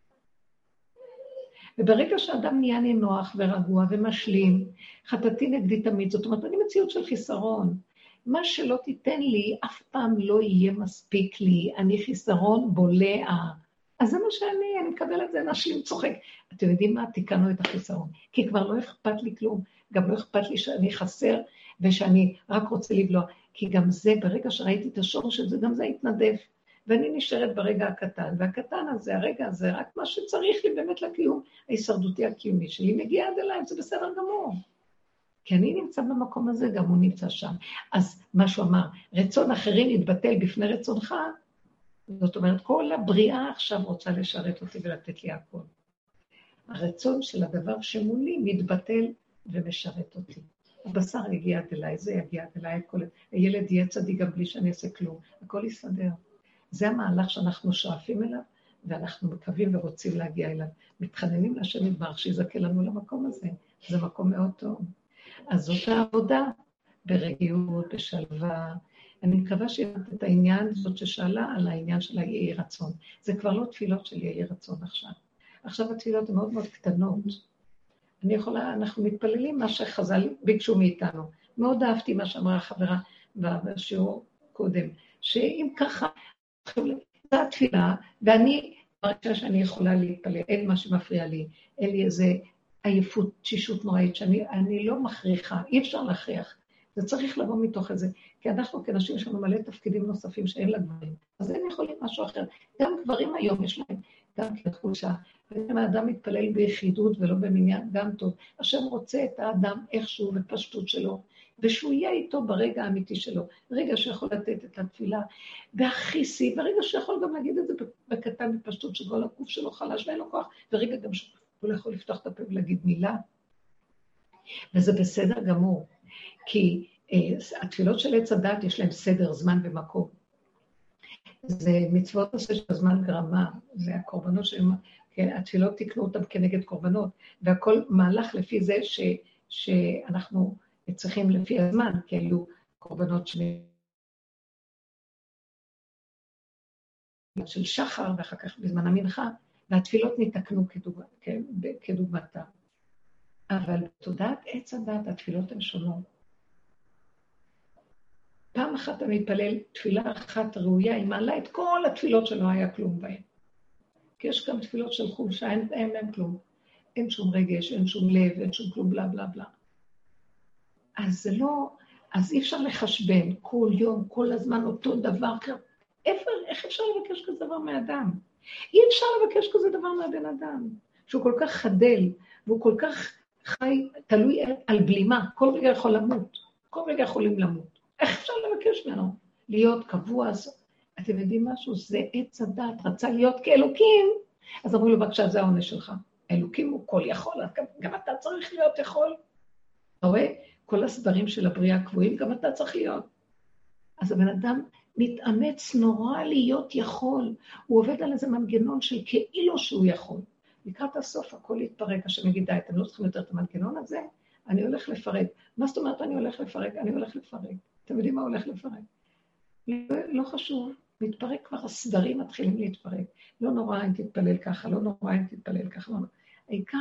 וברגע שאדם נהיה נינוח ורגוע ומשלים, חטאתי נגדי תמיד, זאת אומרת, אני מציאות של חיסרון. מה שלא תיתן לי, אף פעם לא יהיה מספיק לי, אני חיסרון בולע. אז זה מה אני מקבל את זה, נשלים צוחק. אתם יודעים מה? תיקנו את החיסרון. כי כבר לא אכפת לי כלום, גם לא אכפת לי שאני חסר, ושאני רק רוצה לבלוע. כי גם זה, ברגע שראיתי את השורש של זה, גם זה התנדף. ואני נשארת ברגע הקטן, והקטן הזה, הרגע הזה, רק מה שצריך לי באמת לקיום, ההישרדותי הקיומי שלי, מגיע עד אליי, זה בסדר גמור. כי אני נמצא במקום הזה, גם הוא נמצא שם. אז מה שהוא אמר, רצון אחרים יתבטל בפני רצונך, זאת אומרת, כל הבריאה עכשיו רוצה לשרת אותי ולתת לי הכל. הרצון של הדבר שמולי מתבטל ומשרת אותי. הבשר יגיע עד אליי, זה יגיע עד אליי, הילד יהיה צדיק גם בלי שאני אעשה כלום, הכל יסדר. זה המהלך שאנחנו שואפים אליו, ואנחנו מקווים ורוצים להגיע אליו. מתחננים לשם יתברך שיזכה לנו למקום הזה, זה מקום מאוד טוב. אז זאת העבודה, ברגיעות, בשלווה. אני מקווה שהבנת את העניין, זאת ששאלה על העניין של היהי רצון. זה כבר לא תפילות של יהי רצון עכשיו. עכשיו התפילות הן מאוד מאוד קטנות. אנחנו מתפללים מה שחז"ל ביקשו מאיתנו. מאוד אהבתי מה שאמרה החברה בשיעור קודם, שאם ככה, זו התפילה, ואני מרגישה שאני יכולה להתפלל, אין מה שמפריע לי, אין לי איזה עייפות, תשישות נוראית, שאני לא מכריחה, אי אפשר להכריח. זה צריך לבוא מתוך את זה, כי אנחנו כנשים יש לנו מלא תפקידים נוספים שאין לגברים, אז הם יכולים משהו אחר. גם גברים היום יש להם, גם כחולשה, ואם האדם מתפלל ביחידות ולא במניין, גם טוב. השם רוצה את האדם איכשהו בפשטות שלו, ושהוא יהיה איתו ברגע האמיתי שלו, רגע שיכול לתת את התפילה, והכי שיא, ורגע שיכול גם להגיד את זה בקטן בפשטות, שכל הגוף שלו חלש ואין לו כוח, ורגע גם שהוא לא יכול לפתוח את הפה ולהגיד מילה, וזה בסדר גמור, כי התפילות של עץ הדת יש להם סדר, זמן ומקום. זה מצוות עושה של הזמן גרמה, זה הקורבנות התפילות תקנו אותם כנגד קורבנות, והכל מהלך לפי זה שאנחנו צריכים לפי הזמן, כי היו קורבנות של שחר, ואחר כך בזמן המנחה, והתפילות נתקנו כדוגמתה. אבל בתודעת עץ הדת, התפילות הן שונות. פעם אחת אני מתפלל תפילה אחת ראויה, היא מעלה את כל התפילות שלא היה כלום בהן. כי יש גם תפילות של חולשה, אין להם כלום. אין שום רגש, אין שום לב, אין שום כלום, בלה בלה בלה. אז זה לא, אז אי אפשר לחשבן כל יום, כל הזמן אותו דבר. איך אפשר לבקש כזה דבר מאדם? אי אפשר לבקש כזה דבר מהבן אדם, שהוא כל כך חדל, והוא כל כך חי, תלוי על בלימה, כל רגע יכול למות, כל רגע יכולים למות. איך אפשר לבקש ממנו? להיות קבוע, אתם יודעים משהו? זה עץ הדת, רצה להיות כאלוקים, אז אמרו לו, בבקשה, זה העונש שלך. האלוקים הוא כל יכול, גם אתה צריך להיות יכול. אתה רואה? כל הסדרים של הבריאה הקבועים, גם אתה צריך להיות. אז הבן אדם מתאמץ נורא להיות יכול, הוא עובד על איזה מנגנון של כאילו שהוא יכול. לקראת הסוף הכל יתפרק, השם יגיד, די, אתם לא צריכים יותר את המנגנון הזה, אני הולך לפרק. מה זאת אומרת אני הולך לפרק? אני הולך לפרק. אתם יודעים מה הולך לפרק? לא חשוב, מתפרק כבר, הסדרים מתחילים להתפרק. לא נורא אם תתפלל ככה, לא נורא אם תתפלל ככה. לא. העיקר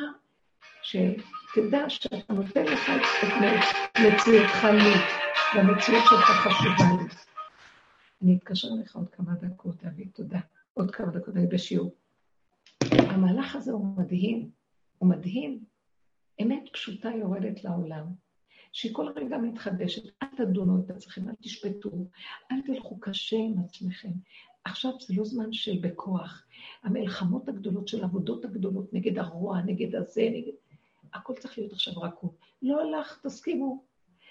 שתדע שאתה נותן לך את מציאותך לי, והמציאות שלך חשובה לי. אני אתקשר לך עוד כמה דקות, אבי, תודה. עוד כמה דקות, אני בשיעור. המהלך הזה הוא מדהים, הוא מדהים. אמת פשוטה יורדת לעולם, שכל רגע מתחדשת, אל תדונו את עצמכם, אל תשפטו, אל תלכו קשה עם עצמכם. עכשיו זה לא זמן של בכוח. המלחמות הגדולות של העבודות הגדולות, נגד הרוע, נגד הזה, הכל צריך להיות עכשיו רקום. לא הלך, תסכימו.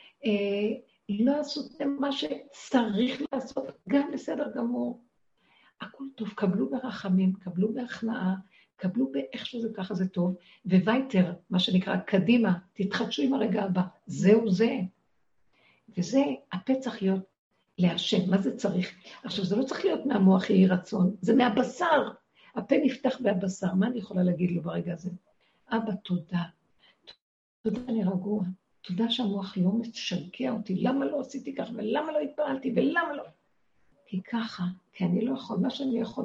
לא עשותם מה שצריך לעשות, גם בסדר גמור. הכל טוב, קבלו ברחמים, קבלו בהכנעה, קבלו באיך שזה ככה זה טוב, ווייטר, מה שנקרא, קדימה, תתחדשו עם הרגע הבא, זהו זה. וזה, הפה צריך להיות להשם, מה זה צריך? עכשיו, זה לא צריך להיות מהמוח יהי רצון, זה מהבשר. הפה נפתח מהבשר, מה אני יכולה להגיד לו ברגע הזה? אבא, תודה. תודה, אני רגוע. תודה שהמוח לא משגע אותי, למה לא עשיתי כך, ולמה לא התפעלתי, ולמה לא? כי ככה, כי אני לא יכול, מה שאני יכול,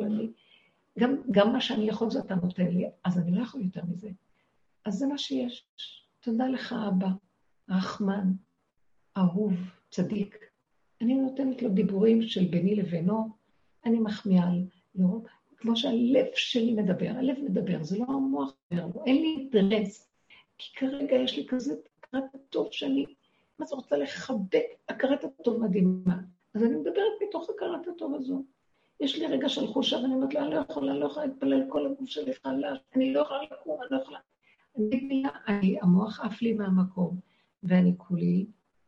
גם מה שאני יכול זה אתה נותן לי, אז אני לא יכול יותר מזה. אז זה מה שיש. תודה לך, אבא, רחמן, אהוב, צדיק. אני נותנת לו דיבורים של ביני לבינו, אני מחמיאה לו, כמו שהלב שלי מדבר, הלב מדבר, זה לא המוח מדבר, אין לי אינטרס, כי כרגע יש לי כזה הכרת הטוב שאני, מה זה רוצה לחבק, הכרת הטוב מדהימה. אז אני מדברת מתוך הכרת הטוב הזו. יש לי רגע של חושה, ואני אומרת לה, אני לא יכולה להתפלל כל הגוף שלי חלש, אני לא יכולה לקום, אני לא יכולה. המוח עף לי מהמקום, ואני כולי,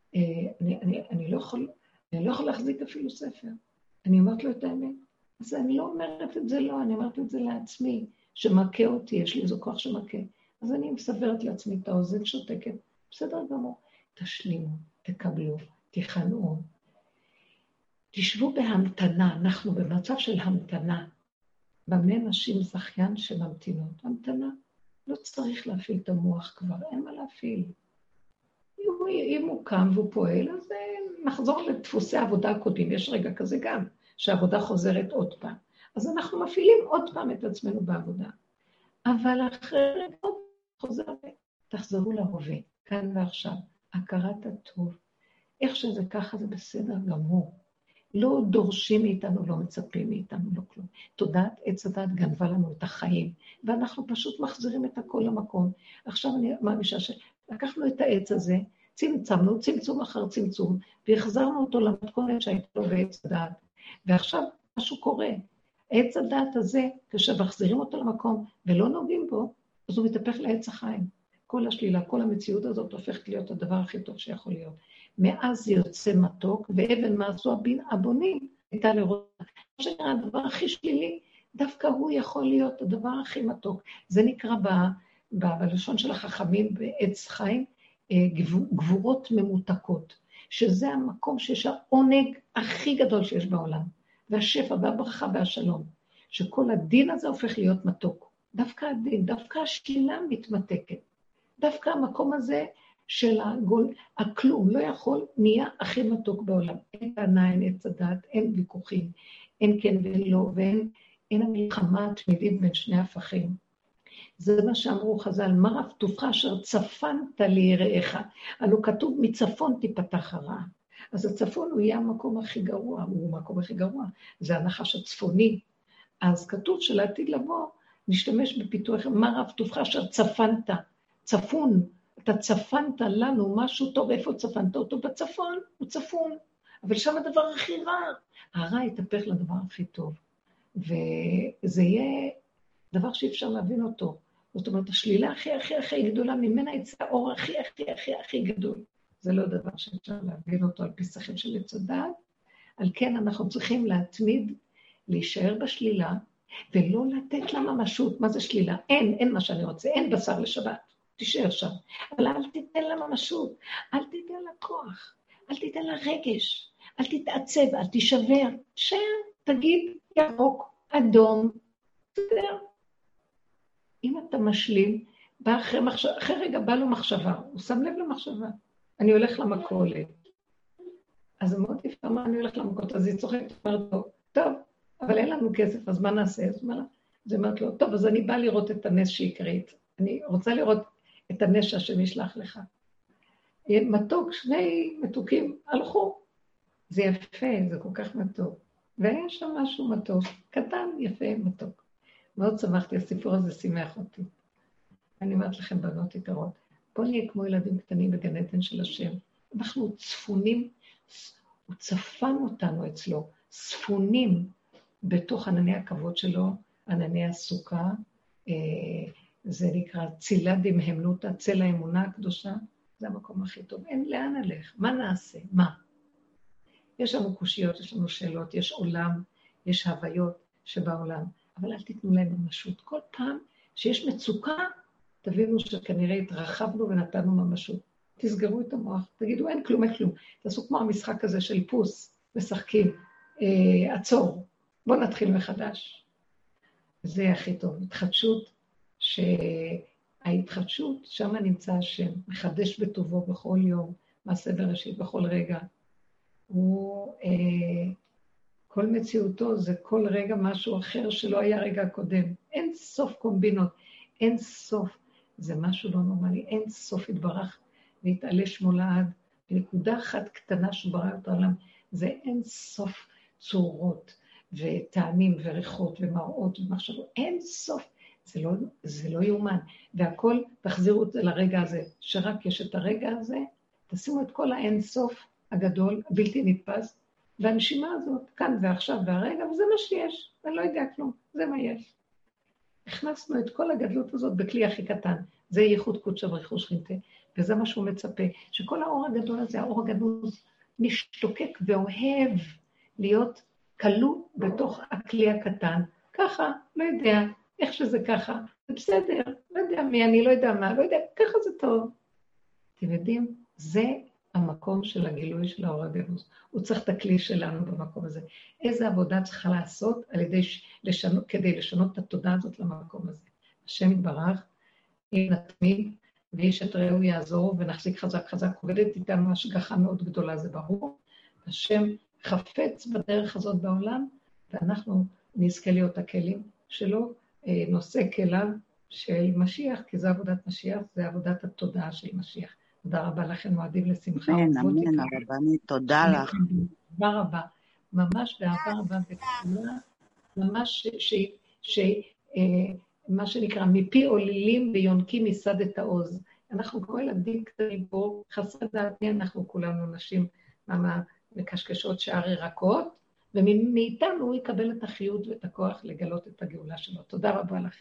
אני לא יכול להחזיק אפילו ספר. אני אומרת לו את האמת. אז אני לא אומרת את זה לא, אני אומרת את זה לעצמי, שמכה אותי, יש לי איזו כוח שמכה. אז אני מסברת לעצמי את האוזן שותקת, בסדר גמור. תשלימו, תקבלו, תיכנעו. תשבו בהמתנה, אנחנו במצב של המתנה. במה נשים זכיין שממתינות? המתנה. לא צריך להפעיל את המוח כבר, אין מה להפעיל. אם הוא קם והוא פועל, אז נחזור לדפוסי העבודה הקודמים. יש רגע כזה גם, שהעבודה חוזרת עוד פעם. אז אנחנו מפעילים עוד פעם את עצמנו בעבודה. אבל אחרי רגע עוד חוזר, תחזרו להווה, כאן ועכשיו. הכרת הטוב. איך שזה ככה זה בסדר גמור. לא דורשים מאיתנו, לא מצפים מאיתנו, לא כלום. תודעת עץ הדת גנבה לנו את החיים, ואנחנו פשוט מחזירים את הכל למקום. עכשיו אני מרגישה שלקחנו את העץ הזה, צמצמנו, צמצום אחר צמצום, והחזרנו אותו למתכונת שהייתה לו בעץ הדת. ועכשיו משהו קורה. עץ הדת הזה, כשמחזירים אותו למקום ולא נוגעים בו, אז הוא מתהפך לעץ החיים. כל השלילה, כל המציאות הזאת הופכת להיות הדבר הכי טוב שיכול להיות. מאז יוצא מתוק, ואבן מה עשו הבונים, הייתה לראות. מה שנראה הדבר הכי שלילי, דווקא הוא יכול להיות הדבר הכי מתוק. זה נקרא בלשון של החכמים בעץ חיים, גבורות ממותקות, שזה המקום שיש העונג הכי גדול שיש בעולם, והשפע והברכה והשלום, שכל הדין הזה הופך להיות מתוק. דווקא הדין, דווקא השלילה מתמתקת. דווקא המקום הזה של הכלום לא יכול, נהיה הכי מתוק בעולם. אין טענה, אין עץ הדעת, אין ויכוחים, אין כן ולא, ואין המלחמה התמידית בין שני הפכים. זה מה שאמרו חז"ל, מה רב טובך אשר צפנת ליראיך. הלוא כתוב מצפון תיפתח הרעה. אז הצפון הוא יהיה המקום הכי גרוע, הוא המקום הכי גרוע, זה הנחש הצפוני. אז כתוב שלעתיד לבוא, נשתמש בפיתוח, מה רב טובך אשר צפנת, צפון, אתה צפנת לנו משהו טוב, איפה צפנת אותו? בצפון, הוא צפון, אבל שם הדבר הכי רע, הרע יתהפך לדבר הכי טוב, וזה יהיה דבר שאי אפשר להבין אותו, זאת אומרת, השלילה הכי גדולה, ממנה יצא האור הכי גדול, זה לא דבר שאפשר להבין אותו על פי שכל של עץ הדעת, על כן אנחנו צריכים להתמיד, להישאר בשלילה, ולא לתת לה ממשות. מה זה שלילה? אין מה שאני רוצה, אין בשר לשבת, תישאר שם. אבל אל תיתן לה ממשות, אל תיתן לה כוח, אל תיתן לה רגש, אל תתעצב, אל תישבר. תגיד ירוק, אדום, תדבר. אם אתה משלים, בא אחרי רגע בא לו מחשבה, הוא שם לב למחשבה. אני הולך למכולת. אז הוא מאוד יפה, מה אני הולך למכולת? אז היא צוחקת, אומרת לו, טוב, אבל אין לנו כסף, אז מה נעשה? אז אומרת לו, טוב, אז אני באה לראות את הנס שיקרית. אני רוצה לראות את הנס שהשם ישלח לך. מתוק, שני מתוקים הלכו. זה יפה, זה כל כך מתוק. והיה שם משהו מתוק, קטן, יפה, מתוק. מאוד שמחתי, הסיפור הזה שימח אותי. אני אומרת לכם, בנות יקרות, בוא נהיה כמו ילדים קטנים בגן עדן של השם. אנחנו צפונים, הוא צפן אותנו אצלו, צפונים בתוך ענני הכבוד שלו, ענני הסוכה, זה נקרא צילה דמהמנותא, צל האמונה הקדושה, זה המקום הכי טוב. אין לאן הלך, מה נעשה, מה? יש לנו קושיות, יש לנו שאלות, יש עולם, יש הוויות שבעולם, אבל אל תיתנו להם ממשות. כל פעם שיש מצוקה, תבינו שכנראה התרחבנו ונתנו ממשות. תסגרו את המוח, תגידו אין כלום, אין כלום. תעשו כמו המשחק הזה של פוס, משחקים, עצור, בוא נתחיל מחדש. זה הכי טוב, התחדשות, שההתחדשות, שם נמצא השם, מחדש בטובו בכל יום, מעשה בראשית בכל רגע. הוא, כל מציאותו זה כל רגע משהו אחר שלא היה רגע קודם. אין סוף קומבינות, אין סוף, זה משהו לא נורמלי, אין סוף התברך והתעלה שמו לעד. נקודה אחת קטנה שברא את העולם, זה אין סוף צורות וטעמים וריחות ומראות ומחשבות, אין סוף, זה לא יאומן. והכל, תחזירו את זה לרגע הזה, שרק יש את הרגע הזה, תשימו את כל האין סוף הגדול, הבלתי נתפס, והנשימה הזאת, כאן ועכשיו והרגע, וזה מה שיש, אני לא יודע כלום, זה מה יש. הכנסנו את כל הגדלות הזאת בכלי הכי קטן, זה ייחוד קודשא בריך ושכינתה, וזה מה שהוא מצפה, שכל האור הגדול הזה, האור הגנוז, משתוקק ואוהב להיות כלוא בתוך הכלי הקטן, ככה, לא יודע, איך שזה ככה, זה בסדר, לא יודע מי, אני לא יודע מה, לא יודע, ככה זה טוב. אתם יודעים, זה המקום של הגילוי של האור הגנוז, הוא צריך את הכלי שלנו במקום הזה. איזה עבודה צריכה לעשות על ידי כדי לשנות את התודעה הזאת למקום הזה. השם יתברך, אם נתמיד, ואיש את רעהו יעזור, ונחזיק חזק חזק, עובדת איתנו השגחה מאוד גדולה, זה ברור. השם חפץ בדרך הזאת בעולם, ואנחנו נזכה להיות הכלים שלו, נושא כליו של משיח, כי זה עבודת משיח, זה עבודת התודעה של משיח. תודה רבה לכם, מועדים לשמחה. אמן, אמן, הרבנית, תודה לך. תודה רבה, ממש באהבה רבה וכולה, ממש מה שנקרא, מפי עוללים ויונקים מסד את העוז. אנחנו כמו ילדים קטנים פה, חסרי דעת מי אנחנו כולנו נשים, מקשקשות שער ירקות, ומאיתנו הוא יקבל את החיות ואת הכוח לגלות את הגאולה שלו. תודה רבה לכם.